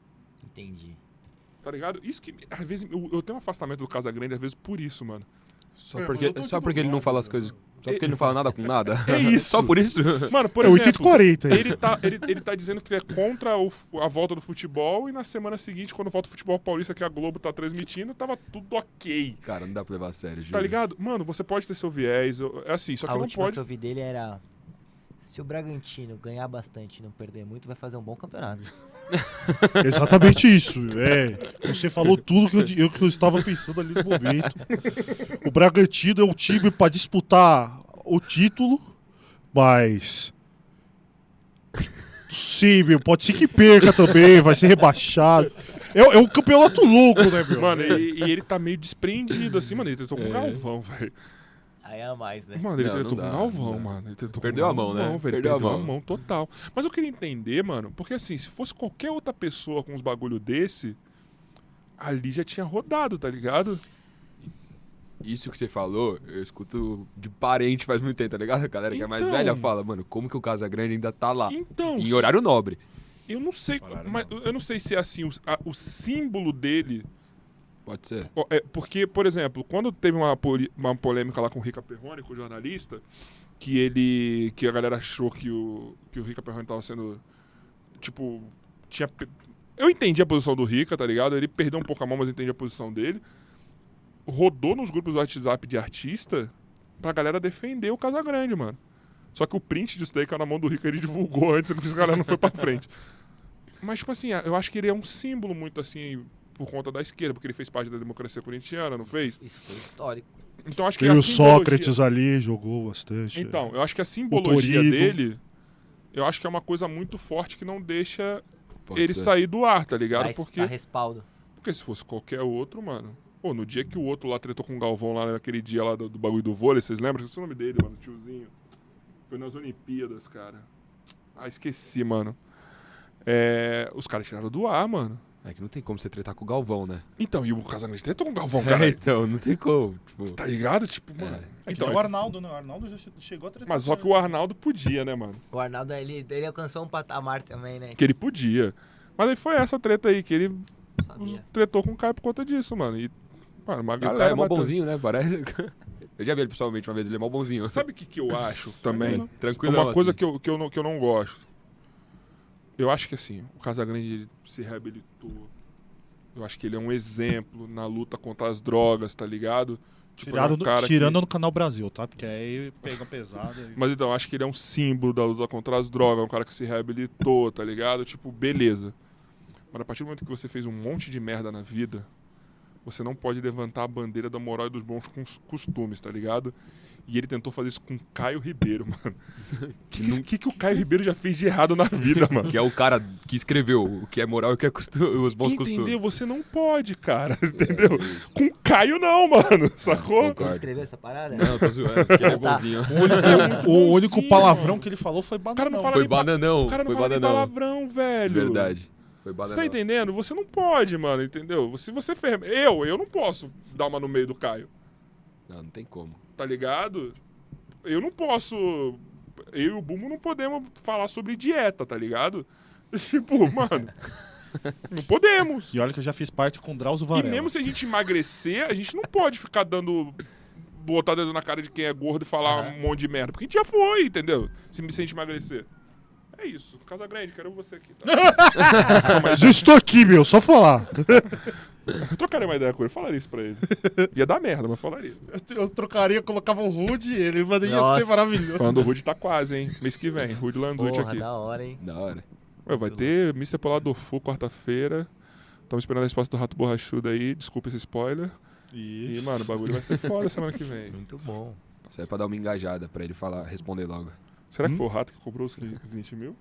Entendi. Tá ligado? Isso que, às vezes, eu, eu tenho um afastamento do Casagrande, às vezes, por isso, mano. Só É, porque, mas eu tô só aqui porque do ele não lado, fala as né? coisas. Só porque ele não fala nada com nada. É isso. Só por isso. Mano, por É exemplo, oito e quarenta. ele tá, ele, ele tá dizendo que é contra o f- a volta do futebol e na semana seguinte, quando volta o futebol paulista que a Globo tá transmitindo, tava tudo ok. Cara, não dá pra levar a sério, juro. Tá ligado? Mano, você pode ter seu viés, eu- é assim, só que A não última pode... que eu vi dele era... Se o Bragantino ganhar bastante e não perder muito, vai fazer um bom campeonato. Exatamente isso. É, você falou tudo que eu, di- eu- que eu estava pensando ali no momento. O Bragantino é um time para disputar o título, mas. Sim, meu, pode ser que perca também, vai ser rebaixado. É, é um campeonato louco, né, meu? Mano, e, e ele tá meio despreendido, assim, mano, ele tentou com o É. Galvão, velho. Aí é a mais, né? Mano, ele Não, tentou não com o dá, Galvão, não dá. mano. Ele tentou Perdeu com o a mão, Galvão, né? velho. Perdeu Perdeu, a a mão. mão total. Mas eu queria entender, mano, porque assim, se fosse qualquer outra pessoa com uns bagulho desse, ali já tinha rodado, tá ligado? Isso que você falou, eu escuto de parente faz muito tempo, tá ligado? A galera que é mais Então. velha fala, mano, como que o Casagrande ainda tá lá? Então, Em horário nobre. eu não sei, Horário mas eu não sei se é assim, o, a- o símbolo dele. Pode ser. Ó, é, porque, por exemplo, quando teve uma, poli- uma polêmica lá com o Rica Perrone, com o jornalista, que ele. que a galera achou que o, que o Rica Perrone tava sendo. Tipo. Tinha. pe- Eu entendi a posição do Rica, tá ligado? Ele perdeu um pouco a mão, mas eu entendi a posição dele. Rodou nos grupos do WhatsApp de artista pra galera defender o Casagrande, mano. Só que o print disso daí caiu na mão do Rica, ele divulgou antes, que a galera não foi pra frente. Mas, tipo assim, eu acho que ele é um símbolo muito assim, por conta da esquerda, porque ele fez parte da democracia corintiana, não fez? Isso foi histórico. Então acho que Tem a o simbologia... Sócrates ali, jogou bastante. Então, eu acho que a simbologia Torido. dele, eu acho que é uma coisa muito forte que não deixa Pode ele ser. sair do ar, tá ligado? Dá, Porque, dá respaldo. porque se fosse qualquer outro, mano... Pô, no dia que o outro lá tretou com o Galvão, lá naquele dia lá do, do bagulho do vôlei, vocês lembram? Esqueci o nome dele, mano, o tiozinho. Foi nas Olimpíadas, cara. Ah, esqueci, mano. É, os caras tiraram do ar, mano. É que não tem como você tretar com o Galvão, né? Então, e o Casagrande tretou com o Galvão, É, cara. então, não tem como. Tipo, Você tá ligado? Tipo, mano... É que Então, nem o Arnaldo, né? O Arnaldo já che- chegou a tretar. mas só que o Arnaldo podia, né, mano? O Arnaldo, ele, ele alcançou um patamar também, né? Que ele podia. Mas aí foi essa treta aí, que ele Não sabia. tretou com o Caio por conta disso, mano. E, mano, uma e o galera... cara é mó bateu- bonzinho, né? Parece. Eu já vi ele pessoalmente uma vez, ele é mó bonzinho. Sabe o que, que eu acho também? Tranquilão, Uma coisa assim. que, eu, que, eu não, que eu não gosto. Eu acho que assim, o Casagrande ele se reabilitou. Eu acho que ele é um exemplo na luta contra as drogas, tá ligado? Tipo, ele é um Tirado, cara tirando que... no Canal Brasil, tá? Porque aí pega pesado. e- Mas então, eu acho que ele é um símbolo da luta contra as drogas, é um cara que se reabilitou, tá ligado? Tipo, beleza. Mas a partir do momento que você fez um monte de merda na vida, você não pode levantar a bandeira da moral e dos bons cons- costumes, tá ligado? E ele tentou fazer isso com o Caio Ribeiro, mano. O que, que, que, que o Caio Ribeiro já fez de errado na vida, mano? Que é o cara que escreveu o que é moral e o que é costu... os bons Entendeu? costumes. Você não pode, cara. Entendeu? Com o Caio não, mano. Sacou? Ele Concordo. escreveu essa parada? Não, tô zoando, porque ele é Tá. bonzinho. O único, o único bonzinho, palavrão mano. que ele falou foi O cara não bananão. fala Foi nem pa- bananão, O cara não foi fala nem bananão. palavrão, velho. Verdade. Foi Você bananão. tá entendendo? Você não pode, mano, entendeu? Se você fer... Eu, eu não posso dar uma no meio do Caio. Não, não tem como. Tá ligado? Eu não posso. Eu e o Bumbo não podemos falar sobre dieta, tá ligado? Tipo, mano. Não podemos. E olha que eu já fiz parte com Drauzio E Varela. mesmo se a gente emagrecer, a gente não pode ficar dando. Botar dedo na cara de quem é gordo e falar Aham. um monte de merda. Porque a gente já foi, entendeu? Se, se a gente emagrecer. É isso. Casa Grande, quero você aqui, tá? Mas eu estou aqui, meu, só falar. Eu trocaria uma ideia com ele, falaria isso pra ele. Ia dar merda, mas falaria. Eu, eu trocaria, colocava o Rude e ele mas ia Nossa. ser maravilhoso. Falando do Rude tá quase, hein? Mês que vem. Rude Landucci Porra, aqui. da hora, hein? Da hora. Ué, vai ter mister Polar do Fu quarta-feira. Estamos esperando a resposta do Rato Borrachudo aí. Desculpa esse spoiler. E, Isso. mano, o bagulho vai ser foda semana que vem. Muito bom. Isso é pra dar uma engajada, pra ele falar, responder logo. Será que Hum? foi o Rato que cobrou os vinte mil?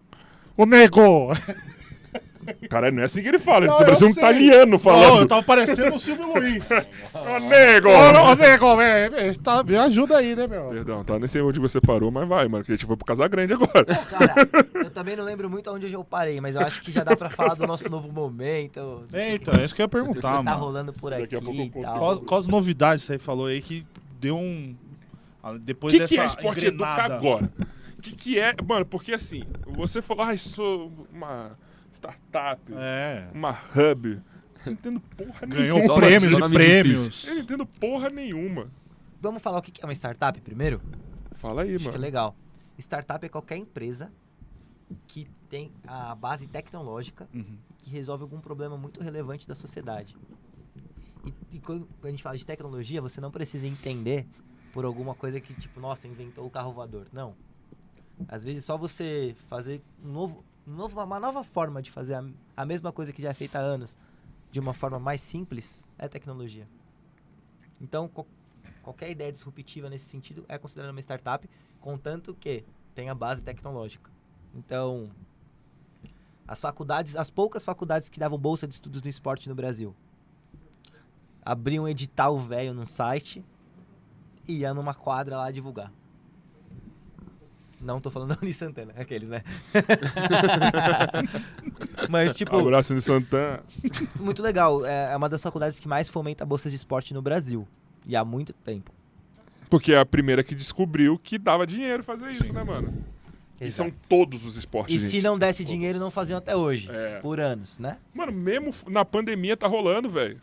O nego! Caralho, não é assim que ele fala. Ele Não, parece eu um sei. italiano Não, eu falando. tava parecendo o Silvio Luiz. Ô, nego! Ô, ô, nego, é, é, tá, me ajuda aí, né, meu? Perdão, tá nesse onde você parou, mas vai, mano, que a gente foi pro Casagrande agora. Cara, eu também não lembro muito onde eu parei, mas eu acho que já dá pra falar do nosso novo momento. É, então, é isso que eu ia perguntar, Tá mano. rolando por aqui Daqui a pouco eu e conto. tal. Quais, quais novidades você falou aí que deu um... ah, O Depois que, dessa que é Esporte Educa engrenada. agora? O que, que é. Mano, porque assim, você falou, ah, eu sou uma startup, É. uma hub. Eu não entendo porra Ganhou nenhuma. Só prêmios só e nome prêmios. Eu não entendo porra nenhuma. Vamos falar o que que é uma startup primeiro? Fala aí, Acho que é mano. legal. Startup é qualquer empresa que tem a base tecnológica Uhum. que resolve algum problema muito relevante da sociedade. E, e quando a gente fala de tecnologia, você não precisa entender por alguma coisa que, tipo, nossa, inventou o carro voador. Não. Às vezes só você fazer um novo, um novo, uma nova forma de fazer a, a mesma coisa que já é feita há anos, de uma forma mais simples, é tecnologia. Então, qual- qualquer ideia disruptiva nesse sentido é considerada uma startup, contanto que tenha base tecnológica. Então, as faculdades, as poucas faculdades que davam bolsa de estudos no esporte no Brasil, abriam um edital velho no site e ia numa quadra lá divulgar. Não tô falando da Uni Santana, aqueles, né? Mas, tipo, Abraço de Santana. muito legal. É é uma das faculdades que mais fomenta bolsas de esporte no Brasil. E há muito tempo. Porque é a primeira que descobriu que dava dinheiro fazer isso, né, mano? E são Exato. todos os esportes, E gente. se não desse dinheiro, não faziam até hoje. É. Por anos, né? Mano, mesmo f- na pandemia tá rolando, velho.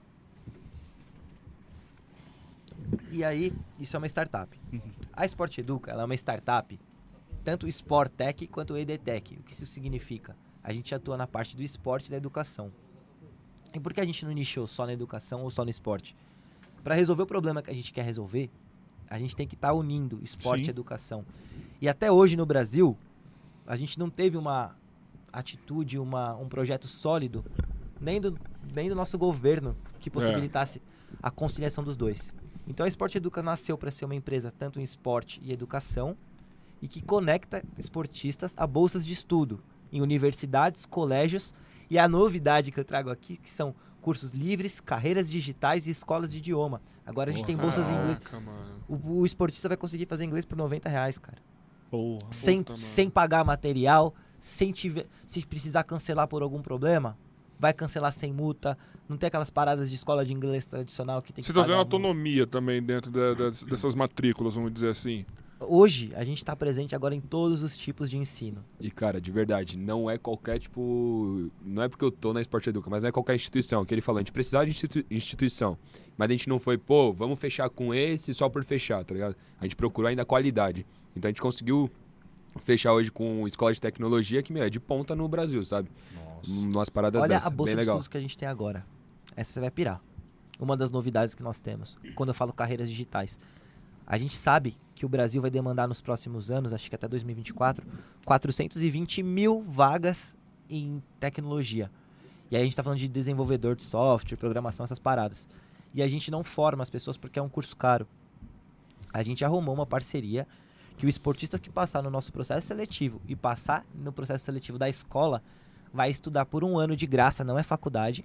E aí, isso é uma startup. A Sport Educa, ela é uma startup, tanto Sportec quanto EdTech. O que isso significa? A gente atua na parte do esporte e da educação. E por que a gente não nichou só na educação ou só no esporte? Para resolver o problema que a gente quer resolver, a gente tem que estar unindo esporte Sim. e educação. E até hoje no Brasil, a gente não teve uma atitude, uma, um projeto sólido, nem do, nem do nosso governo, que possibilitasse a conciliação dos dois. Então a Sport Educa nasceu para ser uma empresa tanto em esporte e educação e que conecta esportistas a bolsas de estudo em universidades, colégios e a novidade que eu trago aqui, que são cursos livres, carreiras digitais e escolas de idioma. Agora a gente tem bolsas em inglês. Caraca, mano. O, o esportista vai conseguir fazer inglês por noventa reais, cara. Porra. Sem, Puta, mano. sem pagar material, sem tiver, se precisar cancelar por algum problema, vai cancelar sem multa. Não tem aquelas paradas de escola de inglês tradicional que tem Você que tá pagar vendo multa. autonomia também dentro da- das- dessas matrículas, vamos dizer assim. Hoje, a gente está presente agora em todos os tipos de ensino. E, cara, de verdade, não é qualquer, tipo... Não é porque eu tô na Sport Educa, mas não é qualquer instituição. Que ele falou, a gente precisava de institu- instituição. Mas a gente não foi, pô, vamos fechar com esse só por fechar, tá ligado? A gente procurou ainda qualidade. Então a gente conseguiu fechar hoje com escola de tecnologia que, meu, é de ponta no Brasil, sabe? Nossa. Umas paradas Olha dessas, a bolsa bem de legal. estudos que a gente tem agora. Essa você vai pirar. Uma das novidades que nós temos, quando eu falo carreiras digitais. A gente sabe que o Brasil vai demandar nos próximos anos, acho que até dois mil e vinte e quatro, quatrocentos e vinte mil vagas em tecnologia. E aí a gente está falando de desenvolvedor de software, programação, essas paradas. E a gente não forma as pessoas porque é um curso caro. A gente arrumou uma parceria que o esportista que passar no nosso processo seletivo e passar no processo seletivo da escola vai estudar por um ano de graça, não é faculdade.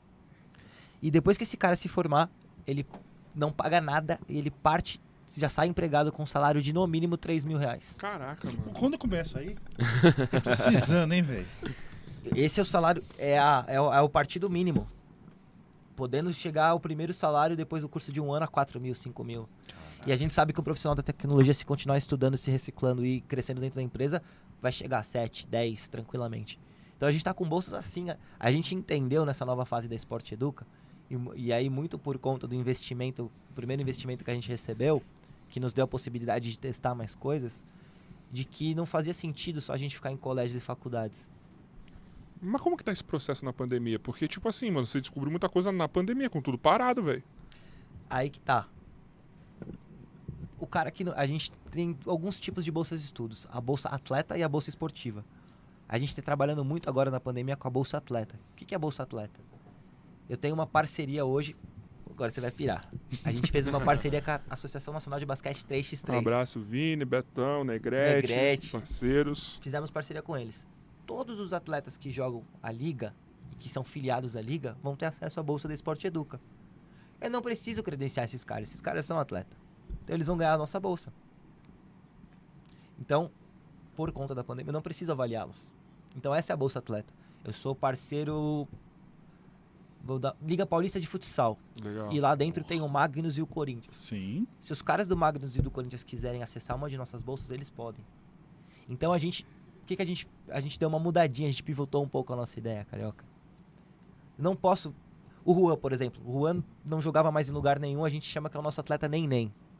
E depois que esse cara se formar, ele não paga nada e ele parte, já sai empregado com um salário de no mínimo três mil reais. Caraca, mano. Quando começa aí? Tô precisando, hein, velho? Esse é o salário, é, a, é, o, é o partido mínimo. Podendo chegar ao primeiro salário depois do curso de um ano a quatro mil, cinco mil. E a gente sabe que o profissional da tecnologia, se continuar estudando, se reciclando e crescendo dentro da empresa, vai chegar a sete, dez, tranquilamente. Então a gente está com bolsas assim. A, a gente entendeu nessa nova fase da Sport Educa, e, mu- e aí muito por conta do investimento, o primeiro investimento que a gente recebeu, que nos deu a possibilidade de testar mais coisas, de que não fazia sentido só a gente ficar em colégios e faculdades. Mas como que tá esse processo na pandemia? Porque, tipo assim, mano, você descobriu muita coisa na pandemia, com tudo parado, velho. Aí que tá. O cara que... no- A gente tem alguns tipos de bolsas de estudos. A bolsa atleta e a bolsa esportiva. A gente está trabalhando muito agora na pandemia com a bolsa atleta. O que que é a bolsa atleta? Eu tenho uma parceria hoje... Agora você vai pirar. A gente fez uma parceria com a Associação Nacional de Basquete três por Um três. abraço, Vini, Betão, Negrete, Negrete. parceiros. Fizemos parceria com eles. Todos os atletas que jogam a liga e que são filiados à liga vão ter acesso à bolsa da Sport Educa. Eu não preciso credenciar esses caras. Esses caras são atletas. Então eles vão ganhar a nossa bolsa. Então, por conta da pandemia, eu não preciso avaliá-los. Então essa é a bolsa atleta. Eu sou parceiro vou dar, Liga Paulista de Futsal. Legal. E lá dentro tem o Magnus e o Corinthians. Sim. Se os caras do Magnus e do Corinthians quiserem acessar uma de nossas bolsas, eles podem. Então a gente... O que, que a gente... A gente deu uma mudadinha, a gente pivotou um pouco a nossa ideia, Carioca. Não posso... O Juan, por exemplo. O Juan não jogava mais em lugar nenhum, a gente chama que é o nosso atleta nem-nem.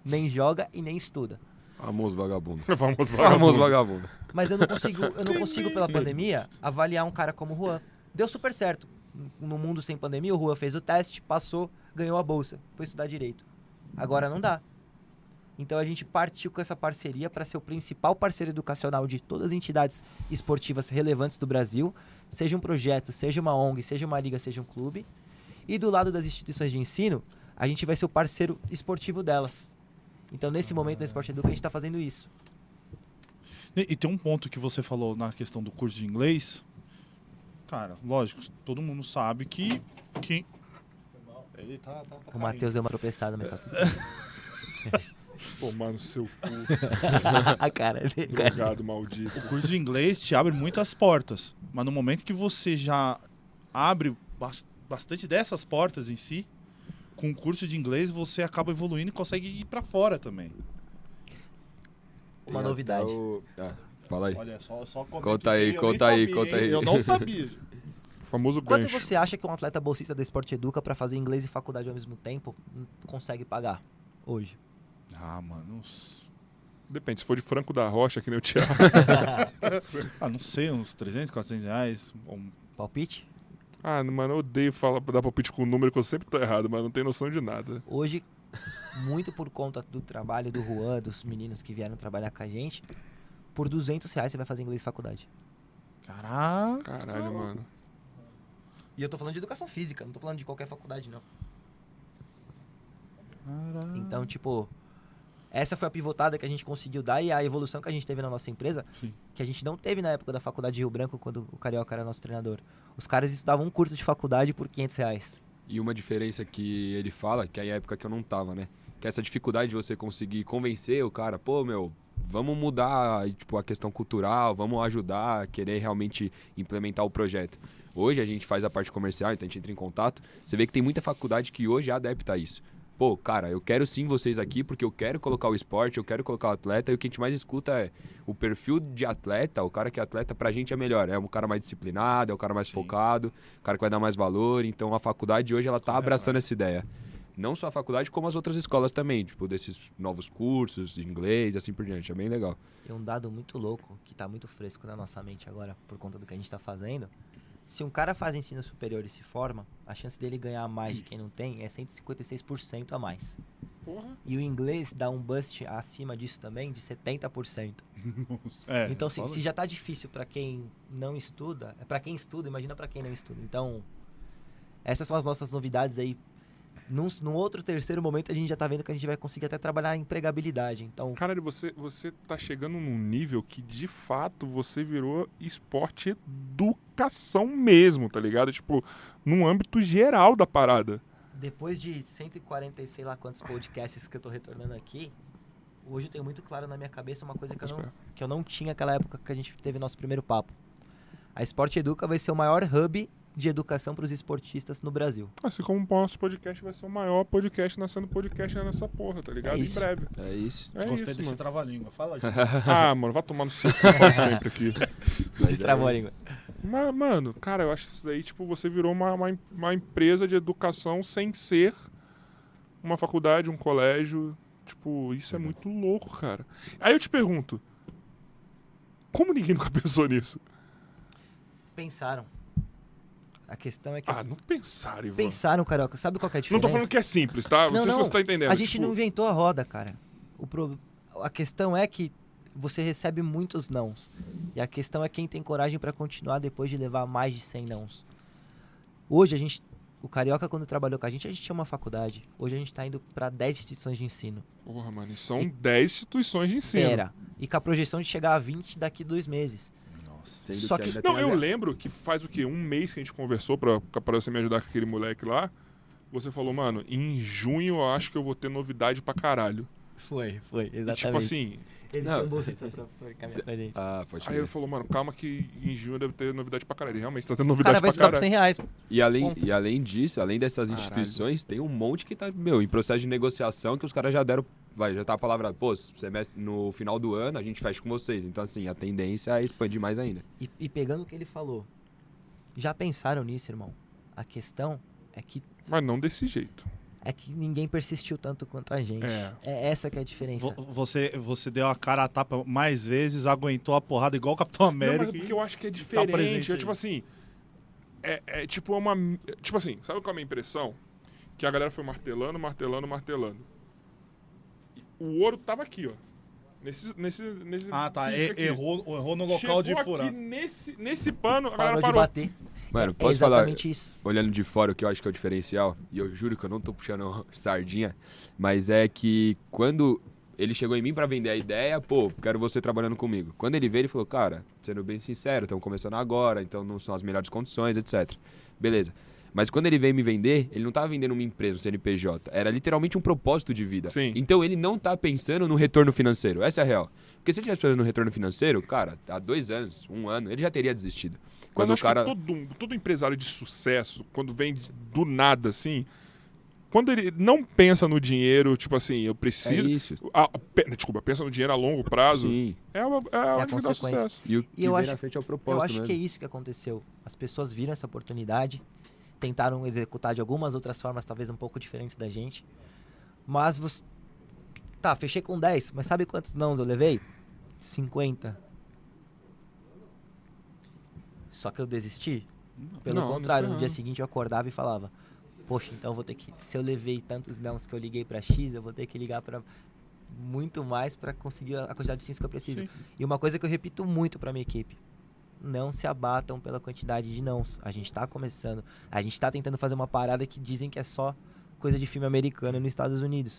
nem joga e nem estuda. Famoso vagabundo. Famoso Famoso vagabundo. vagabundo. Mas eu não consigo, eu não consigo pela pandemia, avaliar um cara como o Juan. Deu super certo. No mundo sem pandemia, o Juan fez o teste, passou, ganhou a bolsa, foi estudar direito. Agora não dá. Então a gente partiu com essa parceria para ser o principal parceiro educacional de todas as entidades esportivas relevantes do Brasil, seja um projeto, seja uma O N G, seja uma liga, seja um clube. E do lado das instituições de ensino, a gente vai ser o parceiro esportivo delas. Então nesse momento na Sport Educa a gente está fazendo isso. E, e tem um ponto que você falou na questão do curso de inglês. Cara, lógico, todo mundo sabe que... que... Ele tá, tá, tá O Matheus deu uma tropeçada, mas tá tudo bem. Tomar no seu cu, A cara dele, cara. drogado maldito. O curso de inglês te abre muitas portas, mas no momento que você já abre bas- bastante dessas portas em si, com o curso de inglês você acaba evoluindo e consegue ir pra fora também. Uma Tem novidade. até o- Ah, fala aí. Olha, só, só Conta aí, conta aí, conta aí. Eu não sabia. O famoso Quanto gancho. você acha que um atleta bolsista da Sport Educa para fazer inglês e faculdade ao mesmo tempo n- consegue pagar hoje? Ah, mano. s- Depende, se for de Franco da Rocha, que nem o Thiago. Ah, não sei, uns trezentos, quatrocentos reais. Um... Palpite? Ah, mano, eu odeio falar, dar palpite com número que eu sempre tô errado, mas não tenho noção de nada. Hoje, muito por conta do trabalho do Juan, dos meninos que vieram trabalhar com a gente, por duzentos reais você vai fazer inglês e faculdade. Caraca. Caralho, mano. E eu tô falando de educação física, não tô falando de qualquer faculdade, não. Caraca. Então, tipo, essa foi a pivotada que a gente conseguiu dar e a evolução que a gente teve na nossa empresa, Sim. que a gente não teve na época da faculdade de Rio Branco, quando o Carioca era nosso treinador. Os caras estudavam um curso de faculdade por quinhentos reais. E uma diferença que ele fala, que é a época que eu não tava, né? Que é essa dificuldade de você conseguir convencer o cara, pô, meu, vamos mudar tipo, a questão cultural, vamos ajudar a querer realmente implementar o projeto. Hoje a gente faz a parte comercial, então a gente entra em contato. Você vê que tem muita faculdade que hoje adapta a isso. Pô, cara, eu quero sim vocês aqui porque eu quero colocar o esporte, eu quero colocar o atleta, e o que a gente mais escuta é o perfil de atleta, o cara que é atleta pra gente é melhor. É um cara mais disciplinado, é o cara mais focado, o cara que vai dar mais valor. Então a faculdade hoje ela tá abraçando essa ideia. Não só a faculdade, como as outras escolas também, tipo, desses novos cursos de inglês e assim por diante. É bem legal. E um dado muito louco, que tá muito fresco na nossa mente agora, por conta do que a gente tá fazendo. Se um cara faz ensino superior e se forma, a chance dele ganhar mais de quem não tem é cento e cinquenta e seis por cento a mais. Porra. E o inglês dá um boost acima disso também de setenta por cento. É, Então, assim, fala se já tá difícil pra quem não estuda, é para quem estuda, imagina pra quem não estuda. Então, essas são as nossas novidades aí. Num, num outro terceiro momento, a gente já tá vendo que a gente vai conseguir até trabalhar a empregabilidade. Então, Caralho, você, você tá chegando num nível que, de fato, você virou esporte educação mesmo, tá ligado? Tipo, num âmbito geral da parada. depois de cento e quarenta e sei lá quantos podcasts que eu tô retornando aqui, hoje eu tenho muito claro na minha cabeça uma coisa que eu não, que eu não tinha naquela época que a gente teve nosso primeiro papo. A Sport Educa vai ser o maior hub de educação para os esportistas no Brasil. Assim como o nosso podcast vai ser o maior podcast nascendo podcast nessa porra, tá ligado? É em isso. breve. É isso. É Gostei isso, desse mano. trava-língua. Fala, gente. Ah, mano, vai tomar no seu cu, eu falo sempre aqui. Destravou a língua. Mas, mano, cara, eu acho isso daí, tipo, você virou uma, uma, uma empresa de educação sem ser uma faculdade, um colégio. Tipo, isso é muito louco, cara. Aí eu te pergunto, como ninguém nunca pensou nisso? Pensaram. A questão é que... Ah, não pensaram, Ivan. Pensaram, Carioca. Sabe qual que é a Não diferença? tô falando que é simples, tá? Não, Não, sei se não. você tá entendendo. A gente tipo, não inventou a roda, cara. O pro... A questão é que você recebe muitos nãos. E a questão é quem tem coragem pra continuar depois de levar mais de cem nãos. Hoje a gente... O Carioca, quando trabalhou com a gente, a gente tinha uma faculdade. Hoje a gente tá indo pra dez instituições de ensino. Porra, mano, e são dez instituições de ensino. Era. E com a projeção de chegar a vinte daqui dois meses. Sendo Só que que- ainda Não, tem eu a- lembro que faz o quê? Um mês que a gente conversou pra, pra você me ajudar com aquele moleque lá. Você falou, mano, em junho eu acho que eu vou ter novidade pra caralho. Foi, foi, E, exatamente. tipo assim, Ele Não. tem um bolsista pra, pra caminhar pra gente. Ah, pode aí ser. ele falou, mano, calma que em junho deve ter novidade pra caralho. E realmente tá tendo O novidade cara vai pra estudar por caralho. cem reais. E além, Ponto. e além disso, além dessas Caralho. instituições, tem um monte que tá, meu, em processo de negociação que os caras já deram, vai, já tá a palavra, pô, semestre, no final do ano a gente fecha com vocês. Então, assim, a tendência é expandir mais ainda. E, e pegando o que ele falou, já pensaram nisso, irmão? A questão é que Mas não desse jeito. é que ninguém persistiu tanto quanto a gente. É. É, essa que é a diferença. Vo- Você, você deu a cara a tapa mais vezes, aguentou a porrada igual o Capitão Não, América. mas é porque eu acho que é tá diferente. presente é aí. tipo assim. É, é tipo uma. Tipo assim, sabe qual é a minha impressão? Que a galera foi martelando, martelando, martelando. E o ouro tava aqui, ó. Nesse. nesse, nesse Ah, tá. isso E- aqui. errou, errou no local Chegou de furar. aqui nesse, nesse pano, a Parou galera de parou. bater. Mano, É posso falar, exatamente isso. olhando de fora, o que eu acho que é o diferencial, e eu juro que eu não tô puxando sardinha, mas é que quando ele chegou em mim pra vender a ideia, pô, quero você trabalhando comigo. Quando ele veio, ele falou, cara, sendo bem sincero, estamos começando agora, então não são as melhores condições, etcétera. Beleza. Mas quando ele veio me vender, ele não tava vendendo uma empresa, um C N P J. Era literalmente um propósito de vida. Sim. Então ele não tá pensando no retorno financeiro. Essa é a real. Porque se ele tivesse pensando no retorno financeiro, cara, há dois anos, um ano, ele já teria desistido. Mas Quando eu o acho cara. que todo, todo empresário de sucesso, quando vem de- do nada assim, quando ele não pensa no dinheiro, tipo assim, eu É preciso. isso. Ah, pe- desculpa, pensa no dinheiro a longo prazo, Sim. é, uma, é, a onde que dá consequência. sucesso. E o que E eu vem acho- na frente é o Eu propósito acho mesmo. que é isso que aconteceu. As pessoas viram essa oportunidade, tentaram executar de algumas outras formas, talvez um pouco diferentes da gente. Mas você. Tá, fechei com dez, mas sabe quantos nãos eu levei? cinquenta. Só que eu desisti? Pelo Não, não contrário, foi no dia não. seguinte eu acordava e falava: poxa, então eu vou ter que. Se eu levei tantos nãos que eu liguei pra X, eu vou ter que ligar pra muito mais pra conseguir a quantidade de sims que eu preciso. Sim. E uma coisa que eu repito muito pra minha equipe: não se abatam pela quantidade de nãos. A gente tá começando. A gente tá tentando fazer uma parada que dizem que é só coisa de filme americano nos Estados Unidos.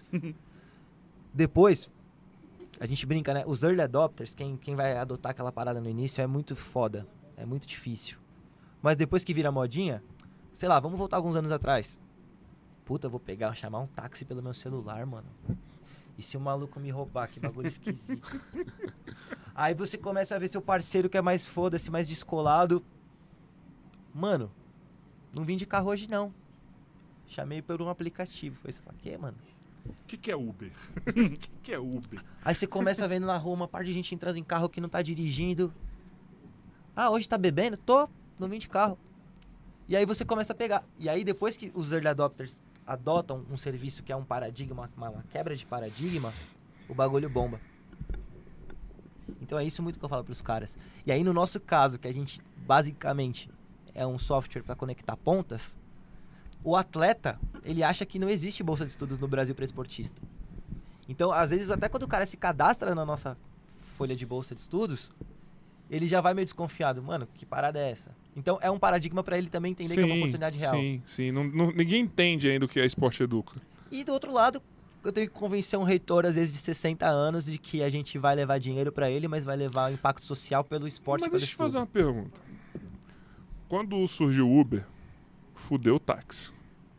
Depois, a gente brinca, né? Os early adopters, quem, quem vai adotar aquela parada no início é muito foda. É muito difícil. Mas depois que vira modinha, sei lá, vamos voltar alguns anos atrás. Puta, eu vou pegar, chamar um táxi pelo meu celular, mano. E se o maluco me roubar? Que bagulho esquisito. Aí você começa a ver seu parceiro que é mais foda-se, mais descolado. Mano, não vim de carro hoje não. Chamei por um aplicativo. Aí você fala, que, mano? O que, que é Uber? O que, que é Uber? Aí você começa vendo na rua uma parte de gente entrando em carro que não tá dirigindo. Ah, hoje tá bebendo? Tô, não vim de carro. E aí você começa a pegar. E aí depois que os early adopters adotam um serviço que é um paradigma, uma, uma quebra de paradigma, o bagulho bomba. Então é isso muito que eu falo pros caras. E aí no nosso caso, que a gente basicamente é um software para conectar pontas, o atleta, ele acha que não existe bolsa de estudos no Brasil para esportista. Então, às vezes, até quando o cara se cadastra na nossa folha de bolsa de estudos, ele já vai meio desconfiado. Mano, que parada é essa? Então, é um paradigma para ele também entender que é uma oportunidade real. Sim, sim. Não, não- ninguém entende ainda o que é Esporte Educa. E do outro lado, eu tenho que convencer um reitor, às vezes, de sessenta anos, de que a gente vai levar dinheiro para ele, mas vai levar o impacto social pelo esporte. Mas pelo deixa eu te fazer estudo. uma pergunta. Quando surgiu o Uber, fudeu o táxi.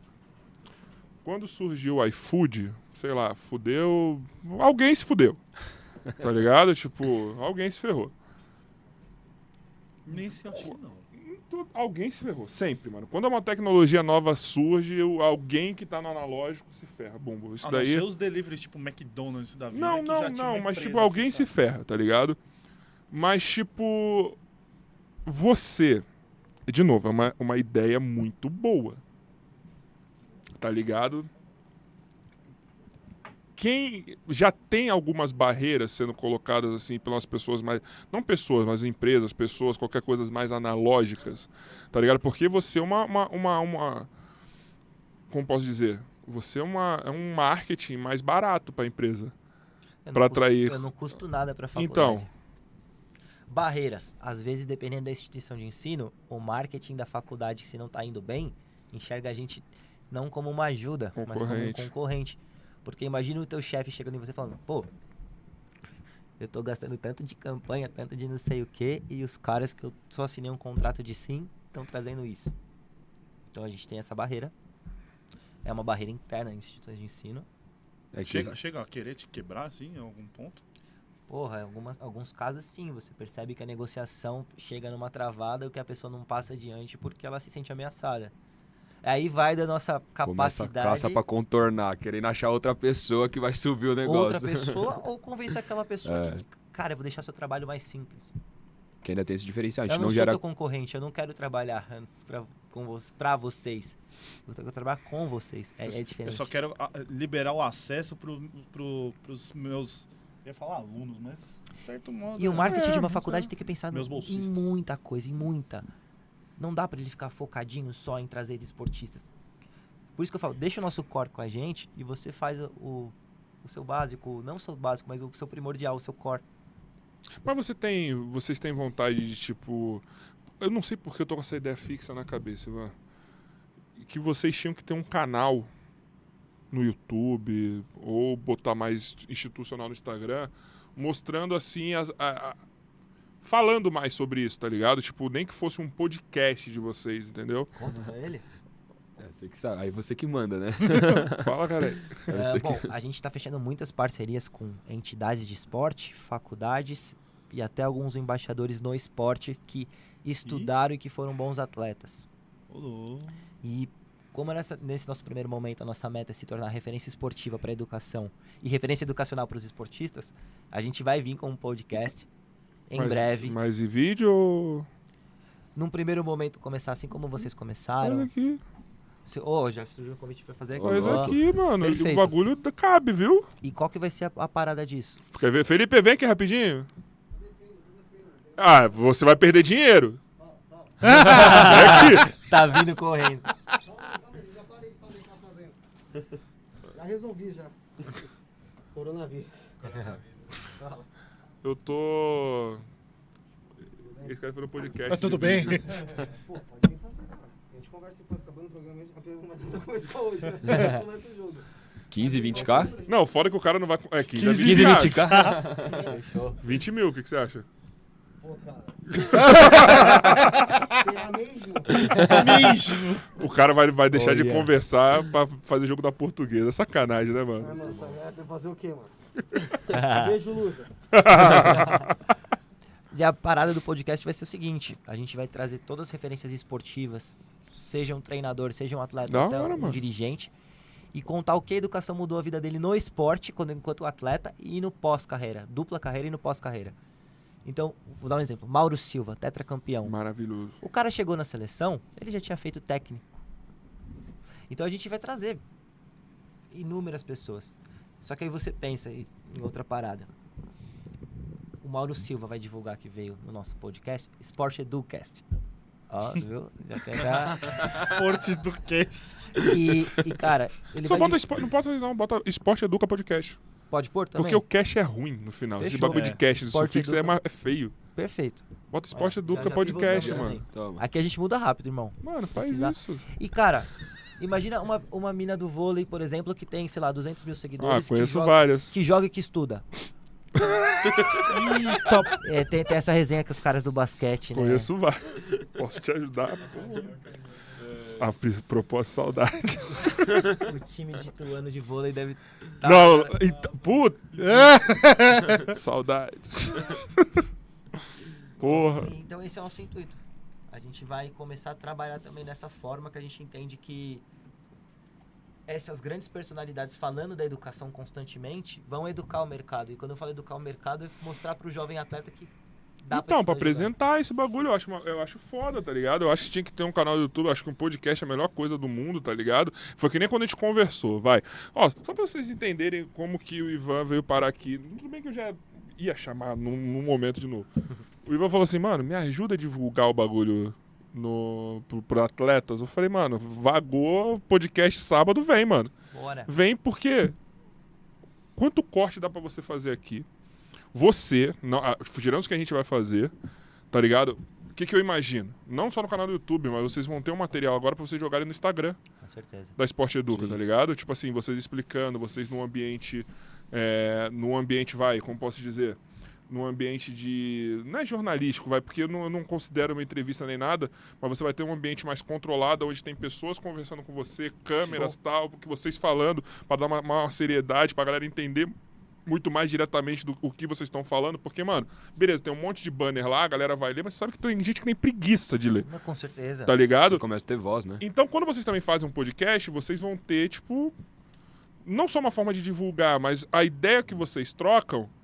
Quando surgiu o iFood, sei lá, fudeu... Alguém se fudeu. Tá ligado? Tipo, alguém se ferrou. Nesse assim, não. Tu- Alguém se ferrou, sempre, mano. Quando uma tecnologia nova surge, o- alguém que tá no analógico se ferra. Bom, isso A não daí... ser os deliveries tipo McDonald's da vida. Não, que não, já tinha não, uma mas empresa tipo, alguém se fechada. ferra, tá ligado? Mas tipo, você, de novo, é uma, uma ideia muito boa, tá ligado? Quem já tem algumas barreiras sendo colocadas assim pelas pessoas mais, não pessoas, mas empresas, pessoas, qualquer coisa mais analógicas, tá ligado? Porque você é uma, uma, uma, uma como posso dizer? Você é, uma, é um marketing mais barato para a empresa. Eu não pra custo- atrair. Eu não custo nada pra faculdade. Então. Barreiras. Às vezes, dependendo da instituição de ensino, o marketing da faculdade, se não tá indo bem, enxerga a gente não como uma ajuda, mas como um Concorrente. concorrente. Porque imagina o teu chefe chegando em você falando, pô, eu tô gastando tanto de campanha, tanto de não sei o quê, e os caras que eu só assinei um contrato de sim estão trazendo isso. Então a gente tem essa barreira. É uma barreira interna em instituições de ensino. É que- Chega, chega a querer te quebrar, assim, em algum ponto? Porra, em algumas, alguns casos sim, você percebe que a negociação chega numa travada ou que a pessoa não passa adiante porque ela se sente ameaçada. Aí vai da nossa Começa a capacidade, caça pra contornar, querendo achar outra pessoa que vai subir o negócio. outra pessoa ou convencer aquela pessoa É. que, cara, eu vou deixar seu trabalho mais simples. Que ainda tem esse diferencial. A Eu gente não, não sou gera. teu concorrente, eu não quero trabalhar pra com vo pra vocês. Eu quero trabalhar com vocês. É, é Eu diferente. só quero ah, liberar o acesso pro, pro, pros meus... Eu ia falar alunos, mas de certo modo... E o marketing é, de uma mas faculdade é. tem que pensar Meus em bolsistas. muita coisa, em muita. Não dá pra ele ficar focadinho só em trazer esportistas. Por isso que eu falo, deixa o nosso core com a gente e você faz o, o seu básico, não o seu básico, mas o seu primordial, o seu core. Mas você tem, vocês têm vontade de, tipo... Eu não sei porque eu tô com essa ideia fixa na cabeça, Ivan. Que vocês tinham que ter um canal no YouTube ou botar mais institucional no Instagram, mostrando assim, as, a, a, falando mais sobre isso, tá ligado? Tipo, nem que fosse um podcast de vocês, entendeu? Conta pra ele. É, você que sabe. Aí você que manda, né? Fala, cara. Eu É, sei bom, que- a gente tá fechando muitas parcerias com entidades de esporte, faculdades e até alguns embaixadores no esporte que estudaram e que foram bons atletas. Ô, E como nessa, nesse nosso primeiro momento a nossa meta é se tornar referência esportiva para a educação e referência educacional para os esportistas, a gente vai vir com um podcast em Mas- breve. Mas em vídeo ou... Num primeiro momento começar assim como vocês Faz começaram. aqui. Se, oh, já surgiu um convite para fazer aqui. Faz Ó. aqui, mano. Perfeito. O bagulho da- cabe, viu? E qual que vai ser a, a parada disso? Quer ver? Felipe, vem aqui rapidinho. Ah, você vai perder dinheiro. Vem aqui. Tá vindo correndo. Já parei de fazer o que tá fazendo. Já resolvi já. Coronavírus. Fala. Eu tô... Esse cara foi no podcast. Mas tudo de bem? vídeo. Pô, pode vir fazer, cara. A gente conversa depois, acabando o programa, a gente vai ter que conversar hoje, né? Começa o jogo. quinze, vinte k? Não, fora que o cara não vai... É, quinze, a quinze, vinte vinte k. k? Fechou. vinte mil, o que, que você acha? Pô, cara. Será mesmo? mesmo. O cara vai, vai deixar de Olha. conversar pra fazer jogo da portuguesa. Sacanagem, né, Ah, mano? mano, essa merda tem que fazer o quê, mano? Beijo, Lusa. E a parada do podcast vai ser o seguinte: a gente vai trazer todas as referências esportivas, seja um treinador, seja um atleta, Da até hora, um mano. dirigente, e contar o que a educação mudou a vida dele no esporte, quando, enquanto atleta, e no pós-carreira, dupla carreira e no pós-carreira. Então, vou dar um exemplo: Mauro Silva, tetracampeão. Maravilhoso. O cara chegou na seleção, ele já tinha feito técnico. Então a gente vai trazer inúmeras pessoas. Só que aí você pensa em em outra parada. O Mauro Silva vai divulgar que veio no nosso podcast, Sport Educast. Ó, viu? Já tem já. Esporte do cast. E, e, cara, ele Só vai bota di- esporte, não bota não, bota Esporte Educa Podcast. Pode pôr também? Porque o cast é ruim no final. Esse Fechou. bagulho de É. cast, esse Esporte sufixo é, Educa. ma- é feio. Perfeito. Bota Esporte Ó, Educa já- já Podcast, divulgamos mano. também. Toma. Aqui a gente muda rápido, irmão. Mano, faz Precisar. isso. E, cara, imagina uma, uma mina do vôlei, por exemplo, que tem, sei lá, duzentos mil Ah, seguidores. que conheço joga- várias. que joga e que estuda. Eita, É, tem, tem essa resenha com os caras do basquete, né? Conheço várias. Posso te ajudar? Porra. A pri- propósito, saudade. O time de Ituano de vôlei deve tá- Não, então, puta. Saudade. Porra. Então esse é o nosso intuito. A gente vai começar a trabalhar também dessa forma que a gente entende que essas grandes personalidades falando da educação constantemente vão educar o mercado. E quando eu falo educar o mercado, é mostrar pro jovem atleta que dá Então, pra estudar e jogar. apresentar esse bagulho, eu acho, uma- eu acho foda, tá ligado? Eu acho que tinha que ter um canal do YouTube, eu acho que um podcast é a melhor coisa do mundo, tá ligado? Foi que nem quando a gente conversou, vai. Ó, só pra vocês entenderem como que o Ivan veio parar aqui. Tudo bem que eu já ia chamar num, num momento de novo. O Ivan falou assim, mano, me ajuda a divulgar o bagulho no, pro, pro atletas. Eu falei, mano, vagou podcast sábado, vem, mano. Bora. Vem porque quanto corte dá pra você fazer aqui? Você, não, ah, tirando os que a gente vai fazer, tá ligado? O que, que eu imagino? Não só no canal do YouTube, mas vocês vão ter um material agora pra vocês jogarem no Instagram Com certeza. da Sport Educa, Sim. tá ligado? Tipo assim, vocês explicando, vocês num ambiente, é, num ambiente, vai, como posso dizer, num ambiente de, não é jornalístico, vai, porque eu não, eu não considero uma entrevista nem nada, mas você vai ter um ambiente mais controlado, onde tem pessoas conversando com você, câmeras e tal, que vocês falando, pra dar uma, uma seriedade, pra galera entender muito mais diretamente do o que vocês estão falando, porque, mano, beleza, tem um monte de banner lá, a galera vai ler, mas você sabe que tem gente que tem preguiça de ler, Não, com certeza. tá ligado? Você começa a ter voz, né? Então, quando vocês também fazem um podcast, vocês vão ter, tipo, não só uma forma de divulgar, mas a ideia que vocês trocam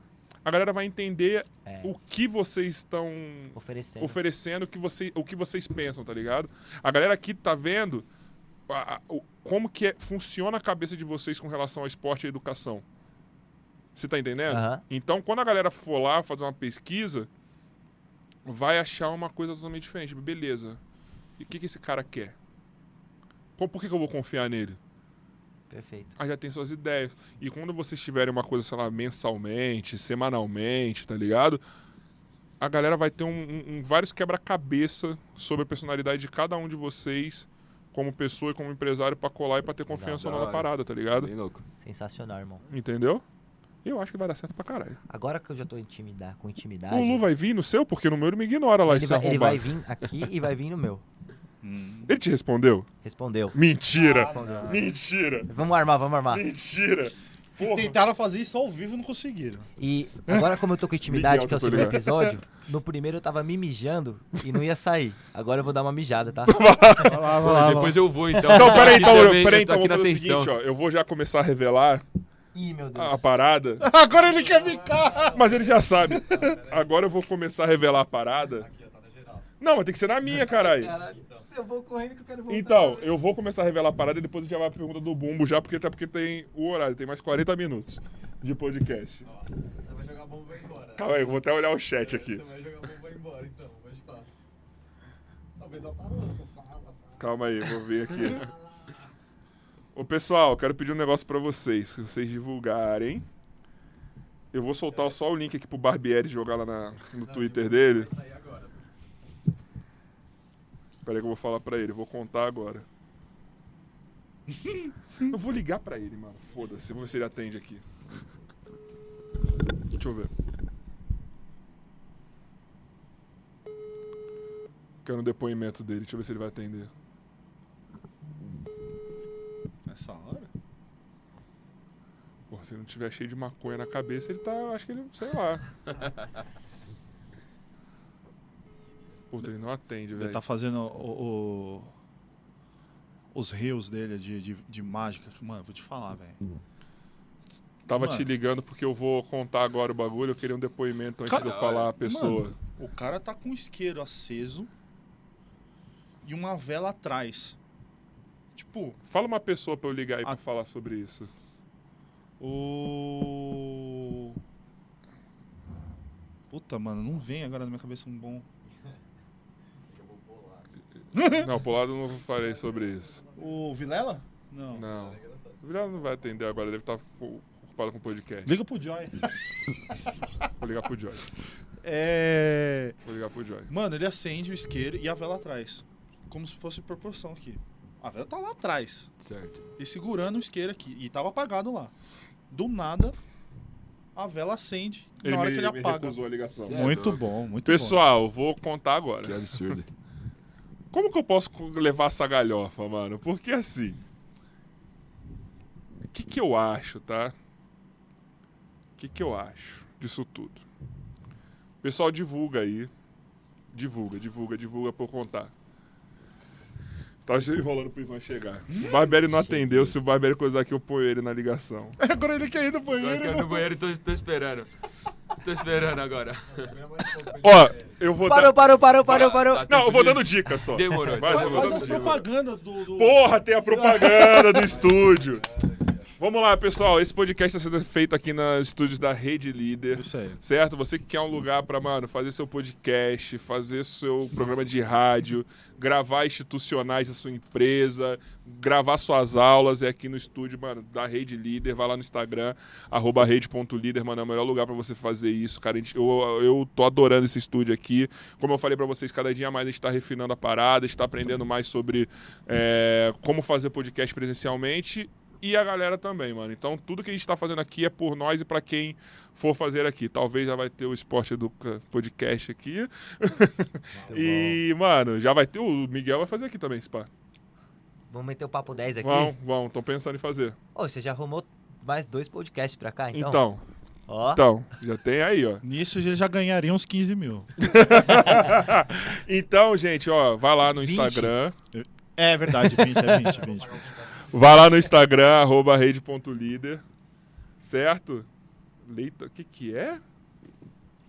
a galera vai entender É. o que vocês estão Oferecendo. oferecendo, o que, você, o que vocês pensam, tá ligado? A galera aqui tá vendo a- a- o- como que é- funciona a cabeça de vocês com relação ao esporte e à educação. Você tá entendendo? Aham. Então, quando a galera for lá fazer uma pesquisa, vai achar uma coisa totalmente diferente. Beleza. E o que, que esse cara quer? Como- Por que, que eu vou confiar nele? Perfeito. Aí já tem suas ideias. E quando vocês tiverem uma coisa, sei lá, mensalmente, semanalmente, tá ligado? A galera vai ter um, um- um- vários quebra-cabeça sobre a personalidade de cada um de vocês, como pessoa e como empresário, pra colar e pra ter confiança ou não da na hora. parada, tá ligado? Bem louco. Sensacional, irmão. Entendeu? Eu acho que vai dar certo pra caralho. Agora que eu já tô intimidar, com intimidade. O Lu vai vir no seu, porque no meu ele me ignora lá, ele, esse vai, ele vai arrombado. vir aqui e vai vir no meu. Hum. Ele te respondeu? Respondeu. Mentira! Respondeu. Mentira! Vamos armar, vamos armar. Mentira! Porra. Tentaram fazer isso ao vivo e não conseguiram. E agora, como eu tô com intimidade, Miguel, que é o que eu tô segundo ligado. episódio, no primeiro eu tava me mijando e não ia sair. Agora eu vou dar uma mijada, tá? Vai lá, vai Pô, lá, depois eu vou, então. Então, Eu tô peraí, aqui então, também, peraí, eu tô então, aqui vou na fazer o atenção. seguinte, ó. Eu vou já começar a revelar Ih, meu Deus. a parada, Agora ele quer ficar. mas ele já sabe. Agora eu vou começar a revelar a parada. Não, mas tem que ser na minha, caralho. Eu vou correndo que eu quero voltar. Então, eu vou começar a revelar a parada e depois a gente já vai pra pergunta do Bumbo já, porque até porque tem o horário, tem mais quarenta minutos de podcast. Você vai jogar bomba e vai embora. Calma aí, eu vou até olhar o chat aqui. Você vai jogar bomba e vai embora, então. Pode falar. Talvez ela tá louca. Fala, fala. Calma aí, vou ver aqui. Ô pessoal, eu quero pedir um negócio pra vocês. Se vocês divulgarem. Eu vou soltar só o link aqui pro Barbieri jogar lá na- no Twitter dele. Vai sair agora. Peraí que eu vou falar pra ele, eu vou contar agora. Eu vou ligar pra ele, mano. Foda-se, vamos ver se ele atende aqui. Deixa eu ver. Quero um depoimento dele, deixa eu ver se ele vai atender. Nessa hora? Porra, se ele não tiver cheio de maconha na cabeça, ele tá. Acho que ele. Sei lá. Puta, ele não atende, Ele velho. tá fazendo o, o- os rios dele de, de, de mágica. Mano, vou te falar, velho. Tava Mano. te ligando porque eu vou contar agora o bagulho. Eu queria um depoimento antes de eu falar a pessoa. Mano, o cara tá com um isqueiro aceso e uma vela atrás. Tipo, Fala uma pessoa pra eu ligar aí pra Ah. falar sobre isso. o. Puta, mano, não vem agora na minha cabeça um bom. Não, pro lado eu não falei sobre isso. O Vilela? Não. Não. O Vilela não vai atender agora, deve estar ocupado com o podcast. Liga pro Joy. Vou ligar pro Joy. É. Vou ligar pro Joy. Mano, ele acende o isqueiro e a vela atrás. Como se fosse proporção aqui. A vela tá lá atrás. Certo. E segurando o isqueiro aqui. E tava apagado lá. Do nada, a vela acende Ele na hora me, que ele me apaga. recusou a ligação. Sério? Muito louco. bom, muito Pessoal, vou contar agora. Que absurdo. Como que eu posso levar essa galhofa, mano? Porque assim. O que que eu acho, tá? O que que eu acho disso tudo? O pessoal divulga aí. Divulga, divulga, divulga pra eu contar. Tava se enrolando pro Ivan chegar. O Barbieri não atendeu. Se o Barbieri coisar aqui, eu ponho ele na ligação. bom. Agora ele quer ir no Agora que eu banheiro. no banheiro tô, tô esperando. Tô esperando agora. Ó, eu vou Parou, dar... parou, parou, parou, parou. Tá Não, eu vou tudo dando dica só. Demorou. Vai, Faz, eu vou faz dando as dica. propagandas do. do... Porra, tem a propaganda do estúdio. Vamos lá, pessoal. Esse podcast está sendo feito aqui nos estúdios da Rede Líder. Isso aí. Certo? Você que quer um lugar para, mano, fazer seu podcast, fazer seu programa de rádio, gravar institucionais da sua empresa, gravar suas aulas, é aqui no estúdio, mano, da Rede Líder. Vai lá no Instagram, arroba rede ponto líder, mano, é o melhor lugar para você fazer isso, cara. A gente- Eu, eu tô adorando esse estúdio aqui. Como eu falei para vocês, cada dia mais a gente tá refinando a parada, a gente tá aprendendo mais sobre é, como fazer podcast presencialmente. E a galera também, mano. Então, tudo que a gente tá fazendo aqui é por nós e pra quem for fazer aqui. Talvez já vai ter o Esporte Educa podcast aqui. E, mano, já vai ter. O Miguel vai fazer aqui também, Spa. Vamos meter o papo dez aqui? Vão, vão. Estão pensando em fazer. Ô, você já arrumou mais dois podcasts pra cá, então? Então, Ó, então, já tem aí, ó. Nisso ele já ganharia uns quinze mil. Então, gente, ó, vai lá no vinte. Instagram. É verdade, vinte, é vinte, vinte. Vai lá no Instagram, arroba rede ponto líder. Certo? Leita, o que que é?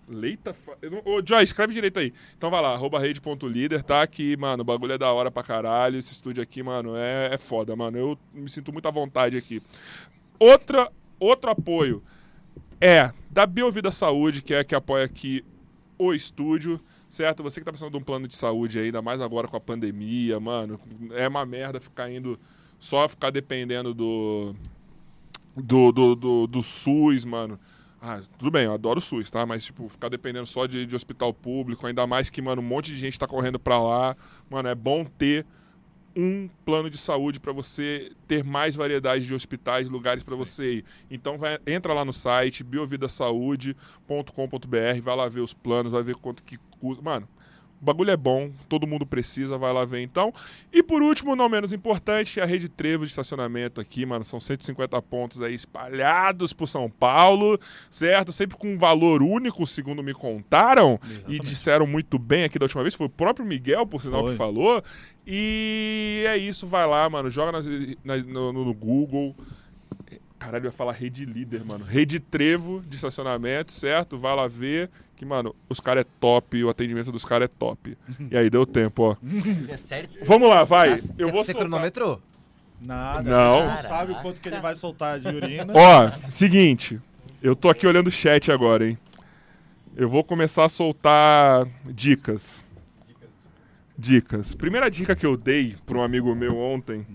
Leita... Fa... eu não- Ô, Joy, escreve direito aí. Então vai lá, arroba rede.líder, tá? Que, mano, o bagulho é da hora pra caralho. Esse estúdio aqui, mano, é, é foda, mano. Eu me sinto muito à vontade aqui. Outra, outro apoio é da Biovida Saúde, que é a que apoia aqui o estúdio, certo? Você que tá precisando de um plano de saúde aí, ainda mais agora com a pandemia, mano. É uma merda ficar indo... Só ficar dependendo do... Do, do, do, do SUS, mano. Ah, tudo bem, eu adoro o SUS, tá? Mas, tipo, ficar dependendo só de, de hospital público, ainda mais que, mano, um monte de gente tá correndo pra lá. Mano, é bom ter um plano de saúde pra você ter mais variedade de hospitais, lugares pra você ir. Então, vai, entra lá no site, biovida saúde ponto com ponto b r, vai lá ver os planos, vai ver quanto que custa. Mano, o bagulho é bom, todo mundo precisa, vai lá ver então. E por último, não menos importante, a Rede Trevo de estacionamento aqui, mano. São cento e cinquenta pontos aí espalhados por São Paulo, certo? Sempre com um valor único, segundo me contaram. Exatamente. E disseram muito bem aqui da última vez. Foi o próprio Miguel, por sinal, Foi. que falou. E é isso, vai lá, mano. Joga nas- nas- no, no Google. Caralho, eu ia falar Rede Líder, mano. Rede Trevo de estacionamento, certo? Vai lá ver. Que, mano, os caras é top, o atendimento dos caras é top. E aí deu tempo, ó. É certo? Vamos lá, vai. Nossa, Eu você- vou você soltar. cronometrou? Nada, Não. a gente não sabe o quanto que ele vai soltar de urina. Ó, seguinte. Eu tô aqui olhando o chat agora, hein. Eu vou começar a soltar dicas. Dicas. Primeira dica que eu dei pra um amigo meu ontem,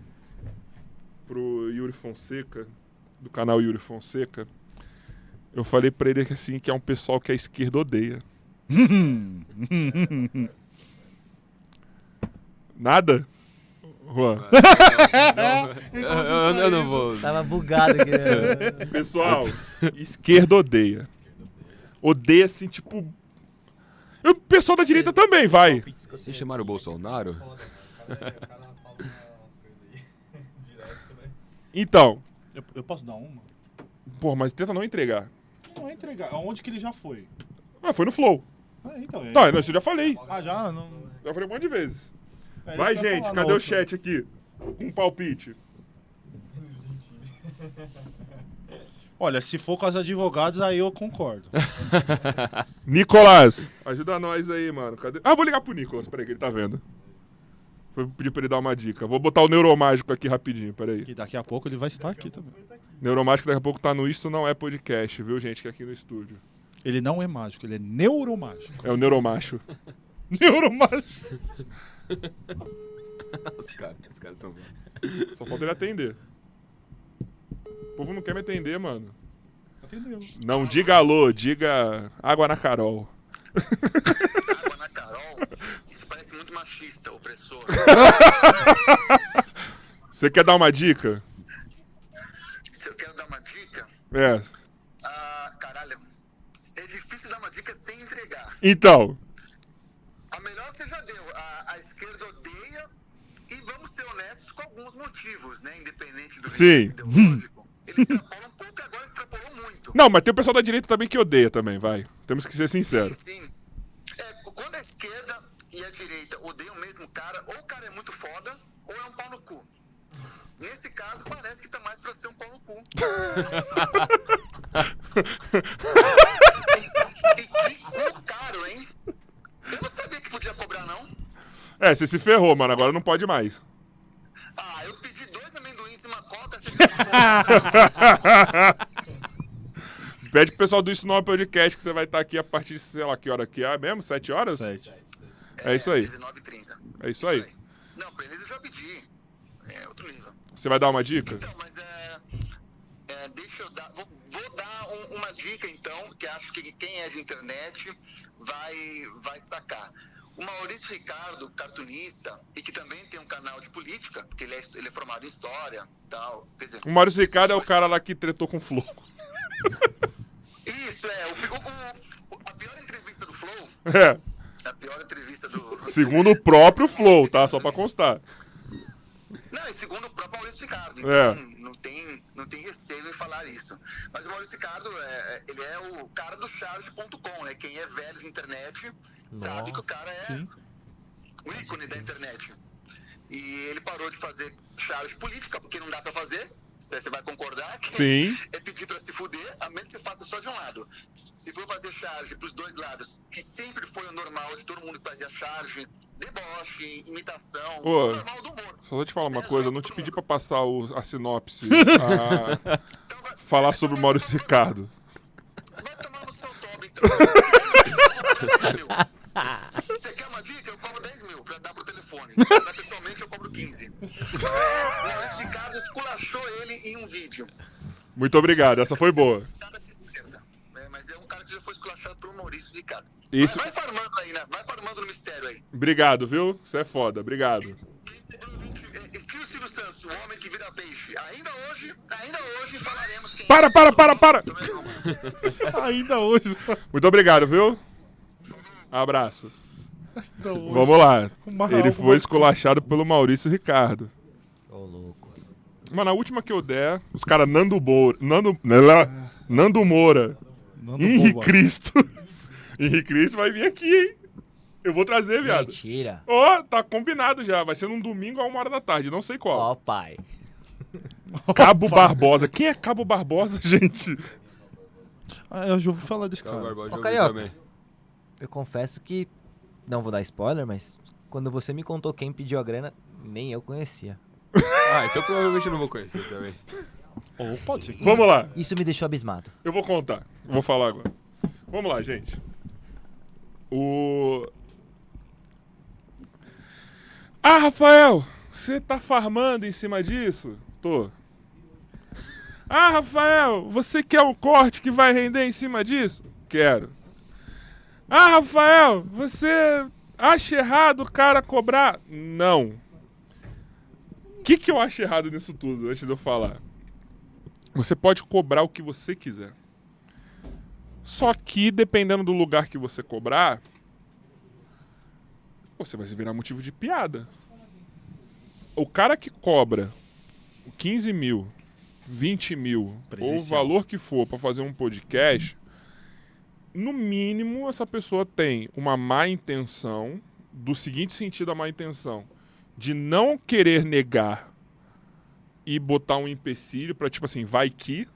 pro Yuri Fonseca, do canal Yuri Fonseca, eu falei pra ele que assim, que é um pessoal que a esquerda odeia. Nada? Juan. Eu, eu- eu não vou. Tava bugado aqui. né? Pessoal, esquerda odeia. Odeia assim, tipo. E o pessoal da direita também, vai. Vocês chamaram o Bolsonaro? Foda, mano. O cara, o cara fala umas coisas aí. Direto, né? Então, Eu, eu posso dar uma? pô, mas tenta não entregar. Não é entregar. Aonde que ele já foi? Ah, foi no Flow. Ah, então, é. Tá, isso eu já falei. Ah, já? Não... Já falei um monte de vezes. é isso Vai, que eu ia gente, falar na cadê o outra. chat aqui? Um palpite. Olha, se for com os advogados, aí eu concordo. Nicolás, ajuda nós aí, mano. Cadê? Ah, vou ligar pro Nicolas, peraí, que ele tá vendo. Vou pedir pra ele dar uma dica. Vou botar o Neuromágico aqui rapidinho, peraí. E daqui a pouco ele vai estar aqui também. Neuromágico daqui a pouco tá no Isto Não É Podcast, viu, gente, que é aqui no estúdio. Ele não é mágico, ele é neuromágico. É o Neuromacho. Neuromágico. Os caras os caras são. Só falta ele atender. O povo não quer me atender, mano. Entendeu? Não diga alô, diga água na Carol. Água na Carol, isso parece muito machista, opressor. Você quer dar uma dica? Se eu quero dar uma dica, É. ah, caralho, é difícil dar uma dica sem entregar. Então, A melhor você já deu, a, a esquerda odeia, e vamos ser honestos com alguns motivos, né, independente do Sim. viés ideológico. Ele extrapola um pouco, agora extrapolou muito. não, mas tem o pessoal da direita também que odeia também, vai. Temos que ser sinceros. Sim, sim. É, quando a esquerda e a direita odeiam o mesmo cara, ou o cara é muito foda, ou é um pau no cu. Nesse caso, parece que tá mais pra ser um pau no cu. E, e que cu caro, hein? Eu não sabia que podia cobrar, não. É, você se ferrou, mano. Agora não pode mais. Ah, eu pedi dois amendoins e uma coca. Você... Pede pro pessoal do Isso Não É Podcast que você vai estar aqui a partir de, sei lá, que hora que é mesmo? Sete horas? Sete. É isso aí. dezenove e trinta. É isso aí. Não, pra eles eu já pedi. É outro nível. Você vai dar uma dica? Então, mas é, é, deixa eu dar. Vou, vou dar um- uma dica então, que acho que quem é de internet vai, vai sacar. O Maurício Ricardo, cartunista, e que também tem um canal de política, porque ele é, ele é formado em história e tal. Quer dizer, O Maurício Ricardo é o cara lá que tretou com o Flow. isso, é. O, o- o- a pior entrevista do Flow, É. a pior entrevista do. Segundo o próprio Flow, tá? Só pra constar. Não, e segundo o próprio Maurício Ricardo. É. Então, não, tem, não tem receio em falar isso. Mas o Maurício Ricardo, é, ele é o cara do charge ponto com, né? Quem é velho de internet sabe que o cara é sim. o ícone da internet. E ele parou de fazer charge política, porque não dá pra fazer. Você vai concordar que Sim. é pedir pra se fuder, a menos que você faça só de um lado. se for fazer charge pros dois lados, que sempre foi o normal de todo mundo que fazia charge, deboche, imitação, Ô, o normal do humor. Só vou te falar uma É, coisa, eu só não te todo pedi mundo. pra passar o- a sinopse, a falar sobre o Maurício Ricardo. Vai tomar no seu toba, então. Você quer uma dica? Eu cobro dez mil pra dar pro telefone. Mas, pessoalmente, eu cobro quinze. Maurício Ricardo esculachou ele em um vídeo. Muito obrigado, essa foi boa. Cara de esquerda. É, mas é um cara que já foi esculachado pelo Maurício Ricardo. Esse... Vai, vai farmando aí, né? Vai farmando no mistério aí. Obrigado, viu? Você é foda, obrigado. Quem cobrou vinte, é, Fio Silvio Santos, o homem que vira peixe. Ainda hoje, ainda hoje falaremos quem Para, para, para, para! Ainda hoje. Muito obrigado, viu? Abraço. Ainda hoje. Vamos lá. Uma- Ele alguma foi esculachado pelo Maurício Ricardo. Ô, louco. Mas na última que eu der, os caras Nando Moura. Nando, Nela- Nando Moura. Nando Henri Boba. Cristo. Henri Cristo vai vir aqui, hein? Eu vou trazer, viado. Mentira. Ó, tá combinado já. Vai ser num domingo a uma hora da tarde, não sei qual. Ó, pai. Cabo Barbosa. Quem é Cabo Barbosa, gente? Ah, eu já ouvi falar desse Cabo cara. Barbosa, Ô, já ouvi Carioca. também. Eu confesso que, não vou dar spoiler, mas quando você me contou quem pediu a grana, nem eu conhecia. Ah, então provavelmente eu não vou conhecer também. Ou pode ser. que- Vamos lá. Isso me deixou abismado. Eu vou contar. Vou falar agora. Vamos lá, gente. O... Ah, Rafael, você tá farmando em cima disso? Tô. Ah, Rafael, você quer um corte que vai render em cima disso? Quero. Ah, Rafael, você acha errado o cara cobrar? Não. O que, que eu acho errado nisso tudo, antes de eu falar? Você pode cobrar o que você quiser. Só que, dependendo do lugar que você cobrar, você vai se virar motivo de piada. O cara que cobra quinze mil, vinte mil, ou o Presencial. valor que for para fazer um podcast, no mínimo essa pessoa tem uma má intenção, do seguinte sentido a má intenção, de não querer negar e botar um empecilho para tipo assim, vai que...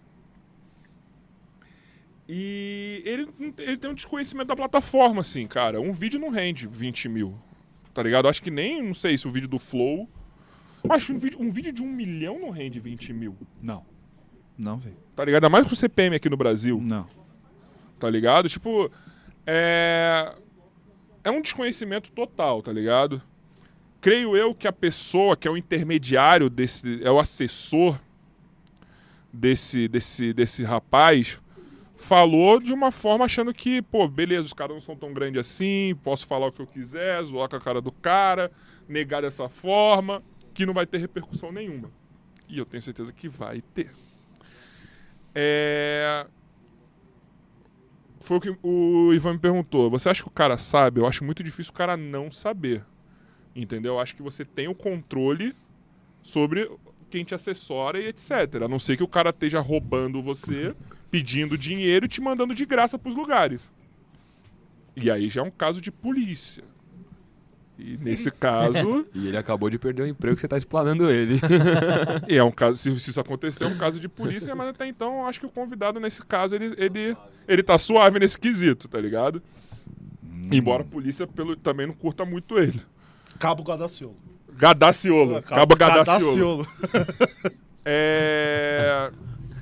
E ele, ele tem um desconhecimento da plataforma, assim, cara. Um vídeo não rende vinte mil, tá ligado? Acho que nem, não sei se o vídeo do Flow... Acho que um vídeo, um vídeo de um milhão não rende vinte mil, Não. Não, velho. tá ligado? Ainda mais com o C P M aqui no Brasil, Não. tá ligado? Tipo, é... É um desconhecimento total, tá ligado? Creio eu que a pessoa que é o intermediário desse... É o assessor desse, desse, desse rapaz... Falou de uma forma achando que, pô, beleza, os caras não são tão grandes assim, posso falar o que eu quiser, zoar com a cara do cara, negar dessa forma, que não vai ter repercussão nenhuma. E eu tenho certeza que vai ter. É... Foi o que o Ivan me perguntou. Você acha que o cara sabe? Eu acho muito difícil o cara não saber. Entendeu? Eu acho que você tem o controle sobre quem te assessora e etcétera. A não ser que o cara esteja roubando você, pedindo dinheiro e te mandando de graça pros lugares. E aí já é um caso de polícia. E nesse caso... E ele acabou de perder o emprego que você tá explanando ele. E é um caso, se, se isso acontecer, é um caso de polícia, mas até então eu acho que o convidado, nesse caso, ele, ele, ele tá suave nesse quesito, tá ligado? Embora a polícia pelo, também não curta muito ele. Cabo Gadaciolo. Gadaciolo. Cabo Gadaciolo. Gadaciolo. É...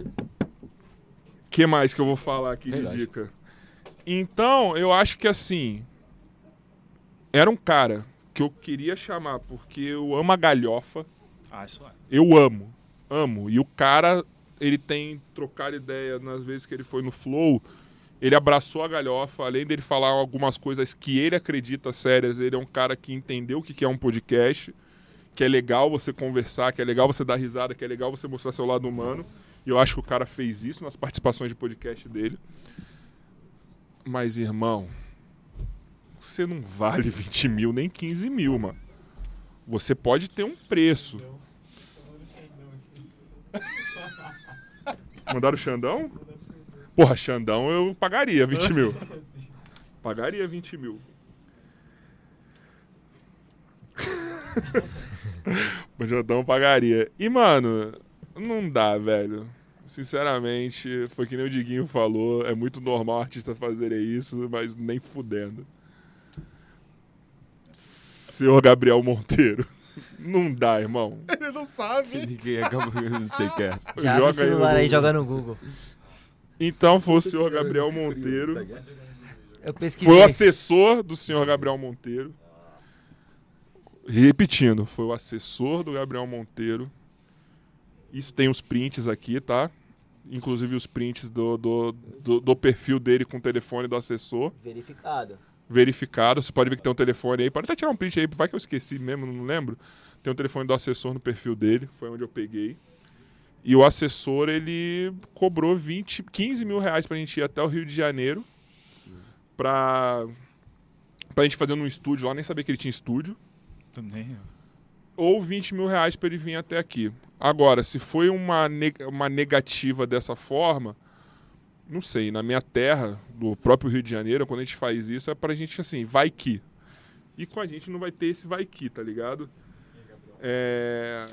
que mais que eu vou falar aqui de Verdade. dica? Então, eu acho que assim... Era um cara que eu queria chamar porque eu amo a galhofa. Ah, isso é. Eu amo. Amo. E o cara, ele tem trocar ideia nas vezes que ele foi no Flow. Ele abraçou a galhofa, além dele falar algumas coisas que ele acredita sérias. Ele é um cara que entendeu o que é um podcast, que é legal você conversar, que é legal você dar risada, que é legal você mostrar seu lado humano. E eu acho que o cara fez isso nas participações de podcast dele. Mas, irmão, você não vale vinte mil nem quinze mil, mano. Você pode ter um preço. Mandaram o Xandão? Porra, Xandão eu pagaria vinte mil. Pagaria vinte mil. O Xandão pagaria. E, mano, não dá, velho. sinceramente, foi que nem o Diguinho falou, é muito normal artista fazerem isso, mas nem fudendo. Senhor Gabriel Monteiro. Não dá, irmão. Ele não sabe. Ninguém acaba, eu não sei o que é. Já abre o celular aí, joga no Google. Então foi o senhor Gabriel Monteiro. Eu pesquisei. Foi o assessor do senhor Gabriel Monteiro. Repetindo, foi o assessor do Gabriel Monteiro. Isso tem os prints aqui, tá? Inclusive os prints do, do, do, do perfil dele com o telefone do assessor. Verificado. Verificado. Você pode ver que tem um telefone aí. Pode até tirar um print aí, vai que eu esqueci mesmo, não lembro. Tem um telefone do assessor no perfil dele, foi onde eu peguei. E o assessor, ele cobrou vinte, quinze mil reais pra gente ir até o Rio de Janeiro. Pra, pra gente fazer num estúdio lá, nem sabia que ele tinha estúdio. Também. Ou vinte mil reais pra ele vir até aqui. Agora, se foi uma, neg- uma negativa dessa forma, não sei, na minha terra, do próprio Rio de Janeiro, quando a gente faz isso, é pra gente assim, vai que. E com a gente não vai ter esse vai que, tá ligado? É...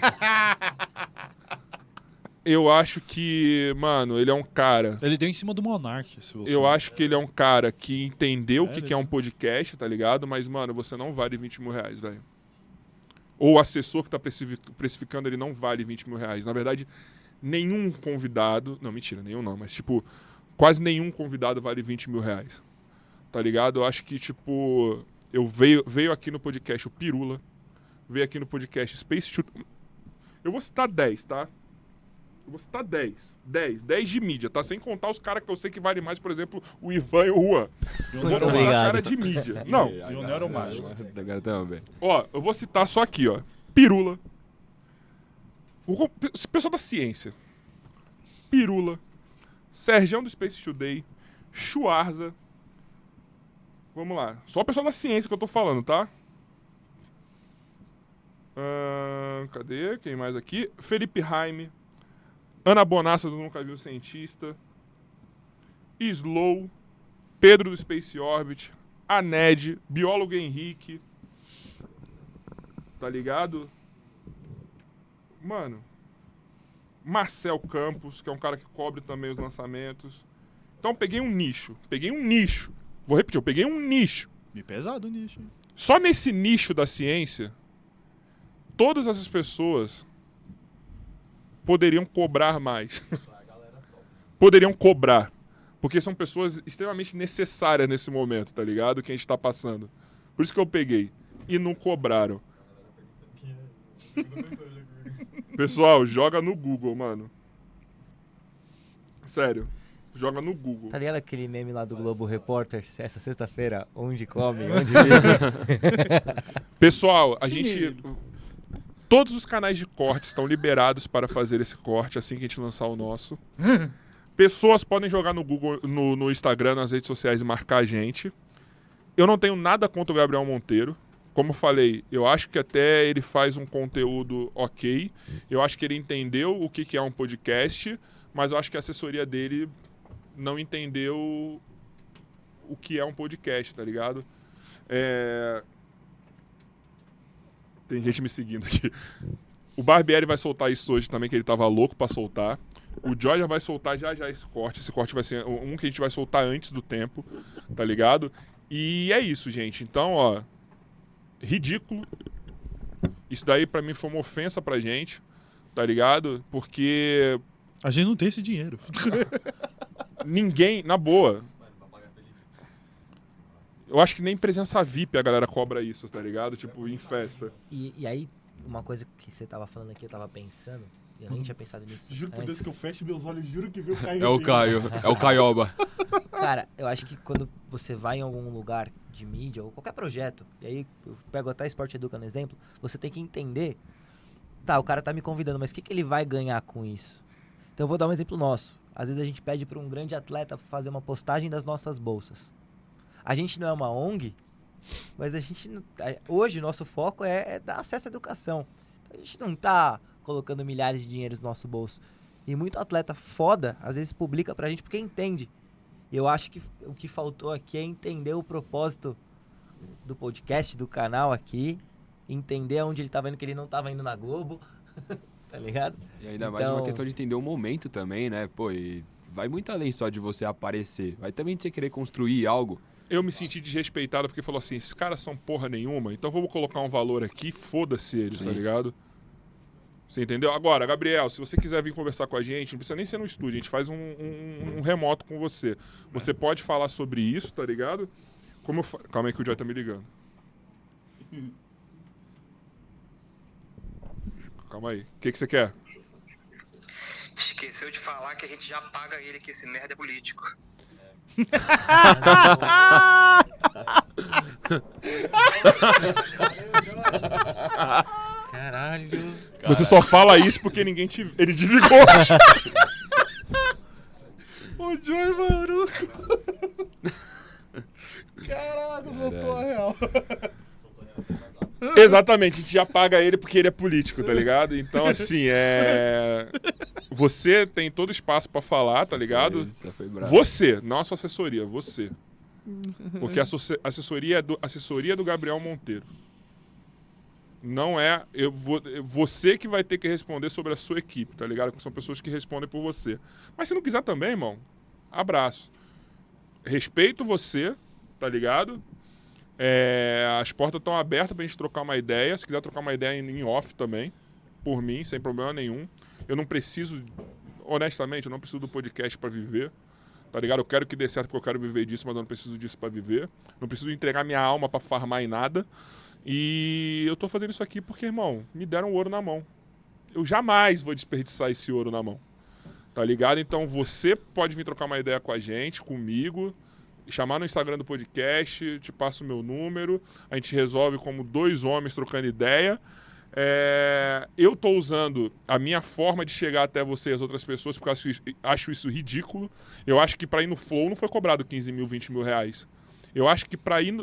Eu acho que, mano, ele é um cara... Ele deu em cima do Monark. Se você... Eu acho que ele é um cara que entendeu o É, que, ele- que é um podcast, tá ligado? Mas, mano, você não vale vinte mil reais, velho. Ou o assessor que tá precifi- precificando, ele não vale vinte mil reais. Na verdade, nenhum convidado... Não, mentira, nenhum não. Mas, tipo, quase nenhum convidado vale vinte mil reais. Tá ligado? Eu acho que, tipo... Eu veio, veio aqui no podcast o Pirula. Veio aqui no podcast Space Shoot. Eu vou citar dez, tá? Eu vou citar dez. dez. dez de mídia, tá? Sem contar os caras que eu sei que vale mais, por exemplo, o Ivan e o Juan. Muito Vamos falar obrigado. cara de mídia. Não. E o Nero Mágico. Agora também. Ó, eu vou citar só aqui, ó. Pirula. O ro- esse pessoal da ciência. Pirula. Sergião do Space Today. Schwarza. Vamos lá. Só o pessoal da ciência que eu tô falando, tá? Ahn, cadê? Quem mais aqui? Felipe Jaime. Ana Bonassa do Nunca Viu Cientista. Slow. Pedro do Space Orbit. A Ned. Biólogo Henrique. Tá ligado? Mano. Marcel Campos, que é um cara que cobre também os lançamentos. Então peguei um nicho. Peguei um nicho. Vou repetir, eu peguei um nicho. E pesado o nicho. Só nesse nicho da ciência, todas essas pessoas poderiam cobrar mais. Poderiam cobrar. Porque são pessoas extremamente necessárias nesse momento, tá ligado? Que a gente tá passando. Por isso que eu peguei. E não cobraram. Pessoal, joga no Google, mano. Sério. Joga no Google. Tá ligado aquele meme lá do Globo Repórter? Essa sexta-feira, onde come, onde vive? Pessoal, a gente... Todos os canais de corte estão liberados para fazer esse corte assim que a gente lançar o nosso. Pessoas podem jogar no Google, no, no Instagram, nas redes sociais e marcar a gente. Eu não tenho nada contra o Gabriel Monteiro. Como eu falei, eu acho que até ele faz um conteúdo ok. Eu acho que ele entendeu o que, que é um podcast, mas eu acho que a assessoria dele não entendeu o que é um podcast, tá ligado? É... Tem gente me seguindo aqui. O Barbieri vai soltar isso hoje também, que ele tava louco pra soltar. O Joy já vai soltar já já esse corte. Esse corte vai ser um que a gente vai soltar antes do tempo, tá ligado? E é isso, gente. Então, ó, ridículo. Isso daí pra mim foi uma ofensa pra gente, tá ligado? Porque A gente não tem esse dinheiro. ninguém, na boa. Eu acho que nem presença V I P a galera cobra isso, tá ligado? Tipo, em festa. E, e aí, uma coisa que você tava falando aqui, eu tava pensando, e eu nem tinha pensado nisso. Juro por antes. Deus que eu fecho meus olhos, juro que viu o Caio. É o Caio, é o Caioba. Cara, eu acho que quando você vai em algum lugar de mídia ou qualquer projeto, e aí eu pego até Esporte Educa no exemplo, você tem que entender, tá, o cara tá me convidando, mas o que, que ele vai ganhar com isso? Então eu vou dar um exemplo nosso. Às vezes a gente pede para um grande atleta fazer uma postagem das nossas bolsas. A gente não é uma O N G, mas a gente não, hoje o nosso foco é, é dar acesso à educação. Então, a gente não tá colocando milhares de dinheiros no nosso bolso. E muito atleta foda, às vezes publica pra gente porque entende. E eu acho que o que faltou aqui é entender o propósito do podcast, do canal aqui, entender aonde ele tava indo, que ele não tava indo na Globo. tá ligado? E ainda mais Então- uma questão de entender o momento também, né? Pô, e vai muito além só de você aparecer. Vai também de você querer construir algo. Eu me senti desrespeitado porque falou assim, esses caras são porra nenhuma, então vamos colocar um valor aqui, foda-se eles, tá Sim. ligado? Você entendeu? Agora, Gabriel, se você quiser vir conversar com a gente, não precisa nem ser no estúdio, a gente faz um, um- um remoto com você. Você pode falar sobre isso, tá ligado? Como eu fa... Calma aí que o Joy tá me ligando. Calma aí. O que, que você quer? Esqueceu de falar que a gente já paga ele, que esse merda é político. Caralho. Você só fala isso porque ninguém te... Ele desligou. O Joey Maruco. Caraca, soltou a real. Exatamente, a gente já paga ele porque ele é político, tá ligado? Então, assim, é... Você tem todo espaço pra falar, tá ligado? Isso foi bravo. Você, não a sua assessoria, você. Porque a asso- assessoria é do, assessoria é do Gabriel Monteiro. Não é... Eu vou, você que vai ter que responder sobre a sua equipe, tá ligado? Porque são pessoas que respondem por você. Mas se não quiser também, irmão, abraço. Respeito você, tá ligado? É, as portas estão abertas pra gente trocar uma ideia. Se quiser trocar uma ideia em, em off também, por mim, sem problema nenhum. Eu não preciso, honestamente, eu não preciso do podcast pra viver. Tá ligado? Eu quero que dê certo porque eu quero viver disso, mas eu não preciso disso pra viver. Não preciso entregar minha alma pra farmar em nada. E eu tô fazendo isso aqui porque, irmão, me deram ouro na mão. Eu jamais vou desperdiçar esse ouro na mão. Tá ligado? Então você pode vir trocar uma ideia com a gente, comigo. Chamar no Instagram do podcast, te passo o meu número, a gente resolve como dois homens trocando ideia. É, eu tô usando a minha forma de chegar até você e as outras pessoas porque eu acho isso, acho isso ridículo. Eu acho que pra ir no Flow não foi cobrado quinze mil, vinte mil reais. Eu acho que pra ir no...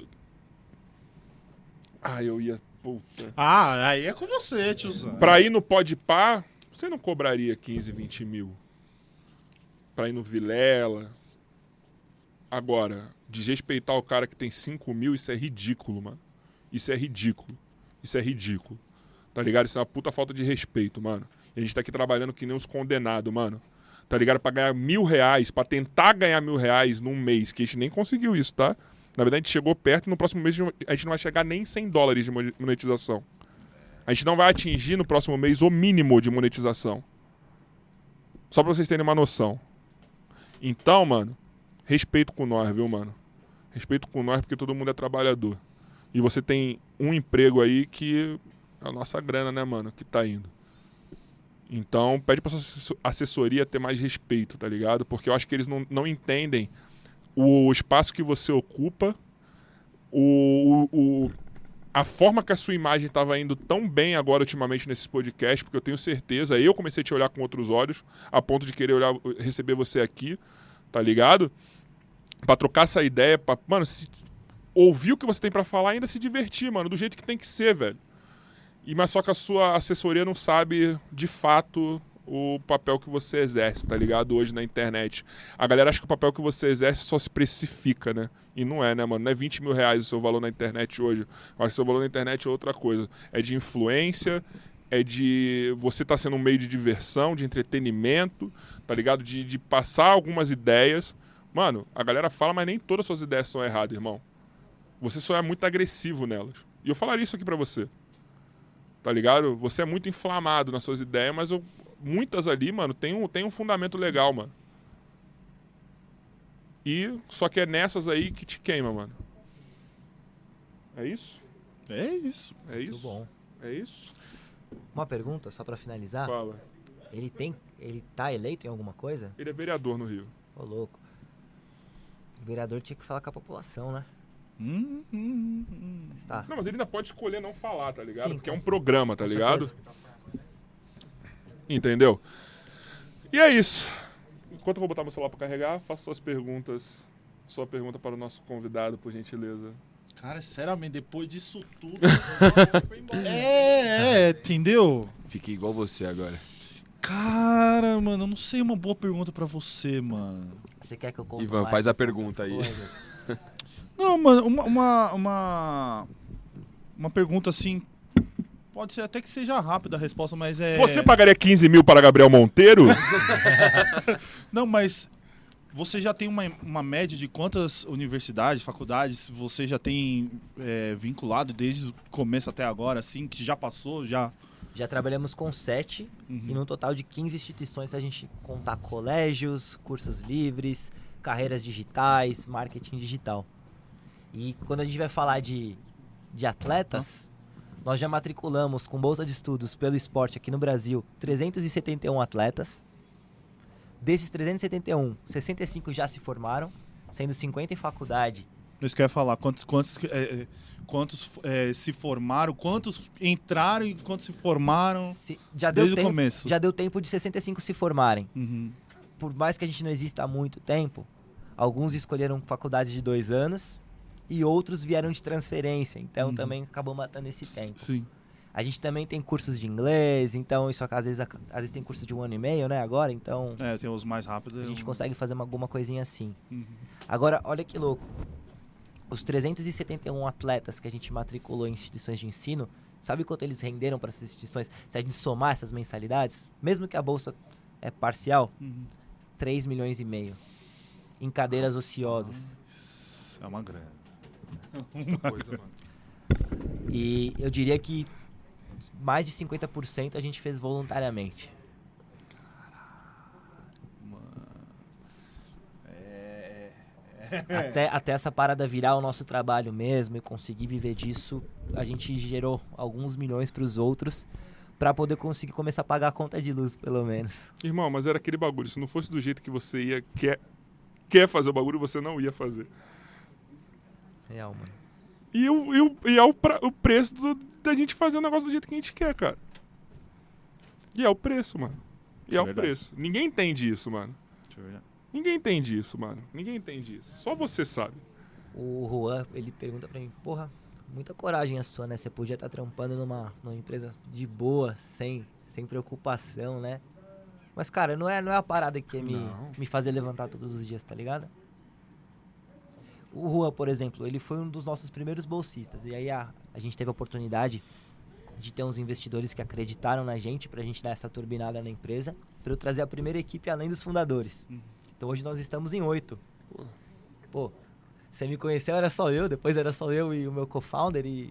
Ah, eu ia... Puta. Ah, aí é com você, tiozão. Pra ir no Podpah, você não cobraria quinze, vinte mil. Pra ir no Vilela... Agora, desrespeitar o cara que tem cinco mil, isso é ridículo, mano. Isso é ridículo. Isso é ridículo. Tá ligado? Isso é uma puta falta de respeito, mano. E a gente tá aqui trabalhando que nem uns condenados, mano. Tá ligado? Pra ganhar mil reais, pra tentar ganhar mil reais num mês, que a gente nem conseguiu isso, tá? Na verdade, a gente chegou perto e no próximo mês a gente não vai chegar nem cem dólares de monetização. A gente não vai atingir no próximo mês o mínimo de monetização. Só pra vocês terem uma noção. Então, mano... Respeito com nós, viu, mano? Respeito com nós porque todo mundo é trabalhador. E você tem um emprego aí que é a nossa grana, né, mano? Que tá indo. Então, pede pra sua assessoria ter mais respeito, tá ligado? Porque eu acho que eles não, não entendem o espaço que você ocupa, o, o, o, a forma que a sua imagem tava indo tão bem agora ultimamente nesses podcasts, porque eu tenho certeza, eu comecei a te olhar com outros olhos, a ponto de querer olhar, receber você aqui, tá ligado? Pra trocar essa ideia, pra, mano, se, ouvir o que você tem pra falar e ainda se divertir, mano, do jeito que tem que ser, velho. E, mas só que a sua assessoria não sabe, de fato, o papel que você exerce, tá ligado? Hoje na internet. A galera acha que o papel que você exerce só se precifica, né? E não é, né, mano? Não é vinte mil reais o seu valor na internet hoje. Eu acho que o seu valor na internet é outra coisa. É de influência, é de você tá sendo um meio de diversão, de entretenimento, tá ligado? De, de passar algumas ideias. Mano, a galera fala, mas nem todas as suas ideias são erradas, irmão. Você só é muito agressivo nelas. E eu falaria isso aqui pra você. Tá ligado? Você é muito inflamado nas suas ideias, mas eu, muitas ali, mano, tem um, tem um fundamento legal, mano. E só que é nessas aí que te queima, mano. É isso? É isso. É isso? Muito bom. É isso? Uma pergunta, só pra finalizar. Fala. Ele tem. Ele tá eleito em alguma coisa? Ele é vereador no Rio. Ô, louco. O vereador tinha que falar com a população, né? Hum, hum, hum. Mas tá. Não, mas ele ainda pode escolher não falar, tá ligado? Sim, Porque é com- um programa, tá com ligado? certeza. Entendeu? E é isso. Enquanto eu vou botar meu celular pra carregar, faça suas perguntas. Sua pergunta para o nosso convidado, por gentileza. Cara, sinceramente, depois disso tudo. foi embora. É, é, entendeu? Fiquei igual você agora. Cara, mano, eu não sei uma boa pergunta pra você, mano. Você quer que eu conte Ivan, mais faz a das nossas pergunta aí. coisas? Não, mano, uma, uma, uma, uma pergunta assim, Pode ser até que seja rápida a resposta, mas é... Você pagaria quinze mil para Gabriel Monteiro? Não, mas você já tem uma, uma média de quantas universidades, faculdades você já tem é, vinculado desde o começo até agora, assim, que já passou, já... Já trabalhamos com sete, Uhum. e num total de quinze instituições, se a gente contar colégios, cursos livres, carreiras digitais, marketing digital. E quando a gente vai falar de, de atletas, nós já matriculamos com bolsa de estudos pelo esporte aqui no Brasil trezentos e setenta e um atletas. Desses trezentos e setenta e um, sessenta e cinco já se formaram, sendo cinquenta em faculdade. Isso que eu ia falar, quantos, quantos, é, quantos é, se formaram, quantos entraram e quantos se formaram Se, já deu desde tempo, o começo. Já deu tempo de sessenta e cinco se formarem. Uhum. Por mais que a gente não exista há muito tempo, alguns escolheram faculdades de dois anos e outros vieram de transferência, então Uhum. também acabou matando esse tempo. Sim. A gente também tem cursos de inglês, então isso às vezes, às vezes tem curso de um ano e meio, né, agora, então É, tem os mais rápidos. a gente um- consegue fazer uma, alguma coisinha assim. Uhum. Agora, olha que louco. Os trezentos e setenta e um atletas que a gente matriculou em instituições de ensino, sabe quanto eles renderam para essas instituições? Se a gente somar essas mensalidades, mesmo que a bolsa é parcial, Uhum. três milhões e meio em cadeiras ociosas. É uma grana. Muita coisa, mano. E eu diria que mais de cinquenta por cento a gente fez voluntariamente. É... Até, até essa parada virar o nosso trabalho mesmo e conseguir viver disso, a gente gerou alguns milhões para os outros para poder conseguir começar a pagar a conta de luz, pelo menos. Irmão, mas era aquele bagulho. Se não fosse do jeito que você ia, quer, quer fazer o bagulho, você não ia fazer. Real, mano. E, o, e, o, e é o, pra, o preço do, da gente fazer o negócio do jeito que a gente quer, cara. E é o preço, mano. E Isso é é o verdade. preço. Ninguém entende isso, mano. Deixa eu ver. Ninguém entende isso, mano. Ninguém entende isso. Só você sabe. O Juan, ele pergunta pra mim, porra, muita coragem a sua, né? Você podia estar trampando numa, numa empresa de boa, sem, sem preocupação, né? Mas, cara, não é, não é a parada que é me, Não. me fazer levantar todos os dias, tá ligado? O Juan, por exemplo, ele foi um dos nossos primeiros bolsistas. E aí a, a gente teve a oportunidade de ter uns investidores que acreditaram na gente pra gente dar essa turbinada na empresa, pra eu trazer a primeira equipe além dos fundadores. Uhum. Então hoje nós estamos em oito. Pô. Pô, você me conheceu, era só eu, depois era só eu e o meu co-founder e...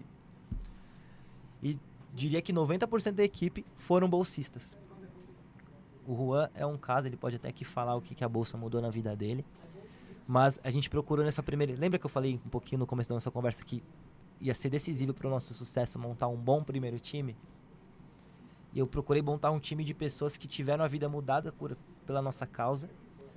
E diria que noventa por cento da equipe foram bolsistas. O Juan é um caso, ele pode até aqui falar o que, que a bolsa mudou na vida dele. Mas a gente procurou nessa primeira... Lembra que eu falei um pouquinho no começo da nossa conversa que ia ser decisivo para o nosso sucesso montar um bom primeiro time? E eu procurei montar um time de pessoas que tiveram a vida mudada por, pela nossa causa.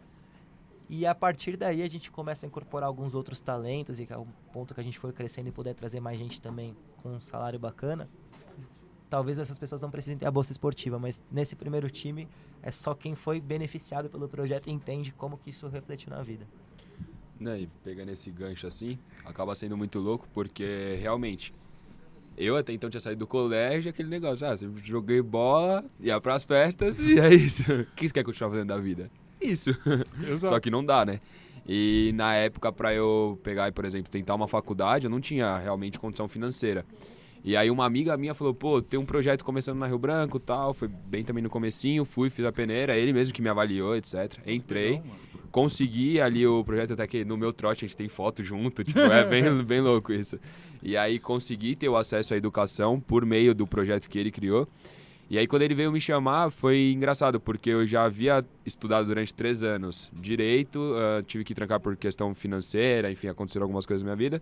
E a partir daí a gente começa a incorporar alguns outros talentos e ao ponto que a gente foi crescendo e puder trazer mais gente também com um salário bacana. Talvez essas pessoas não precisem ter a bolsa esportiva, mas nesse primeiro time é só quem foi beneficiado pelo projeto e entende como que isso refletiu na vida. Né, e pegando esse gancho assim, acaba sendo muito louco, porque realmente, eu até então tinha saído do colégio, aquele negócio, ah, eu joguei bola, ia pras festas e é isso. O que você quer continuar fazendo da vida? Isso. Exato. Só que não dá, né? E na época, pra eu pegar e, por exemplo, tentar uma faculdade, eu não tinha realmente condição financeira. E aí uma amiga minha falou, pô, tem um projeto começando na Rio Branco e tal, foi bem também no comecinho, fui, fiz a peneira, ele mesmo que me avaliou, etcétera. Entrei, Legal, mano. consegui ali o projeto, até que no meu trote a gente tem foto junto, tipo, é bem, bem louco isso. E aí consegui ter o acesso à educação por meio do projeto que ele criou. E aí quando ele veio me chamar foi engraçado, porque eu já havia estudado durante três anos Direito, uh, tive que trancar por questão financeira, enfim, aconteceram algumas coisas na minha vida.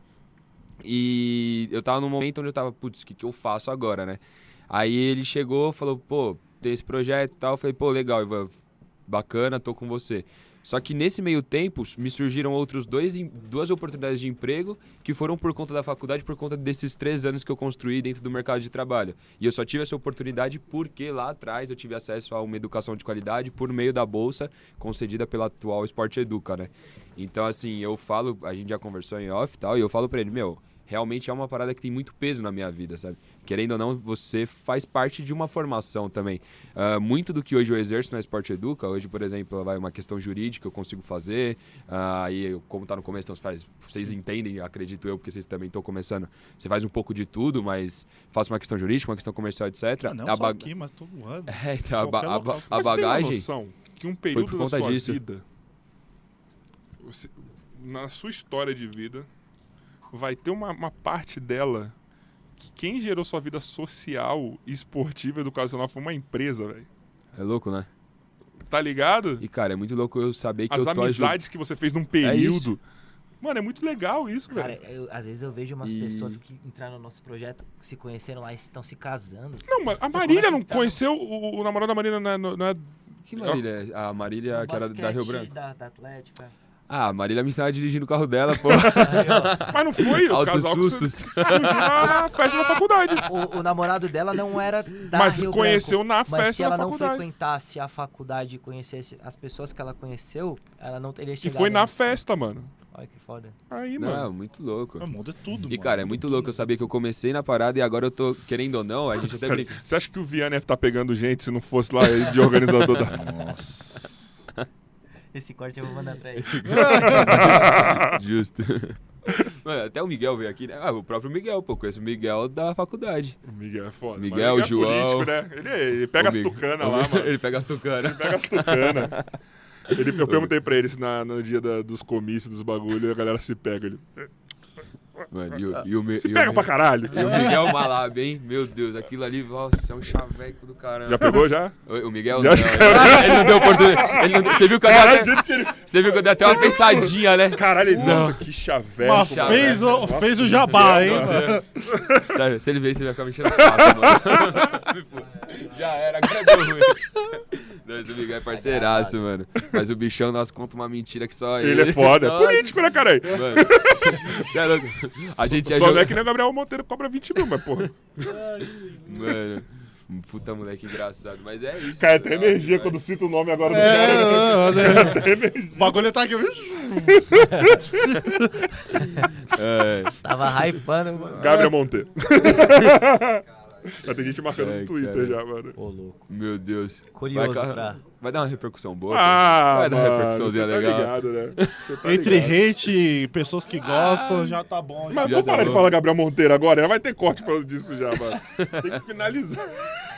E eu tava num momento onde eu tava, putz, o que, que eu faço agora, né? Aí ele chegou, falou, pô, tem esse projeto e tal. Eu falei, pô, legal, Ivan, bacana, tô com você. Só que nesse meio tempo me surgiram outros dois, duas oportunidades de emprego que foram por conta da faculdade, por conta desses três anos que eu construí dentro do mercado de trabalho. E eu só tive essa oportunidade porque lá atrás eu tive acesso a uma educação de qualidade por meio da bolsa concedida pela atual Sport Educa, né? Então, assim, eu falo, a gente já conversou em off e tal, e eu falo pra ele, meu, realmente é uma parada que tem muito peso na minha vida, sabe? Querendo ou não, você faz parte de uma formação também. Uh, muito do que hoje eu exerço na Sport Educa, hoje, por exemplo, vai uma questão jurídica eu consigo fazer, uh, aí, como tá no começo, então, faz, vocês entendem, acredito eu, porque vocês também estão começando, você faz um pouco de tudo, mas faço uma questão jurídica, uma questão comercial, etcétera. Ah, não a só bag... aqui, mas todo ano. É, então, a, ba a, ba a Mas você bagagem... tem uma noção que um foi período por da conta sua disso. vida, você- na sua história de vida, vai ter uma, uma parte dela que quem gerou sua vida social, esportiva, educacional foi uma empresa, velho. É louco, né? Tá ligado? E, cara, é muito louco eu saber que As eu tô ajudando. amizades que você fez num É período. isso. Mano, é muito legal isso, Cara, velho. eu- às vezes eu vejo umas E- pessoas que entraram no nosso projeto, se conheceram lá e estão se casando. Não, mas a Você Marília começa não a entrar conheceu o, o namorado da Marília, não é, não é- Que Marília? A Marília, no que era da Rio basquete, Branco. Da, da Atlética. Ah, a Marília me ensinava dirigindo o carro dela, pô. Aí, ó, Mas não foi o Altos casal que sustos. surgiu na festa da faculdade. o, o namorado dela não era da Mas Rio conheceu Branco, na mas festa se da ela não faculdade. frequentasse a faculdade e conhecesse as pessoas que ela conheceu, ela não teria E chegado. foi na onde- festa, mano. Olha que foda. Aí, Não, mano. muito louco. Ah, muda tudo, E, mano. cara, é muda muito tudo. louco. Eu sabia que eu comecei na parada e agora eu tô, querendo ou não, a gente até brinca. Você acha que o Vianney ia estar pegando gente se não fosse lá ele de organizador da. Nossa. Esse corte eu vou mandar pra ele. Justo. Mano, até o Miguel veio aqui, né? Ah, o próprio Miguel, pô. Conheço o Miguel da faculdade. O Miguel é foda. Miguel, mas João. É político, né? Ele, ele pega O as Miguel- tucanas o lá, Miguel- mano. Ele pega as tucanas. Ele pega as tucanas. Ele, eu perguntei pra ele se na, no dia da- dos comícios, dos bagulho, a galera se pega. Ele, Mano, e o, e o, Mi- se e o pega Mi- pra caralho. E o Miguel Malab, hein? Meu Deus, aquilo ali, nossa, é um chaveco do caramba. Já pegou, já? O, o Miguel Já não, chegou. ele, ele não deu oportunidade. Ele não, você viu que eu dei Caralho, do até, jeito que ele... você viu que eu dei até uma pensadinha, né? Caralho, ele, Não. nossa, que chaveco. Mas mano. fez, o, Nossa, fez o jabá, hein? Miguel, mano. Sabe, se ele ver, você vai ficar mexendo o saco, mano. Já era, agora deu ruim. Não, esse Miguel é parceiraço, mano. Mas o bichão, nossa, conta uma mentira que só ele. Ele é foda. É Nossa, político, né, caralho? mano. Cara, a gente é Só não joga- é que nem o Gabriel Monteiro cobra vinte mil, mas, porra. Mano, um puta moleque engraçado. Mas é isso. Cai até nossa, energia mano. quando cita o nome agora do É, cara. né? Cai até energia. O bagulho tá aqui. É, Tava hypando, mano. Gabriel Monteiro. Já tem gente marcando Ai, no Twitter cara. já, mano. Ô, louco. meu Deus. Curioso vai, pra- vai dar uma repercussão boa. pô. Ah, vai dar uma mano, repercussãozinha você tá legal. ligado, né? Você tá Entre ligado. hate e pessoas que gostam, já tá bom. Já. Mas Já vamos tá parar de bom. falar Gabriel Monteiro agora, já vai ter corte falando disso já, mano. Tem que finalizar.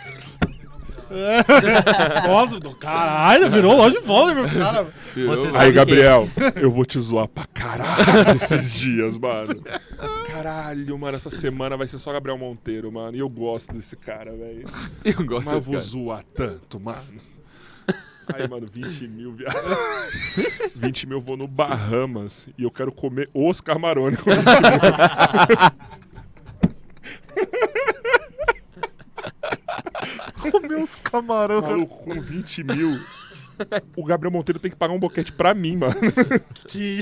Nossa, do caralho, virou loja de vôlei, meu cara. Virou, Você mano. Aí, Sabe Gabriel, eu vou te zoar pra caralho esses dias, mano. Caralho, mano, essa semana vai ser só Gabriel Monteiro, mano. E eu gosto desse cara, velho. Eu gosto Mas eu desse vou cara. zoar tanto, mano. Aí, mano, vinte mil, viado. vinte mil eu vou no Bahamas e eu quero comer os camarões com vinte mil. Comer os camarão. Maluco, com vinte mil, o Gabriel Monteiro tem que pagar um boquete pra mim, mano. Que...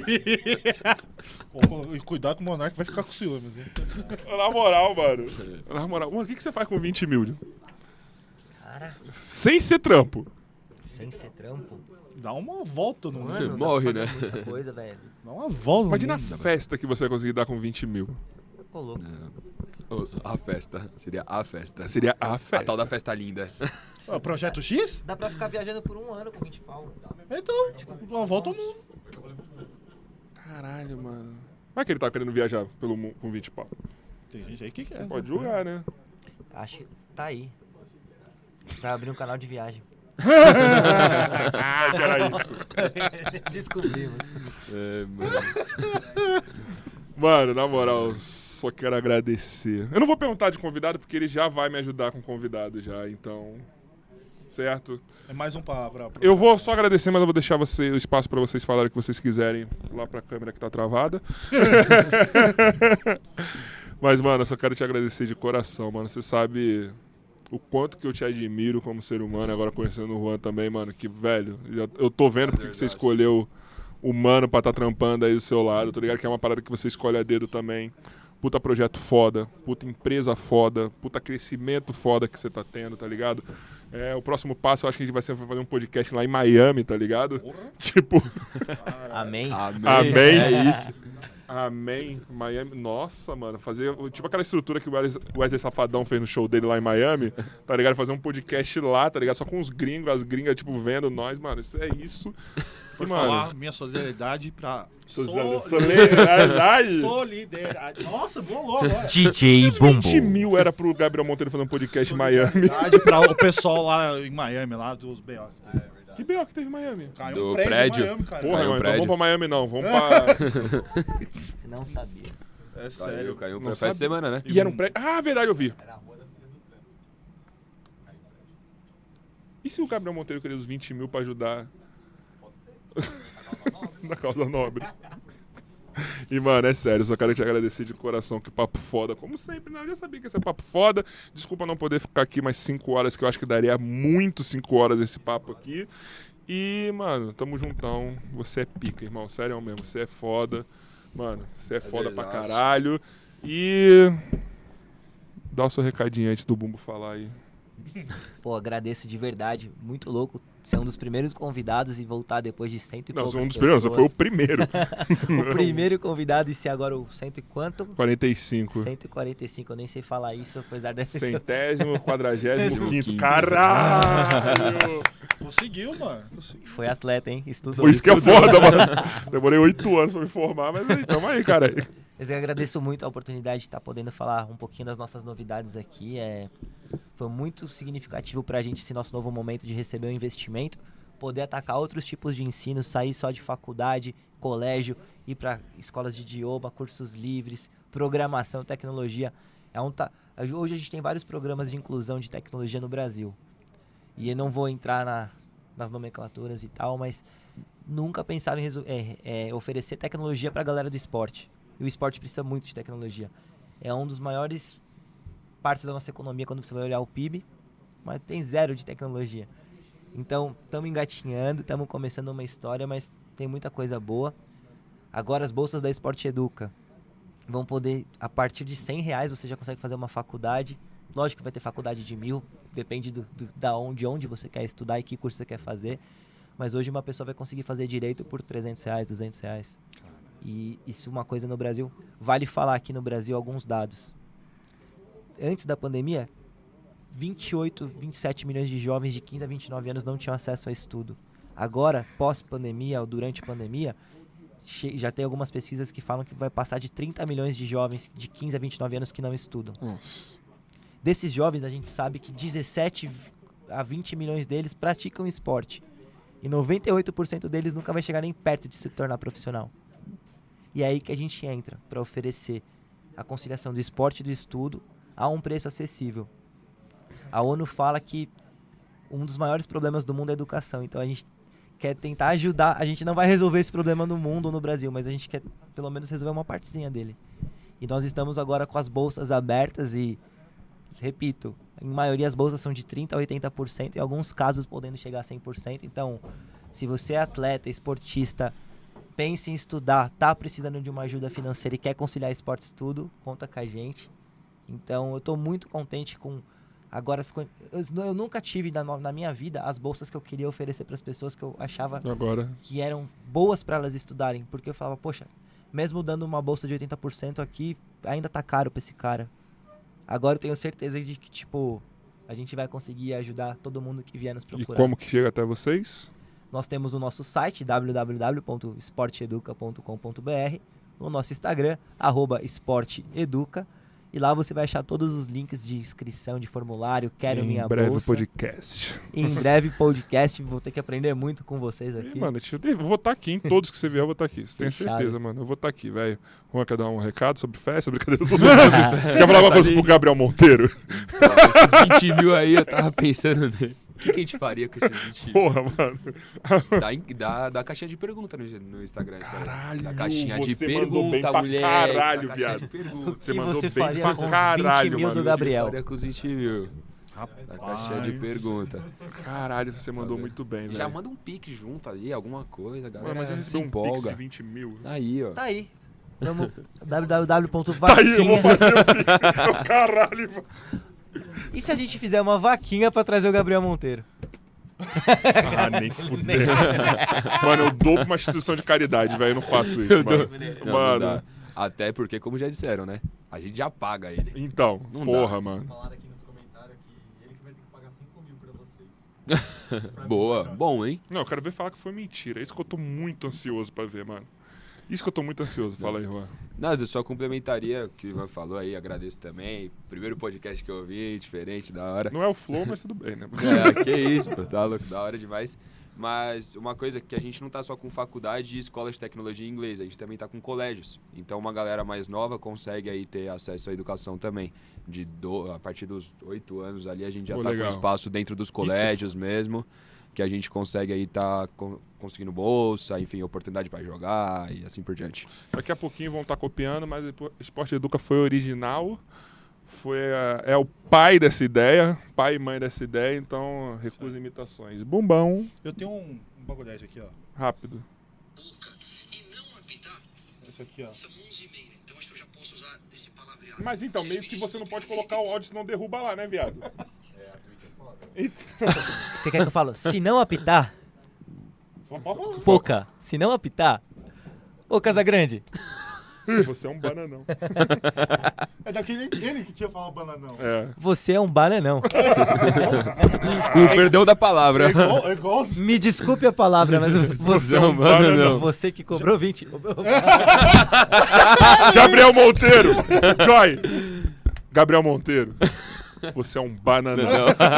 Ô, cuidado que o Monark vai ficar com ciúmes, hein? Na moral, mano. Na moral. Mano, o que, que você faz com vinte mil? Cara, Sem ser trampo. sem ser trampo. Dá uma volta no mundo. Mano, dá Morre, pra né? fazer muita coisa, velho. Dá uma volta no Imagina a mundo. festa que você vai conseguir dar com vinte mil. Ô, louco. Ô, a festa. Seria a festa. Seria a A festa. tal da festa linda. Ah, Projeto X? Dá pra ficar viajando por um ano com vinte pau. Então, tipo, uma volta ao mundo. Caralho, mano. Vai que ele tá querendo viajar pelo mundo com vinte pau. Tem gente aí que quer. Pode julgar, né? Acho que tá aí. Vai abrir um canal de viagem. Ah, que era isso. Descobrimos. É, mano. Mano, na moral, só quero agradecer. Eu não vou perguntar de convidado, porque ele já vai me ajudar com convidado já, então... Certo? É mais um pra... pra, pra... Eu vou só agradecer, mas eu vou deixar você, o espaço pra vocês falarem o que vocês quiserem lá pra câmera que tá travada. Mas, mano, eu só quero te agradecer de coração, mano. Você sabe o quanto que eu te admiro como ser humano, agora conhecendo o Juan também, mano. Que, velho, já- eu tô vendo porque que você escolheu o mano pra tá trampando aí do seu lado. Tô ligado que é uma parada que você escolhe a dedo também. Puta projeto foda, puta empresa foda, puta crescimento foda que você tá tendo, tá ligado? É, o próximo passo eu acho que a gente vai ser fazer um podcast lá em Miami, tá ligado? Porra. Tipo, Amém. Amém. Amém. É isso. amém, Miami, nossa, mano, fazer, tipo aquela estrutura que o Wesley, o Wesley Safadão fez no show dele lá em Miami, tá ligado? Fazer um podcast lá, tá ligado? Só com os gringos, as gringas, tipo, vendo nós, mano, isso é isso. Por E, mano, falar minha solidariedade pra... Sol- solidariedade? Solidariedade. Nossa, bolou agora. D J Bumbo. vinte mil era pro Gabriel Monteiro fazer um podcast em Miami. Solidariedade pra o pessoal lá em Miami, lá dos B O. Que B O que teve em Miami? Caiu Do um prédio, prédio. em Miami, cara. Porra, Caiu um mano, então prédio. vamos pra Miami não, vamos pra... Não sabia. É Caiu, sério. caiu Não pra faz sabe? semana, né? E era um prédio... Ah, verdade, eu vi. E se o Gabriel Monteiro queria os vinte mil pra ajudar? Na causa nobre. E, mano, é sério, só quero te agradecer de coração, que papo foda. Como sempre, né? Eu já sabia que esse é papo foda. Desculpa não poder ficar aqui mais cinco horas, que eu acho que daria muito cinco horas esse papo aqui. E, mano, tamo juntão. Você é pica, irmão. Sério mesmo, você é foda. Mano, você é foda pra Prazerzaço. caralho. E... dá o seu recadinho antes do Bumbo falar aí. Pô, agradeço de verdade. Muito louco ser um dos primeiros convidados e voltar depois de cento e Não, poucas você é um dos primeiros, você foi o pessoas. primeiro. O primeiro convidado e ser agora o cento e quanto? quarenta e cinco. cento e quarenta e cinco, eu nem sei falar isso, apesar dessa... Centésimo, quadragésimo, quinto. Quinto. Caralho! Conseguiu, mano. Conseguiu. Foi atleta, hein? Estudou. Foi isso que é foda, mano. Demorei oito anos pra me formar, mas aí, tamo aí, cara. Mas eu agradeço muito a oportunidade de estar podendo falar um pouquinho das nossas novidades aqui. É, foi muito significativo pra gente esse nosso novo momento de receber um investimento, poder atacar outros tipos de ensino, sair só de faculdade, colégio, ir para escolas de idioma, cursos livres, programação, tecnologia. É um ta... Hoje a gente tem vários programas de inclusão de tecnologia no Brasil. E eu não vou entrar na, nas nomenclaturas e tal, mas nunca pensaram em resu- é, é, oferecer tecnologia para a galera do esporte. E o esporte precisa muito de tecnologia. É um dos maiores partes da nossa economia quando você vai olhar o P I B, mas tem zero de tecnologia. Então, estamos engatinhando, estamos começando uma história, mas tem muita coisa boa. Agora as bolsas da Esporte Educa vão poder, a partir de cem reais você já consegue fazer uma faculdade. Lógico que vai ter faculdade de mil, depende do, do, da onde, onde você quer estudar e que curso você quer fazer. Mas hoje uma pessoa vai conseguir fazer direito por trezentos reais, duzentos reais. E isso é uma coisa no Brasil. Vale falar aqui no Brasil alguns dados. Antes da pandemia, vinte e oito, vinte e sete milhões de jovens de quinze a vinte e nove anos não tinham acesso a estudo. Agora, pós-pandemia ou durante a pandemia, che- já tem algumas pesquisas que falam que vai passar de trinta milhões de jovens de quinze a vinte e nove anos que não estudam. Nossa. Desses jovens, a gente sabe que dezessete a vinte milhões deles praticam esporte. E noventa e oito por cento deles nunca vai chegar nem perto de se tornar profissional. E é aí que a gente entra para oferecer a conciliação do esporte e do estudo a um preço acessível. A ONU fala que um dos maiores problemas do mundo é a educação. Então a gente quer tentar ajudar. A gente não vai resolver esse problema no mundo ou no Brasil, mas a gente quer pelo menos resolver uma partezinha dele. E nós estamos agora com as bolsas abertas e, repito, em maioria as bolsas são de trinta por cento a oitenta por cento, em alguns casos podendo chegar a cem por cento. Então, se você é atleta, esportista, pense em estudar, tá precisando de uma ajuda financeira e quer conciliar esporte e estudo, conta com a gente. Então, eu estou muito contente com... Agora, as co- eu, eu nunca tive na, no- na minha vida as bolsas que eu queria oferecer para as pessoas que eu achava Agora. que eram boas para elas estudarem. Porque eu falava, poxa, mesmo dando uma bolsa de oitenta por cento aqui, ainda tá caro para esse cara. Agora eu tenho certeza de que, tipo, a gente vai conseguir ajudar todo mundo que vier nos E procurar. como que chega até vocês? Nós temos o nosso site, w w w ponto esporteeduca ponto com ponto b r, o nosso Instagram, arroba esporteeduca, e lá você vai achar todos os links de inscrição, de formulário, quero em minha breve bolsa. podcast. E em breve podcast, vou ter que aprender muito com vocês aqui. Ih, mano, deixa eu, ter- eu vou estar aqui em todos que você vier, eu vou estar aqui. Você tem Fechado. certeza, mano? Eu vou estar aqui, velho. Juan quer dar um recado sobre festa? Brincadeira, eu tô sobre Quer falar alguma coisa pro Gabriel Monteiro? Não, esses vinte mil aí eu tava pensando nele. O que, que a gente faria com esses vinte mil? Porra, mano. Dá, em- dá, dá caixinha de pergunta no, no Instagram. isso aí. Caralho, Dá caixinha de você mandou bem pergunta, pra mulher. caralho, Dá caixinha viado. de pergunta. Você que mandou você bem faria pra com os caralho, vinte mil mano. do Gabriel? Faria com os vinte mil. Dá Rapaz. caixinha de pergunta. Caralho, você mandou Tá muito bem, E velho. já manda um pique junto ali, alguma coisa, galera. Mano, mas já se recebeu um pix empolga. de vinte mil. Aí, ó. Tá aí. Vamos, w w w ponto Tá aí, eu vou vaquinha fazer o pix. Caralho, mano. E se a gente fizer uma vaquinha pra trazer o Gabriel Monteiro? Ah, nem fudeu. Mano, eu dou pra uma instituição de caridade, velho. Eu não faço isso, mano. Não, Mano. não dá. Até porque, como já disseram, né? A gente já paga ele. Então, Não porra, dá. mano. Falaram aqui nos comentários que ele que vai ter que pagar cinco mil pra vocês. Pra Boa, mim, bom, hein? Não, eu quero ver falar que foi mentira. É isso que eu tô muito ansioso pra ver, mano. Isso que eu tô muito ansioso. Fala aí, Juan. Não, eu só complementaria o que o Ivan falou aí, agradeço também. Primeiro podcast que eu ouvi, diferente, da hora. Não é o flow, mas tudo bem, né? É, que isso, pô, tá louco, da hora demais. Mas uma coisa que a gente não tá só com faculdade e escola de tecnologia em inglês, a gente também tá com colégios. Então uma galera mais nova consegue aí ter acesso à educação também. De do, a partir dos oito anos ali a gente já Pô, tá legal. com espaço dentro dos colégios mesmo, que a gente consegue aí tá con- conseguindo bolsa, enfim, oportunidade para jogar e assim por diante. Daqui a pouquinho vão estar copiando, mas o Esporte Educa foi original. Foi a- é o pai dessa ideia, pai e mãe dessa ideia, então recusa imitações. Bumbão, Eu tenho um, um bagulhete aqui, ó. rápido. Esse aqui, ó. Mas então, meio que você não pode colocar o áudio, senão derruba lá, né, viado? Você quer que eu falo? Se não apitar, Pouca. Se não apitar, ô Casagrande. Você é um bananão. É daquele ele que tinha falado bananão. É. Você é um bananão. Com o perdão da palavra. É igual, é igual... Me desculpe a palavra, mas você é um bananão. Você que cobrou vinte. Gabriel Monteiro! Joy! Gabriel Monteiro. Você é um bananão.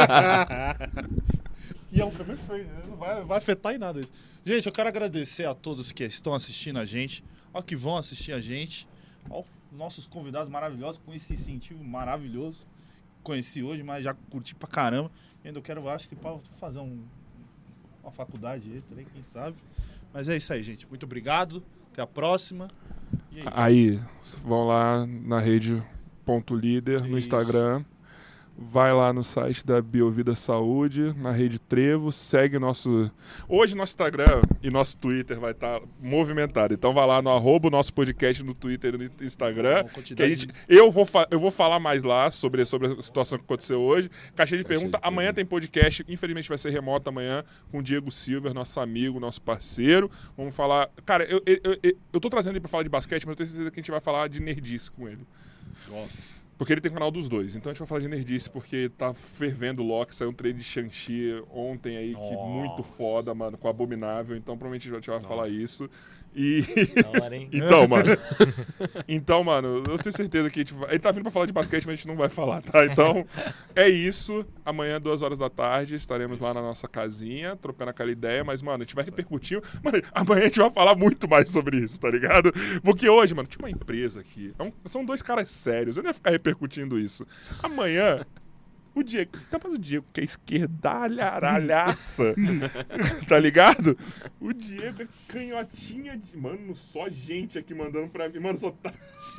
E é um family friend, né? Não vai, vai afetar em nada isso. Gente, eu quero agradecer a todos que estão assistindo a gente, ao que vão assistir a gente, aos nossos convidados maravilhosos, com esse incentivo maravilhoso. Conheci hoje, mas já curti pra caramba. E ainda eu quero, acho que para fazer um, uma faculdade extra aí, quem sabe. Mas é isso aí, gente. Muito obrigado. Até a próxima. E aí? Aí, vão lá na rede ponto líder no Isso. Instagram. Vai lá no site da Biovida Saúde, na Rede Trevo, segue nosso... Hoje nosso Instagram e nosso Twitter vai estar movimentado. Então vai lá no arroba o nosso podcast no Twitter e no Instagram. Uma Que a quantidade gente, eu, vou fa- eu vou falar mais lá sobre, sobre a situação que aconteceu hoje. Caixinha de pergunta. de Amanhã tem podcast. Infelizmente vai ser remoto amanhã com o Diego Silver, nosso amigo, nosso parceiro. Vamos falar... Cara, eu, eu, eu, eu tô trazendo ele pra falar de basquete, mas eu tenho certeza que a gente vai falar de nerdice com ele. Nossa. Porque ele tem o canal dos dois. Então a gente vai falar de nerdice, porque tá fervendo o Loki. Saiu um trailer de Shang-Chi ontem aí, que Nossa. muito foda, mano, com o Abominável. Então provavelmente a gente vai falar isso. E... Da hora, hein? então, mano. Então, mano, eu tenho certeza que a gente vai... Ele tá vindo pra falar de basquete, mas a gente não vai falar, tá? Então, é isso. Amanhã, duas horas da tarde, estaremos lá na nossa casinha, trocando aquela ideia. Mas, mano, a gente vai repercutir. Mano, amanhã a gente vai falar muito mais sobre isso, tá ligado? Porque hoje, mano, tinha uma empresa aqui. É um- São dois caras sérios. Eu não ia ficar repercutindo isso. Amanhã... O Diego, capaz do Diego, que é esquerdalharalhaça, tá ligado? O Diego é canhotinha de... Mano, só gente aqui mandando pra mim. Mano, só tá...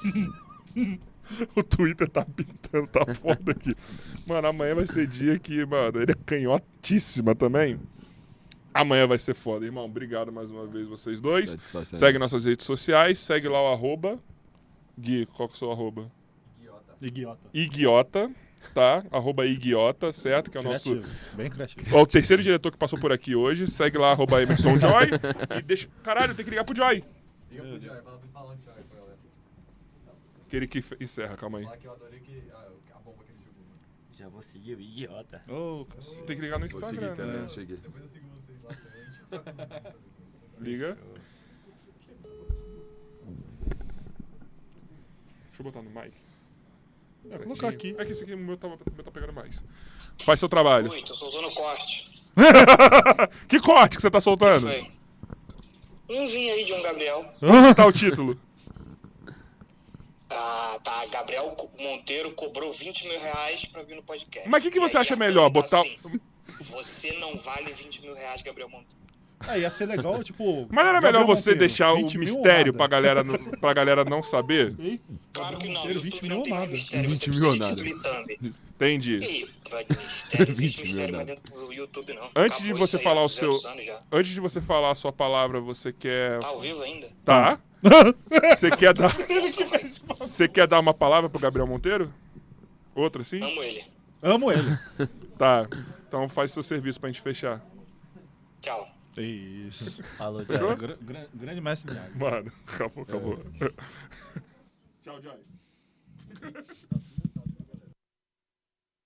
O Twitter tá pintando, tá foda aqui. Mano, amanhã vai ser dia que, mano, ele é canhotíssima também. Amanhã vai ser foda. Irmão, obrigado mais uma vez vocês dois. Satisfação. Segue nossas redes sociais, segue lá o arroba. Gui, qual que é o seu arroba? Idiota. Iguiota, tá? Arroba Iguiota, certo? Que é o nosso... Criativo. Bem criativo. Ó, o terceiro diretor que passou por aqui hoje. Segue lá, arroba Emerson Joy. E deixa... Caralho, tem que ligar pro Joy. Liga pro Joy, fala pra ele falar um tchau aí pra galera. Aquele que fe- encerra, calma aí. Fala que eu adorei que, a, a bomba que ele jogou. Já vou seguir o idiota. Ô, cara. Você tem que ligar no Vou seguir Instagram, também, né? vou seguir. Depois eu sigo vocês lá também. A gente tá com vocês também. Liga. Deixa eu botar no mic. É, vou colocar aqui. É que esse aqui o meu tá, o meu tá pegando mais. Faz seu trabalho. Ui, tô soltando corte. Que corte que você tá soltando? Foi. Umzinho aí de um Gabriel. Onde tá o título? Ah, tá. Gabriel Co- Monteiro cobrou vinte mil reais pra vir no podcast. Mas o que, que E você aí acha a melhor? thumb tá Botar. assim, você não vale vinte mil reais, Gabriel Monteiro. Ah, ia ser legal, tipo... Mas não era melhor Gabriel você Monteiro, deixar o vinte mil ou mistério nada? pra galera, não- pra galera não saber? Ei, Claro que não. Monteiro, O vinte YouTube mil não tem mais nada. mistério. vinte Você mil precisa nada. de título e thumb. Entendi. Ih, vai de mistério. Existe vinte mil mistério mais nada. dentro do YouTube, não. Antes de Acabou você isso aí falar há o seu- duzentos anos já. Antes de você falar a sua palavra, você quer. Tá ao vivo ainda? Tá? Você quer dar. Você quer dar uma palavra pro Gabriel Monteiro? Outra, sim? Amo ele. Amo ele. Tá, então faz seu serviço pra gente fechar. Tchau. Isso. Falou, Fechou? Gra- gra- grande mestre Miyagi. Mano, acabou, acabou. Tchau, Joy.